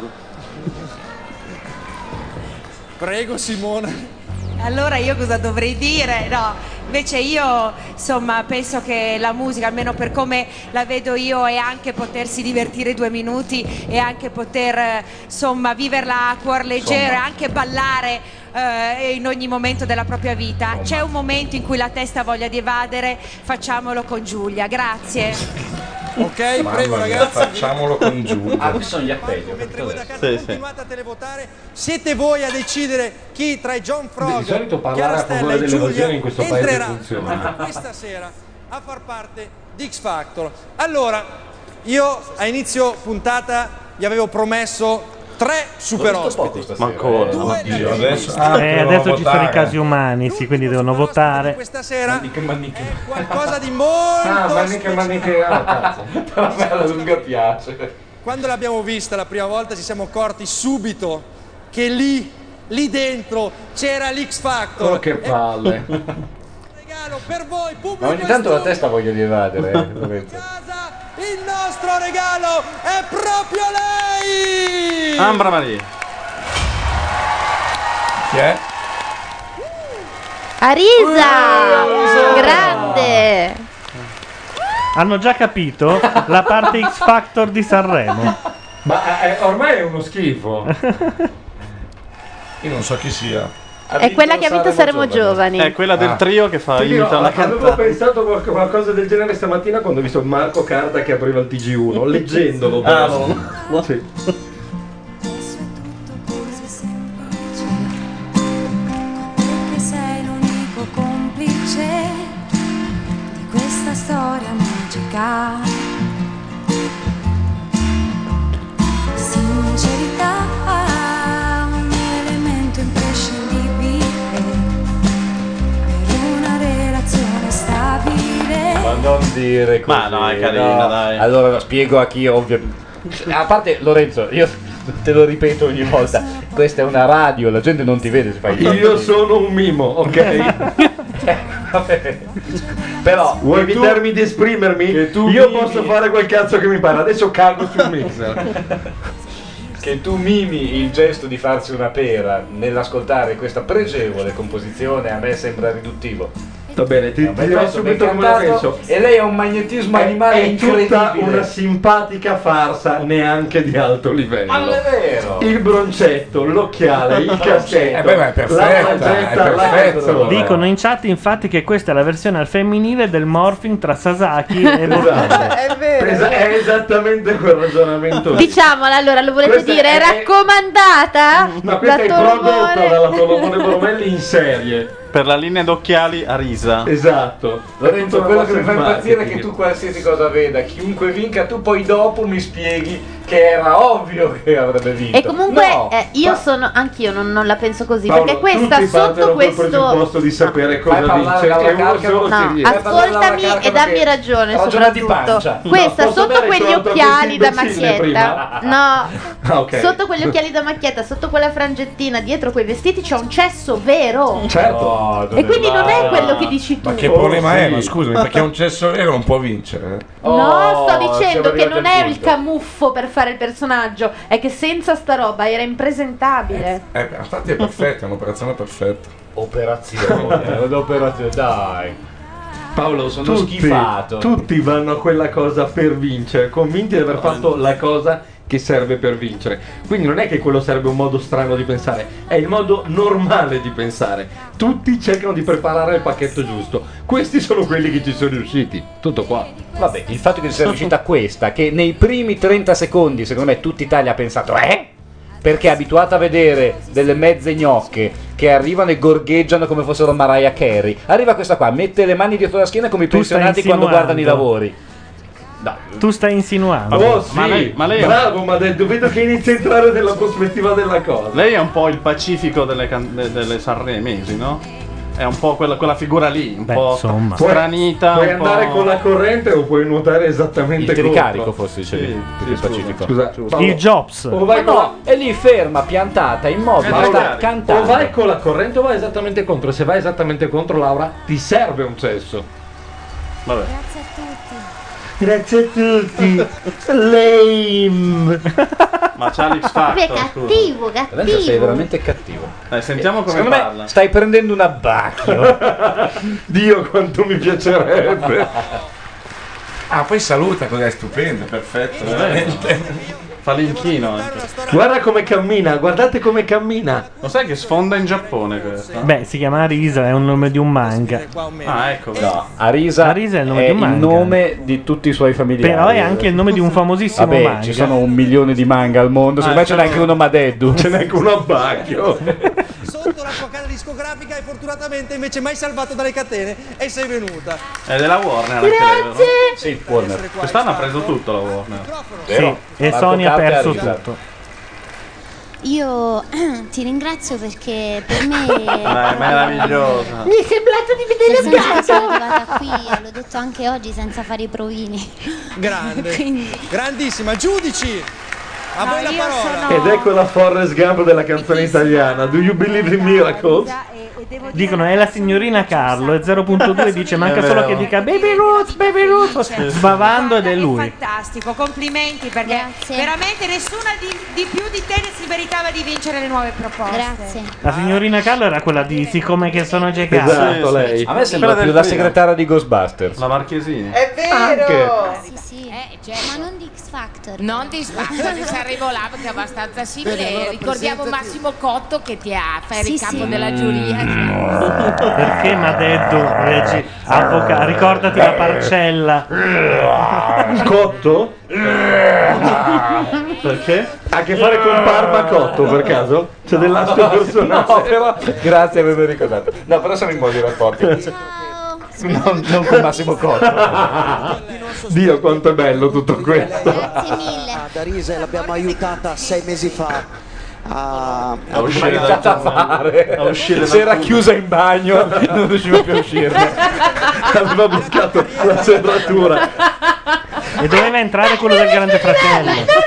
S: Prego Simona.
R: Allora io cosa dovrei dire? No, invece io insomma penso che la musica, almeno per come la vedo io, è anche potersi divertire 2 minuti e anche poter insomma viverla a cuor leggero e anche ballare in ogni momento della propria vita. C'è un momento in cui la testa ha voglia di evadere, facciamolo con Giulia, grazie.
S: Ok,
I: Mamma
S: prego
I: mia,
S: ragazzi.
I: facciamolo con Giulia.
F: Ah, qui sono gli appelli. ho
S: Mentre
F: capito
S: voi da
F: adesso.
S: casa continuate a televotare, siete voi a decidere chi tra i John Frog,
J: Di solito parlare
S: Chiara
J: a
S: Stella
J: favore
S: e
J: dell'evasione
S: Giulia
J: in questo paese
S: entrerà
J: funziona.
S: questa sera a far parte di X Factor. Allora, io a inizio puntata vi avevo promesso 3 super ospiti.
N: Ma ancora.
I: Io adesso,
B: Adesso ci sono i casi umani, sì, quindi devono votare.
S: Questa sera è qualcosa di molto
J: cazzo.
F: A me la lunga piace.
S: Quando l'abbiamo vista la prima volta ci siamo accorti subito che lì dentro c'era l'X Factor.
J: Oh, che palle.
S: Regalo per voi, pubblico.
F: Ma ogni tanto la testa voglio di evadere. Lorenzo.
S: Il nostro regalo è proprio lei!
N: Ambra Maria.
I: Chi è?
E: Arisa! Grande!
B: Hanno già capito la parte X Factor di Sanremo.
J: Ma ormai è uno schifo.
I: Io non so chi sia.
E: È quella che ha vinto Saremo Giovani.
N: È quella del trio che fa
J: Ti dirò,
N: imita una
J: avevo
N: cantante.
J: pensato a qualcosa del genere stamattina quando ho visto Marco Carta che apriva il TG1, leggendolo.
N: Ah,
J: però.
N: no.
J: Sì.
K: Perché sei l'unico complice di questa storia magica. Sincerità, un elemento imprescindibile per una relazione stabile.
F: dire così.
N: Ma no, è carino, dai.
F: Allora lo spiego a chi ovviamente. A parte Lorenzo, io te lo ripeto ogni volta, questa è una radio, la gente non ti vede se fai il
J: Io sono un mimo, ok?
F: Vabbè. Però
J: vuoi evitarmi di esprimermi? Io posso fare quel cazzo che mi pare. Adesso cago sul mixer.
F: Che tu mimi il gesto di farsi una pera nell'ascoltare questa pregevole composizione, a me sembra riduttivo.
J: Va bene, ti dirò subito come la penso.
F: E lei ha un magnetismo animale
J: è
F: incredibile.
J: tutta una simpatica farsa, neanche di alto livello.
F: Ma non è vero.
J: Il broncetto, l'occhiale, il caschetto,
A: ma è perfetta,
J: la maglietta, la canzone.
B: Dicono in chat infatti che questa è la versione al femminile del morphing tra Sasaki e
J: Esatto.
D: È vero.
J: È esattamente quel ragionamento lì.
E: Diciamola, allora lo volete
J: Questa
E: dire? È raccomandata?
J: Ma questa è prodotta dalla Tolomone Bromelli in serie.
N: Per la linea d'occhiali a risa.
J: Esatto.
F: Lorenzo, quello che mi fa impazzire è che
J: marketing.
F: tu qualsiasi cosa veda, chiunque vinca, tu poi dopo mi spieghi che era ovvio che avrebbe vinto.
E: E comunque
F: No.
E: io sono, anch'io non la penso così,
J: Paolo,
E: perché questa
J: tutti partono
E: sotto
J: col
E: questo
J: presupposto di sapere
F: Fai
J: cosa
F: parlare
J: vince
F: dalla
J: e uno
F: Carcano.
J: solo
E: No,
J: ci riesce.
E: ascoltami e dammi ragione
F: Ragiona di
E: soprattutto.
F: pancia.
E: Questa
J: No, posso
E: sotto
J: dare
E: quegli
J: torto a
E: occhiali da
J: questi imbecilli
E: macchietta.
J: prima?
E: No,
J: Ah, ok.
E: sotto quegli occhiali da macchietta, sotto quella frangettina, dietro quei vestiti c'è un cesso vero.
J: Certo.
E: E quindi non è quello che dici tu.
A: Ma che problema è?
J: sì.
A: Ma scusami, perché un cesso vero non può vincere.
E: No, sto
F: siamo
E: dicendo che
F: arrivati
E: non
F: al
E: è
F: punto.
E: il camuffo per fare il personaggio, è che senza sta roba era impresentabile.
A: Infatti è perfetta, è un'operazione perfetta.
F: Operazione, dai.
J: Paolo,
F: Sono schifato.
J: Tutti vanno a quella cosa per vincere, convinti di aver fatto la cosa che serve per vincere. Quindi non è che quello sarebbe un modo strano di pensare, è il modo normale di pensare. Tutti cercano di preparare il pacchetto giusto. Questi sono quelli che ci sono riusciti. Tutto qua.
F: Vabbè, il fatto che sia riuscita questa, che nei primi 30 secondi, secondo me, tutta Italia ha pensato, perché è abituata a vedere delle mezze gnocche che arrivano e gorgheggiano come fossero Mariah Carey. Arriva questa qua, mette le mani dietro la schiena come i
B: Tu stai
F: pensionati quando
B: insinuando.
F: guardano i lavori.
B: Tu stai insinuando.
J: Oh sì,
N: ma lei-
J: bravo, ma vedo che inizia a entrare nella prospettiva della cosa.
N: Lei è un po' il Pacifico delle sanremesi, no? È un po' quella figura lì, un po'
B: insomma.
N: stranita.
J: Puoi
N: un po'...
J: andare con la corrente o puoi nuotare
F: Il
J: esattamente
F: tricarico
J: contro.
F: forse dicevi,
N: Sì,
F: più che
N: scusa.
F: Pacifico.
J: Scusa, Paolo,
B: Il Jobs.
J: o vai
F: Ma
J: con
F: no, è lì ferma, piantata, immobile,
J: Paolo,
F: sta
J: o
F: cantando.
J: vai con la corrente o vai esattamente contro. Se vai esattamente contro, Laura, ti serve un cesso.
N: Vabbè.
U: Grazie a tutti.
J: Grazie a tutti. Lame.
N: Ma c'ha l'X
E: Proprio
N: Factor, scusa.
E: cattivo,
F: Lorenzo, sei
E: cattivo.
F: veramente cattivo.
N: Sentiamo come
F: Secondo
N: parla.
F: me stai prendendo un abbacchio.
J: Dio quanto mi piacerebbe.
A: Ah, poi saluta, cos'è stupendo, perfetto, veramente.
N: Fa l'inchino anche.
J: Guarda come cammina, guardate come cammina.
N: Lo sai che sfonda in Giappone questo?
B: Beh, si chiama Arisa, è un nome di un manga.
N: Ah, ecco.
F: No, Arisa,
B: Arisa è il nome
F: è
B: di un
F: il
B: manga.
F: nome di tutti i suoi familiari.
B: Però è anche il nome di un famosissimo
F: Vabbè,
B: manga.
F: ci sono 1 milione di manga al mondo, secondo me ce n'è anche uno Madeddu.
J: Ce n'è anche un abbacchio.
S: Sotto la tua casa discografica e fortunatamente invece mai salvato dalle catene e sei venuta.
N: È della Warner anche lei, vero?
F: Sì, Warner.
N: Quest'anno ha preso tutto la Warner.
B: Sì, e
F: Marco
B: Sony ha
F: Cappi
B: perso
F: Arisa.
B: tutto.
U: Io ti ringrazio perché per me
N: Dai, è meravigliosa.
E: Mi è sembrato di vedere il
U: Sinceramente sono
E: gatto.
U: arrivata qui, l'ho detto anche oggi senza fare i provini.
S: Grande,
U: Quindi
S: grandissima. Giudici, a voi la parola.
J: Ed ecco la Forrest Gump della canzone italiana. Do you believe in miracles?
B: Dicono è la signorina Carlo e 0.2 dice manca solo che dica Baby Ruth, sbavando ed è lui.
R: Fantastico, complimenti perché veramente nessuna di più di te si meritava di vincere le nuove proposte.
U: Grazie.
B: La signorina Carlo era quella di siccome che sono Jackass.
J: Esatto, lei.
F: A me sembra
N: Quella
F: più
N: del
F: la
N: primo.
F: segretaria di Ghostbusters.
N: La Marchesini.
D: È vero!
U: Sì, sì.
G: Certo.
U: Ma non di X Factor.
G: Non di Factor di Sanremo Lab che è abbastanza simile.
H: Bene, allora
G: Ricordiamo
H: presentati.
G: Massimo Cotto che ti ha fa
U: Sì,
G: il capo
U: sì.
G: della giuria.
B: Perché Madeddu regi ricordati la parcella.
J: Cotto? Perché? Ha a che fare con Parma Cotto per caso? C'è dell'altro personaggio?
F: No, però grazie per avermi ricordato. No, però siamo in buoni rapporti.
U: Ciao.
F: Non con Massimo Cotto.
J: Dio quanto è bello tutto questo.
U: Grazie mille.
T: Ad Arisa l'abbiamo aiutata 6 mesi fa
P: a
F: uscire
J: a uscire
F: si era chiusa in bagno, non riusciva più a uscirne.
J: Aveva buscato la serratura.
B: E doveva entrare quello del Grande Fratello.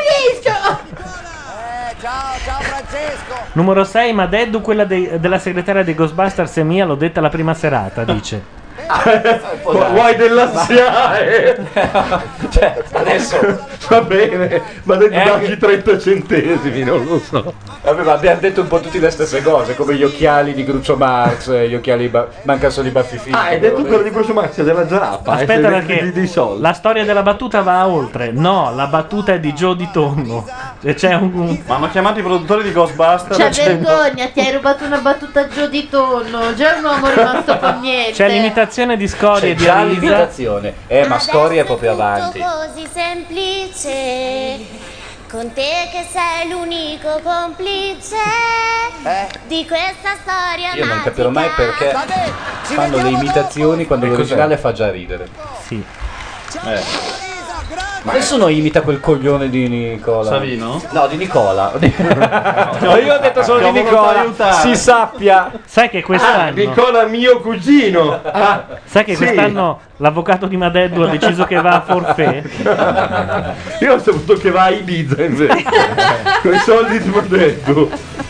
K: Ciao Francesco.
B: Numero 6, Madeddu, quella della segretaria dei Ghostbusters è mia, l'ho detta la prima serata, dice.
J: Vuoi della SIAE?
F: Cioè, adesso
J: va bene, ma devi dargli 30 centesimi, non lo so.
F: Vabbè, ma abbiamo detto un po' tutti le stesse cose, come gli occhiali di Groucho Marx, gli occhiali manca solo i baffi finti.
J: Ah, hai detto quello di Groucho Marx della giraffa.
B: Aspetta, perché la storia della battuta va oltre. No, la battuta è di Joe Di Tonno. C'è un...
N: Ma hanno chiamato i produttori di Ghostbusters.
E: Cioè, vergogna, ti hai rubato una battuta a Joe Di Tonno. Già un uomo rimasto con niente.
B: C'è l'imitazione di Scoria e di
F: già
B: Elisa.
F: l'imitazione. Ma Scoria è proprio avanti.
K: Così semplice, con te che sei l'unico complice di questa storia.
F: Io non capirò mai perché fanno le imitazioni quando l'originale fa già ridere.
B: Sì.
F: Ma nessuno imita quel coglione di Nicola.
N: Savino?
F: No, di Nicola. No, io ho detto solo di Nicola. Si sappia.
B: Sai che quest'anno
J: Nicola mio cugino.
B: Sai che
J: sì.
B: quest'anno l'avvocato di Madeddu ha deciso che va a forfè?
J: Io ho saputo che va a Ibiza invece. Con i soldi di Madeddu.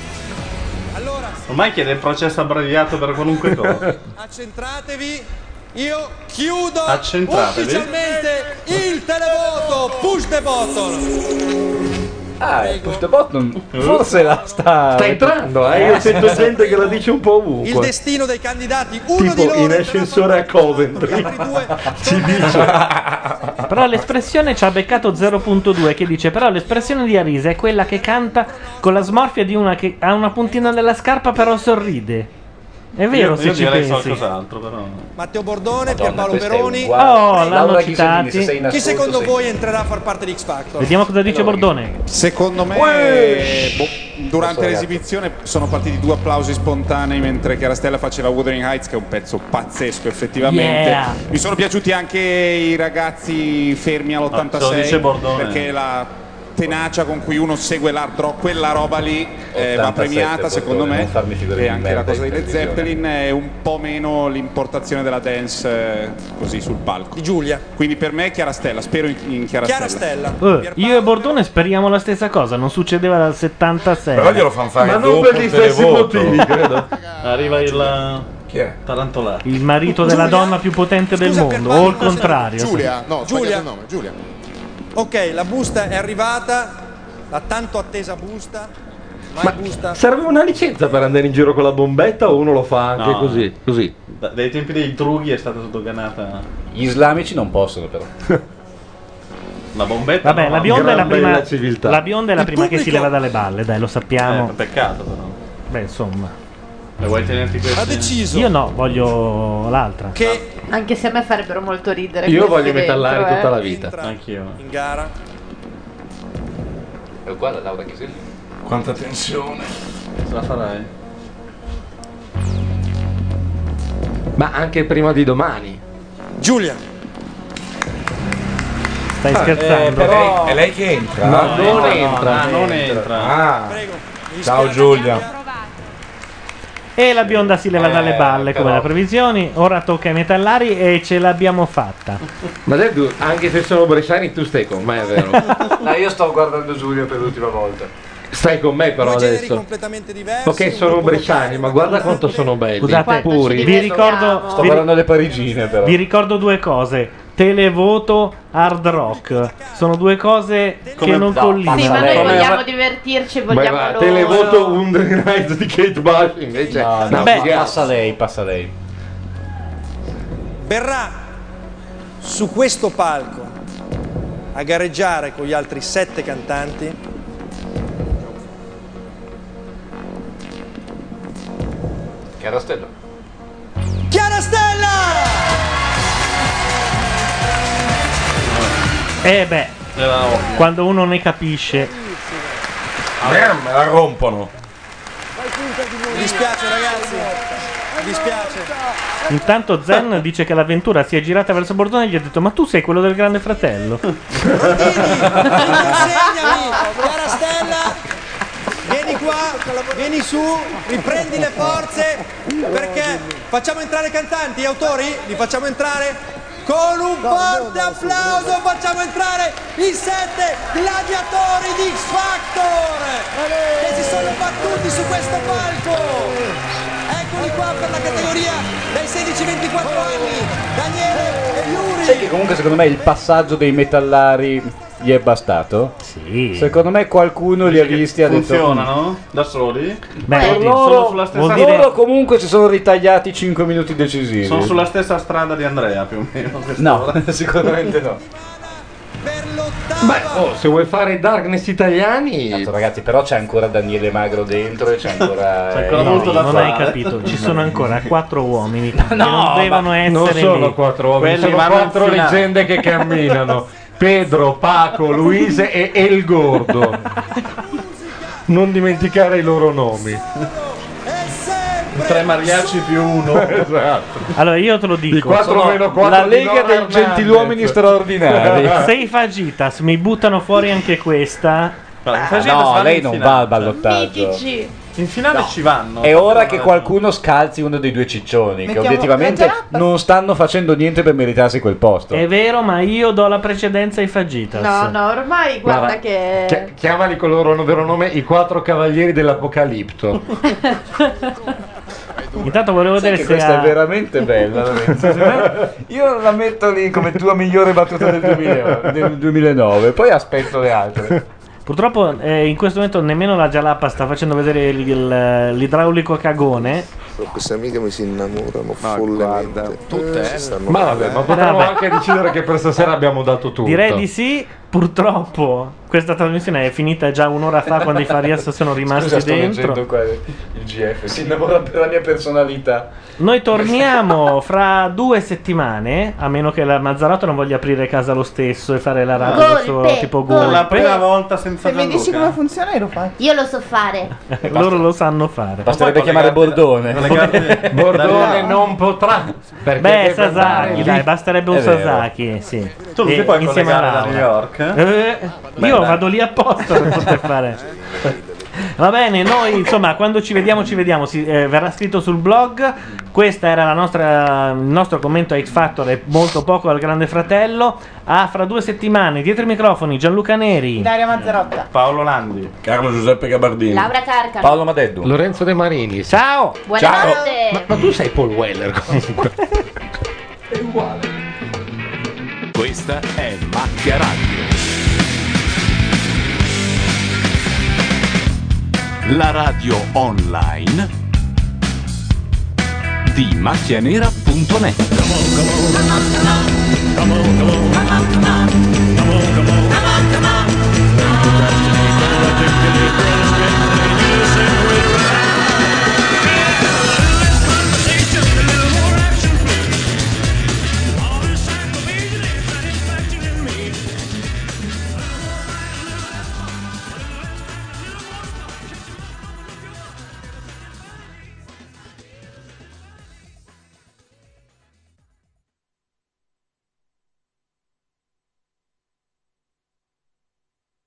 N: Ormai chiede il processo abbreviato per qualunque cosa.
S: Accentratevi. Io chiudo
N: Accentratevi.
S: ufficialmente il televoto. Push the button.
F: Push the button. Forse la sta
J: entrando, io sento gente che la dice un po' ovunque.
S: Il destino dei candidati, uno di
J: Tipo
S: loro
J: in ascensore a Coventry. Ci dice.
B: Però l'espressione ci ha beccato 0.2 che dice: però l'espressione di Arisa è quella che canta con la smorfia di una che ha una puntina nella scarpa però sorride. È vero,
N: io
B: se ci
N: direi
B: pensi.
N: qualcos'altro, però.
S: Matteo Bordone, Pierpaolo Peroni.
B: L'hanno citati.
S: Chi secondo voi entrerà a far parte di X Factor?
B: Vediamo cosa dice Bordone.
C: Secondo me durante l'esibizione sono partiti 2 applausi spontanei mentre Chiarastella faceva Wuthering Heights, che è un pezzo pazzesco effettivamente.
B: Yeah.
C: Mi sono piaciuti anche i ragazzi fermi all'86
N: se lo dice Bordone.
C: perché la tenacia con cui uno segue l'hard rock, quella roba lì va
F: 87,
C: premiata secondo
F: Bordone,
C: me,
F: non farmi figure
C: e
F: di
C: anche
F: merda
C: la cosa
F: in
C: di Led
F: televisione.
C: Zeppelin è un po' meno l'importazione della dance così sul palco.
S: Di Giulia.
C: Quindi per me Chiarastella, spero in Chiarastella.
B: Io e Bordone speriamo la stessa cosa, non succedeva dal 76.
A: Però glielo fanno fare
J: Ma non
A: dopo
J: per
A: il
J: gli stessi
A: televoto.
J: motivi, credo.
N: Arriva il
A: Chi è?
N: tarantolato.
B: Il marito della donna più potente del mondo, o il contrario.
S: Giulia,
T: no,
S: Giulia.
T: il nome, Giulia.
S: Ok, la busta è arrivata, la tanto attesa busta. Ma busta.
J: Serve una licenza per andare in giro con la bombetta o uno lo fa anche
N: No.
J: così?
N: Dai tempi dei drughi è stata sdoganata.
F: Gli islamici non possono però.
N: La bombetta.
B: Vabbè,
N: no,
B: la bionda è la
J: gran
B: prima.
J: bella civiltà.
B: La bionda è la prima che si leva dalle balle, dai, lo sappiamo.
N: Peccato però.
B: Beh, insomma.
N: E vuoi tenerti questi?
S: Ha deciso
B: Io no, voglio l'altra.
S: che
E: Anche se a me farebbero molto ridere.
J: Io
E: questi
J: voglio metallare
E: dentro,
J: tutta la vita.
N: Anch'io.
S: in gara.
F: È uguale a Laura Chiselli.
A: Quanta tensione.
N: Ce la farai?
J: Ma anche prima di domani.
S: Giulia.
B: Stai scherzando?
A: È lei che entra?
J: No, non entra.
N: Non entra.
A: Ah.
S: Prego.
A: Ciao Giulia.
B: E la bionda si leva dalle balle come
F: però.
B: da previsioni. Ora tocca ai metallari e ce l'abbiamo fatta.
J: Ma tu, anche se sono bresciani, tu stai con me, è vero?
F: No, io sto guardando Giulio per l'ultima volta.
J: Stai con me però
S: Due generi
J: adesso.
S: completamente diversi.
J: Ok,
S: un
J: sono
S: gruppo
J: bresciani, ma guarda quanto sono belli.
B: Scusate,
J: puri.
B: vi ricordo,
F: Sto guardando le parigine però.
B: vi ricordo due cose. Televoto, hard rock. Sono due cose che non collimano.
E: Sì, ma noi
F: Come-
E: vogliamo divertirci,
J: Ma
E: vogliamo
J: va,
E: loro.
J: televoto Wuthering Heights di Kate Bush invece.
F: No, no,
B: Beh,
F: passa lei.
S: verrà su questo palco a gareggiare con gli altri 7 cantanti
F: Chiarastello.
S: Chiarastella!
B: Beh, quando uno ne capisce.
A: Me la rompono.
S: Mi dispiace ragazzi, mi dispiace.
B: Intanto Zen dice che l'avventura si è girata verso Bordone e gli ha detto: ma tu sei quello del Grande Fratello?
S: Insegnami, Chiarastella, vieni qua. vieni su, riprendi le forze, perché facciamo entrare i cantanti, gli autori, li facciamo entrare con un forte applauso, facciamo entrare i 7 gladiatori di X Factor che si sono battuti su questo palco. Eccoli qua per la categoria dai 16-24 anni, Daniele e Yuri.
F: Sai che comunque secondo me il passaggio dei metallari gli è bastato?
B: Sì.
F: Secondo me qualcuno li ha visti e ha detto
N: Funzionano? Da soli?
B: Beh,
F: per
N: sono
F: loro,
N: sulla stessa
F: vuol dire... loro comunque si sono ritagliati 5 minuti decisivi.
N: Sono sulla stessa strada di Andrea più o meno.
F: No, sicuramente no.
J: Beh, se vuoi fare i Darkness italiani.
F: Cazzo, ragazzi, però c'è ancora Daniele Magro dentro e c'è ancora.
B: Non hai capito, ci sono ancora 4 uomini che non devono essere.
J: Non sono
B: lì.
J: 4 uomini,
B: Quelli
J: sono
B: vanno in
J: 4
B: finale.
J: leggende che camminano. Pedro, Paco, Luise e El Gordo. Non dimenticare i loro nomi.
N: 3 mariachi più 1.
J: Esatto.
B: Allora io te lo dico,
J: Di 4 meno 4
F: la
J: di
F: Lega
J: Nora
F: dei
J: Hernandez.
F: Gentiluomini straordinari.
B: se i Fagitas mi buttano fuori anche questa,
F: no, lei non va al ballottaggio.
N: In finale ci vanno.
F: È ora che qualcuno scalzi uno dei due ciccioni che
B: Mettiamo
F: obiettivamente
B: la gelata.
F: non stanno facendo niente per meritarsi quel posto.
B: è vero, ma io do la precedenza ai Fagitas.
E: No, ormai guarda che.
J: Chiamali con il loro vero nome, i 4 cavalieri dell'Apocalipto.
B: Intanto volevo
F: Sai
B: vedere
F: che
B: se
F: questa
B: ha-
F: è veramente bella, Lorenzo. Io la metto lì come tua migliore battuta del 2009, poi aspetto le altre.
B: Purtroppo in questo momento nemmeno la Jalapa sta facendo vedere l'idraulico cagone.
T: Queste amiche mi si innamorano follemente. Si stanno
J: Ma vabbè, ma potremmo
B: Vabbè.
J: anche decidere che per stasera abbiamo dato tutto.
B: Direi di sì. Purtroppo questa trasmissione è finita già un'ora fa quando i Farias sono rimasti
F: Scusa, sto
B: dentro.
F: leggendo qua il GF, si innamora per la mia personalità.
B: Noi torniamo fra 2 settimane, a meno che la Mazzarotta non voglia aprire casa lo stesso e fare la radio del suo tipo
N: Per la
B: golpe.
N: prima volta senza
D: Se mi dici
N: Gianluca.
D: come funziona io lo faccio.
E: Io lo so fare.
B: Loro lo sanno fare.
F: Basterebbe chiamare Bordone.
J: Bordone non potrà. Perché
B: Beh,
J: deve andare
B: Sasaki,
J: lì.
B: dai, basterebbe un
J: È vero.
B: Sasaki, sì.
N: Tu non ti
B: E
N: puoi
B: insieme a
N: collegare da
B: Laura.
N: New York?
B: Io vado lì apposta per poter fare. Va bene, noi insomma quando ci vediamo verrà scritto sul blog. Questa era il nostro commento a X Factor e molto poco al Grande Fratello. Fra 2 settimane dietro i microfoni Gianluca Neri,
D: Daria Mazzarotta.
N: Paolo Landi,
A: Carlo Giuseppe Gabardini,
E: Laura Carcano.
F: Paolo Madeddu,
J: Lorenzo De Marini.
B: Ciao.
E: Buonanotte.
J: Ma tu sei Paul Weller comunque.
M: È uguale. Questa è Macchia Radio. La radio online di macchianera.net.
K: Come on, come on, come on, come on, come on.